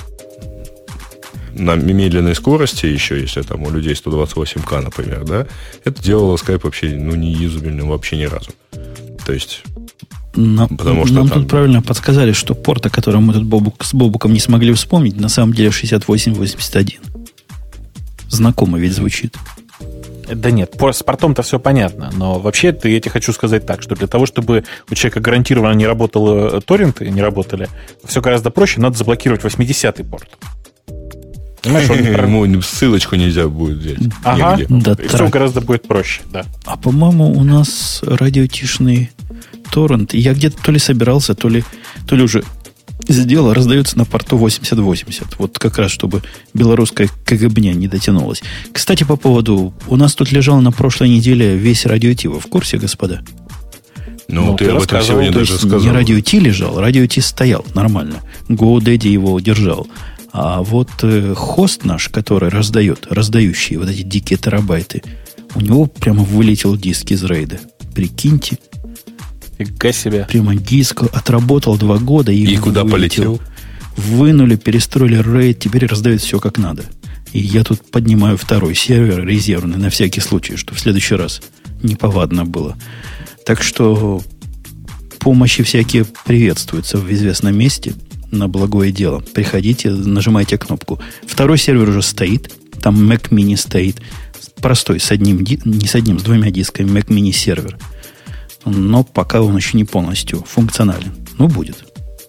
На медленной скорости еще, если там у людей сто двадцать восемь ка, например, да, это делало Skype вообще ну, не юзабельным вообще ни разу. То есть... Нам, потому что нам там... тут правильно подсказали, что порт, о котором мы тут Бобук, с Бобуком не смогли вспомнить, на самом деле шестьдесят восемь восемьдесят один. Знакомо ведь звучит. Да нет, с портом-то все понятно, но вообще я тебе хочу сказать так, что для того, чтобы у человека гарантированно не работало торренты, не работали, все гораздо проще, надо заблокировать восьмидесятый порт. Понимаешь, он ему ссылочку нельзя будет взять. Ага, да, и все гораздо будет проще, да. А по-моему, у нас радиотишный торрент, я где-то то ли собирался, то ли, то ли уже сделал, раздается на порту восемьдесят восемьдесят. Вот как раз, чтобы белорусская КГБня не дотянулась. Кстати, по поводу... У нас тут лежал на прошлой неделе весь радио Ти. Вы в курсе, господа? Ну, ну ты, ты об этом сегодня даже сказал. Не радио Ти лежал, радио Ти стоял нормально. GoDaddy его держал. А вот э, хост наш, который раздает, раздающий вот эти дикие терабайты, у него прямо вылетел диск из рейда. Прикиньте. Фига себе. Прямо диск отработал два года и, и куда вылетел. полетел? Вынули, перестроили рейд, теперь раздают все как надо. И я тут поднимаю второй сервер резервный на всякий случай, чтобы в следующий раз неповадно было. Так что помощи всякие приветствуются в известном месте на благое дело. Приходите, нажимайте кнопку. Второй сервер уже стоит. Там Mac Mini стоит. Простой, с одним, не с одним, с двумя дисками Mac Mini сервер. Но пока он еще не полностью функционален. Ну, будет.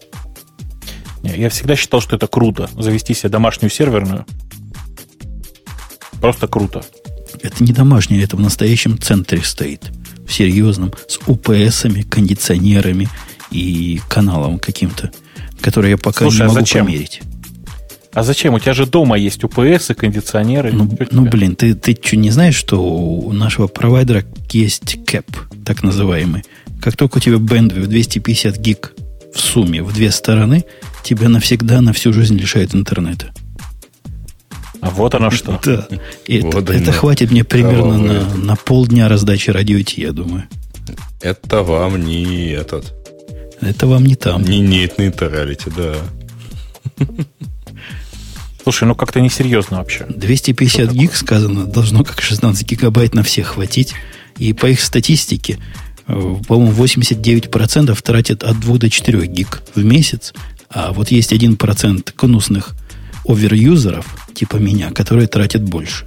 Я всегда считал, что это круто. Завести себе домашнюю серверную. Просто круто. Это не домашняя, это в настоящем центре стоит. В серьезном. С у пи эсами, кондиционерами и каналом каким-то, который я пока Слушай, не могу а зачем? померить. А зачем? У тебя же дома есть у пи эс и кондиционеры. Ну, ну блин, ты, ты что, не знаешь, что у нашего провайдера есть кэп, так называемый. Как только у тебя бэндвидth двести пятьдесят гиг в сумме в две стороны, тебя навсегда, на всю жизнь лишает интернета. А вот оно что. Да. Это, вот это хватит мне примерно на, на полдня раздачи радио Ти, я думаю. Это вам не этот... Это вам не там. Не нетный тералити, да. Слушай, ну как-то несерьезно вообще. двести пятьдесят гиг, сказано, должно как шестнадцать гигабайт на всех хватить. И по их статистике, по-моему, восемьдесят девять процентов тратят от двух до четырёх гиг в месяц. А вот есть один процент гнусных оверюзеров, типа меня, которые тратят больше.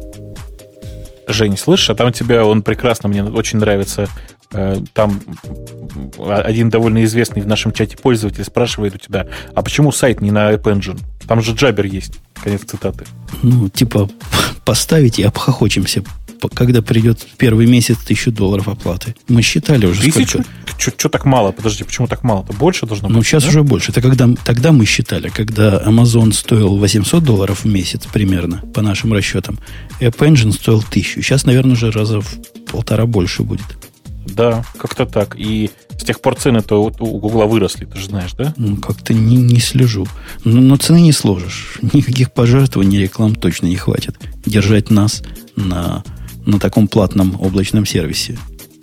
Жень, слышишь, а там у тебя, он прекрасно, мне очень нравится. Там один довольно известный в нашем чате пользователь спрашивает у тебя, а почему сайт не на App Engine? Там же Jabber есть. Конец цитаты. Ну, типа, поставить и обхохочемся, когда придет первый месяц тысячу долларов оплаты. Мы считали уже Тысячу? сколько. Что так мало? Подожди, почему так мало? Это больше должно быть? Ну, сейчас да? уже больше. Это когда, тогда мы считали, когда Amazon стоил восемьсот долларов в месяц примерно, по нашим расчетам. App Engine стоил тысячу. Сейчас, наверное, уже раза в полтора больше будет. Да, как-то так. И с тех пор цены-то у, у Гугла выросли, ты же знаешь, да? Ну, как-то не, не слежу. Но, но цены не сложишь. Никаких пожертвований, реклам точно не хватит. Держать нас на, на таком платном облачном сервисе.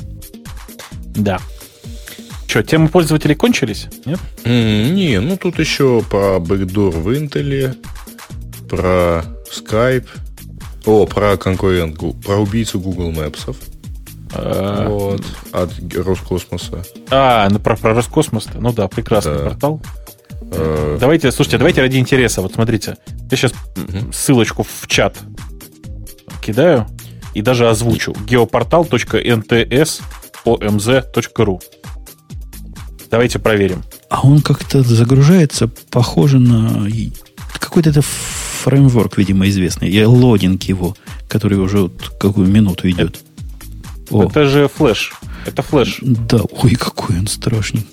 Да. Что, темы пользователей кончились? Нет? Mm, не, ну тут еще про бэкдор в Intel, про Skype, о, про конкурент, про убийцу Google Maps. А, вот, от Роскосмоса. А, ну про, про Роскосмос. Ну да, прекрасный да. портал. А, давайте, слушайте, давайте ради интереса. Вот смотрите, я сейчас угу. ссылочку в чат кидаю и даже озвучу. геопортал точка эн тэ эс о эм зэ точка ру. Давайте проверим. А он как-то загружается, похоже на какой-то это фреймворк, видимо, известный. Я лодинг его, который уже вот какую минуту идет. О. Это же флеш. Это флеш. Да, ой, какой он страшный.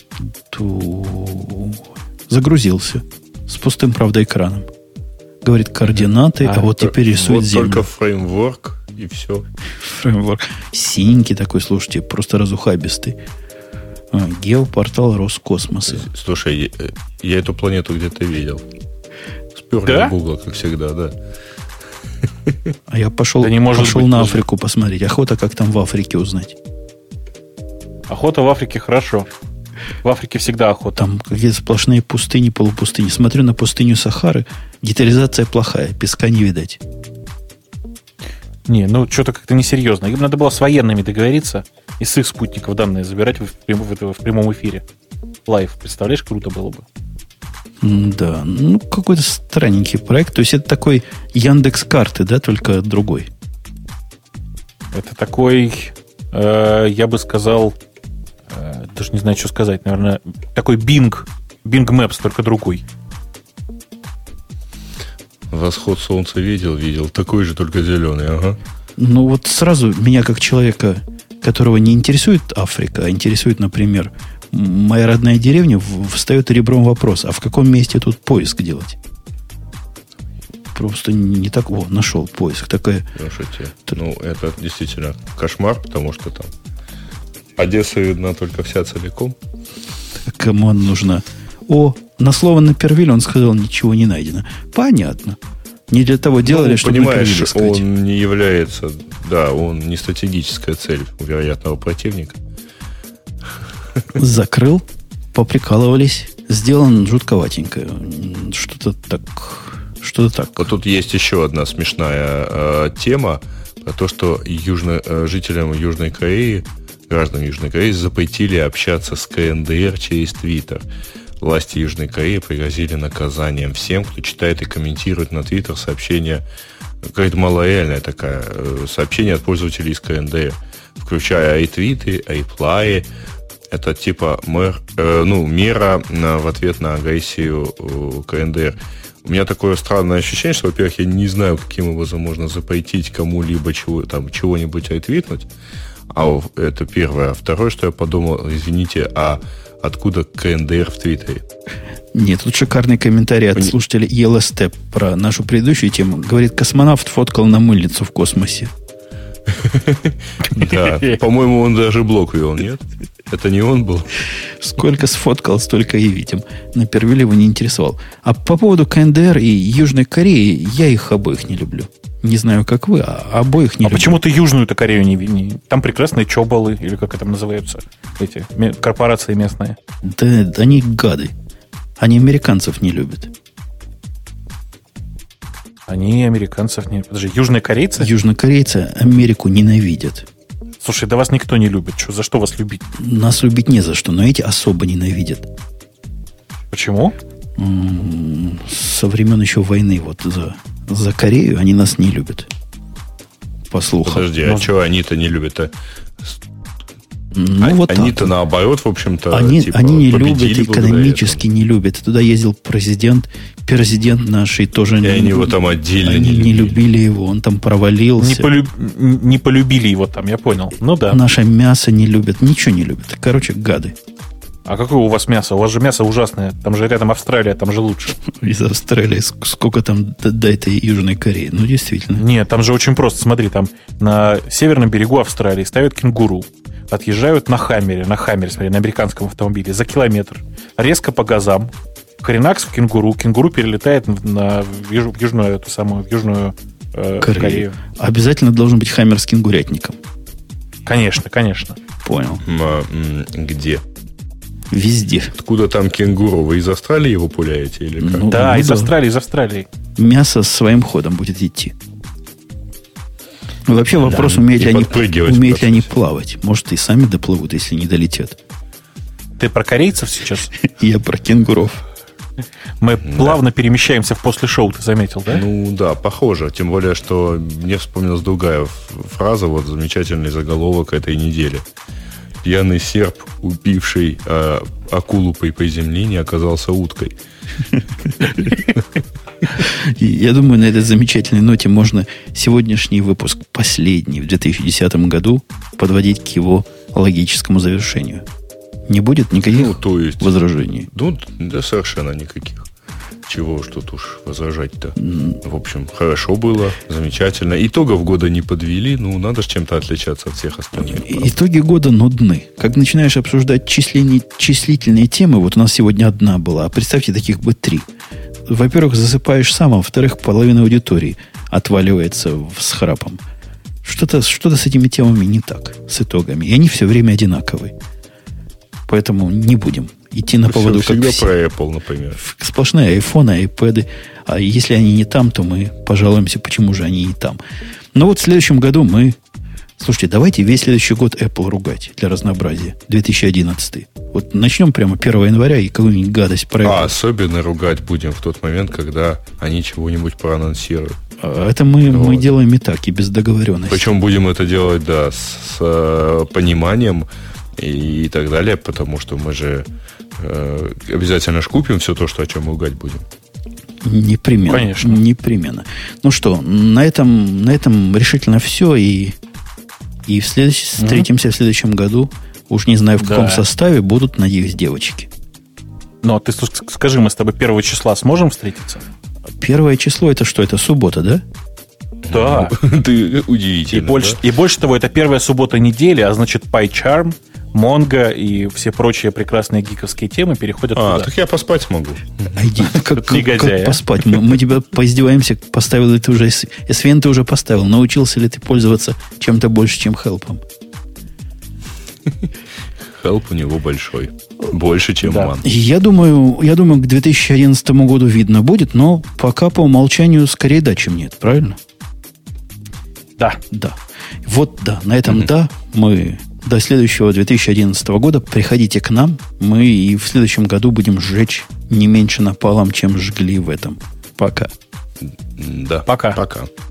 Ту... Загрузился. С пустым, правда, экраном. Говорит, координаты, а, а вот теперь рисует вот землю. Только фреймворк, и все. Фреймворк. Синенький такой, слушайте, просто разухабистый. А, геопортал Роскосмоса. Слушай, я, я эту планету где-то видел. Сперли да? Гугла, как всегда, да. А я пошел, да пошел на тоже. Африку посмотреть. Охота, как там в Африке узнать. Охота в Африке хорошо. В Африке всегда охота. Там какие-то сплошные пустыни, полупустыни. Смотрю на пустыню Сахары. Детализация плохая. Песка не видать. Не, ну что-то как-то несерьезно. Им надо было с военными договориться и с их спутников данные забирать в, прям, в, в прямом эфире. Лайв. Представляешь, круто было бы. Да, ну какой-то странненький проект. То есть это такой Яндекс.Карты, да, только другой. Это такой, э, я бы сказал, э, даже не знаю, что сказать, наверное, такой Bing, Bing Maps, только другой. Восход солнца видел, видел. Такой же, только зеленый, ага. Ну вот сразу меня, как человека, которого не интересует Африка, а интересует, например, моя родная деревня, встает ребром вопрос, а в каком месте тут поиск делать? Просто не так... О, нашел поиск. Такая... Слушайте, ну, это действительно кошмар, потому что там Одесса видна только вся целиком. Кому она нужна? О, на слово Напервиль он сказал, ничего не найдено. Понятно. Не для того делали, ну, чтобы Напервиль искать. Он не является... Да, он не стратегическая цель у вероятного противника. Закрыл, поприкалывались, сделан жутковатенько. Что-то так, что-то так. Вот тут есть еще одна смешная э, тема про то, что южно, э, жителям Южной Кореи, гражданам Южной Кореи запретили общаться с ка эн дэ эр через Твиттер. Власти Южной Кореи пригрозили наказанием всем, кто читает и комментирует на Твиттер сообщения, какая-то малореальная такая, сообщения от пользователей из ка эн дэ эр, включая айтвиты, айплаи. Это типа мэр, э, ну, мера на, в ответ на агрессию э, ка эн дэ эр. У меня такое странное ощущение, что, во-первых, я не знаю, каким образом можно запретить кому-либо чего, там, чего-нибудь ретвитнуть. А это первое. А второе, что я подумал, извините, а откуда ка эн дэ эр в Твиттере? Нет, тут шикарный комментарий от слушателя и эл эс ти про нашу предыдущую тему. Говорит, космонавт фоткал на мыльницу в космосе. Да, по-моему, он даже блог вел, нет? Это не он был? Сколько сфоткал, столько и видим. Напервиль его не интересовал. А по поводу ка эн дэ эр и Южной Кореи, я их обоих не люблю. Не знаю, как вы, а обоих не а люблю. А почему ты Южную-то Корею не видишь? Там прекрасные чобалы, или как это называются, эти корпорации местные. Да, они гады. Они американцев не любят. Они американцев не... Подожди, южные корейцы? Южнокорейцы Америку ненавидят. Слушай, да вас никто не любит. Что, за что вас любить? Нас любить не за что, но эти особо ненавидят. Почему? М-м, со времен еще войны вот за, за Корею они нас не любят. По слухам. Подожди, но... а чего они-то не любят-то? Ну, а, вот они-то так. наоборот, в общем-то, они, типа, они не победили любят, экономически не любят. Туда ездил президент, президент наш, и тоже и не, они его там отдельно они не не любили. любили его, он там провалился. Не, полюб... не полюбили его там, я понял. Ну да. Наше мясо не любят, ничего не любят. Короче, гады. А какое у вас мясо? У вас же мясо ужасное. Там же рядом Австралия, там же лучше. Из Австралии сколько там до, до этой Южной Кореи? Ну, действительно. Нет, там же очень просто. Смотри, там на северном берегу Австралии ставят кенгуру. Отъезжают на Хаммере, на Хаммере, смотри, на американском автомобиле, за километр. Резко по газам. Хренакс в кенгуру. Кенгуру перелетает на, в, юж, в южную, эту самую, в южную э, Корею. Корею. Обязательно должен быть Хаммер с кенгурятником. Конечно, конечно. Понял. А, где? Везде. Откуда там кенгуру? Вы из Австралии его пуляете? Или как? Ну, да, ну, из да. Австралии, из Австралии. Мясо своим ходом будет идти. Вообще вопрос, да, умеют, ли они, умеют ли они плавать. Может, и сами доплывут, если не долетят. Ты про корейцев сейчас? Я про кенгуров. Мы да. плавно перемещаемся в после шоу, ты заметил, да? Ну да, похоже. Тем более, что мне вспомнилась другая фраза, вот замечательный заголовок этой недели. Пьяный серб, убивший э, акулу при приземлении, оказался уткой. Я думаю, на этой замечательной ноте можно сегодняшний выпуск, последний в две тысячи десятом году, подводить к его логическому завершению. Не будет никаких ну, то есть, возражений? Ну, да, совершенно никаких. Чего уж тут уж возражать-то. Mm. В общем, хорошо было, замечательно. Итогов года не подвели, ну, надо же чем-то отличаться от всех остальных. Правда. Итоги года нудны. Как начинаешь обсуждать числительные, числительные темы, вот у нас сегодня одна была, а представьте, таких бы три. Во-первых, засыпаешь сам, а во-вторых, половина аудитории отваливается с храпом. Что-то, что-то с этими темами не так, с итогами. И они все время одинаковые. Поэтому не будем идти на поводу, как все. Про Apple, например. Сплошные айфоны, айпэды. А если они не там, то мы пожалуемся, почему же они не там. Но вот в следующем году мы... Слушайте, давайте весь следующий год Apple ругать для разнообразия. две тысячи одиннадцатый. Вот начнем прямо первого января и какую-нибудь гадость про Apple. А особенно ругать будем в тот момент, когда они чего-нибудь проанонсируют. А это мы, вот. мы делаем и так, и без договоренности. Причем будем это делать, да, с, с э, пониманием и, и так далее, потому что мы же э, обязательно ж купим все то, что, о чем мы ругать будем. Непременно. Конечно. Непременно. Ну что, на этом, на этом решительно все. И, и в следующ... mm-hmm. встретимся в следующем году. Уж не знаю, в каком да. составе будут, надеюсь, девочки. Но ты скажи, мы с тобой первого числа сможем встретиться? Первое число это что? Это суббота, да? Да. Ты удивительно. И больше, да? и больше того, это первая суббота недели, а значит PyCharm, Mongo и все прочие прекрасные гиковские темы переходят а, туда. А, так я поспать смогу. А иди, как, как, как поспать? Мы, мы тебя поиздеваемся, поставил ли ты уже, эс ви эн ты уже поставил, научился ли ты пользоваться чем-то больше, чем хелпом? Help у него большой. Больше, чем да. Ман. Я думаю, я думаю, к две тысячи одиннадцатому году видно будет, но пока по умолчанию скорее да, чем нет. Правильно? Да. Да. Вот да. На этом mm-hmm. да. Мы до следующего две тысячи одиннадцатого года приходите к нам. Мы и в следующем году будем сжечь не меньше напалом, чем жгли в этом. Пока. Да. Пока. Пока.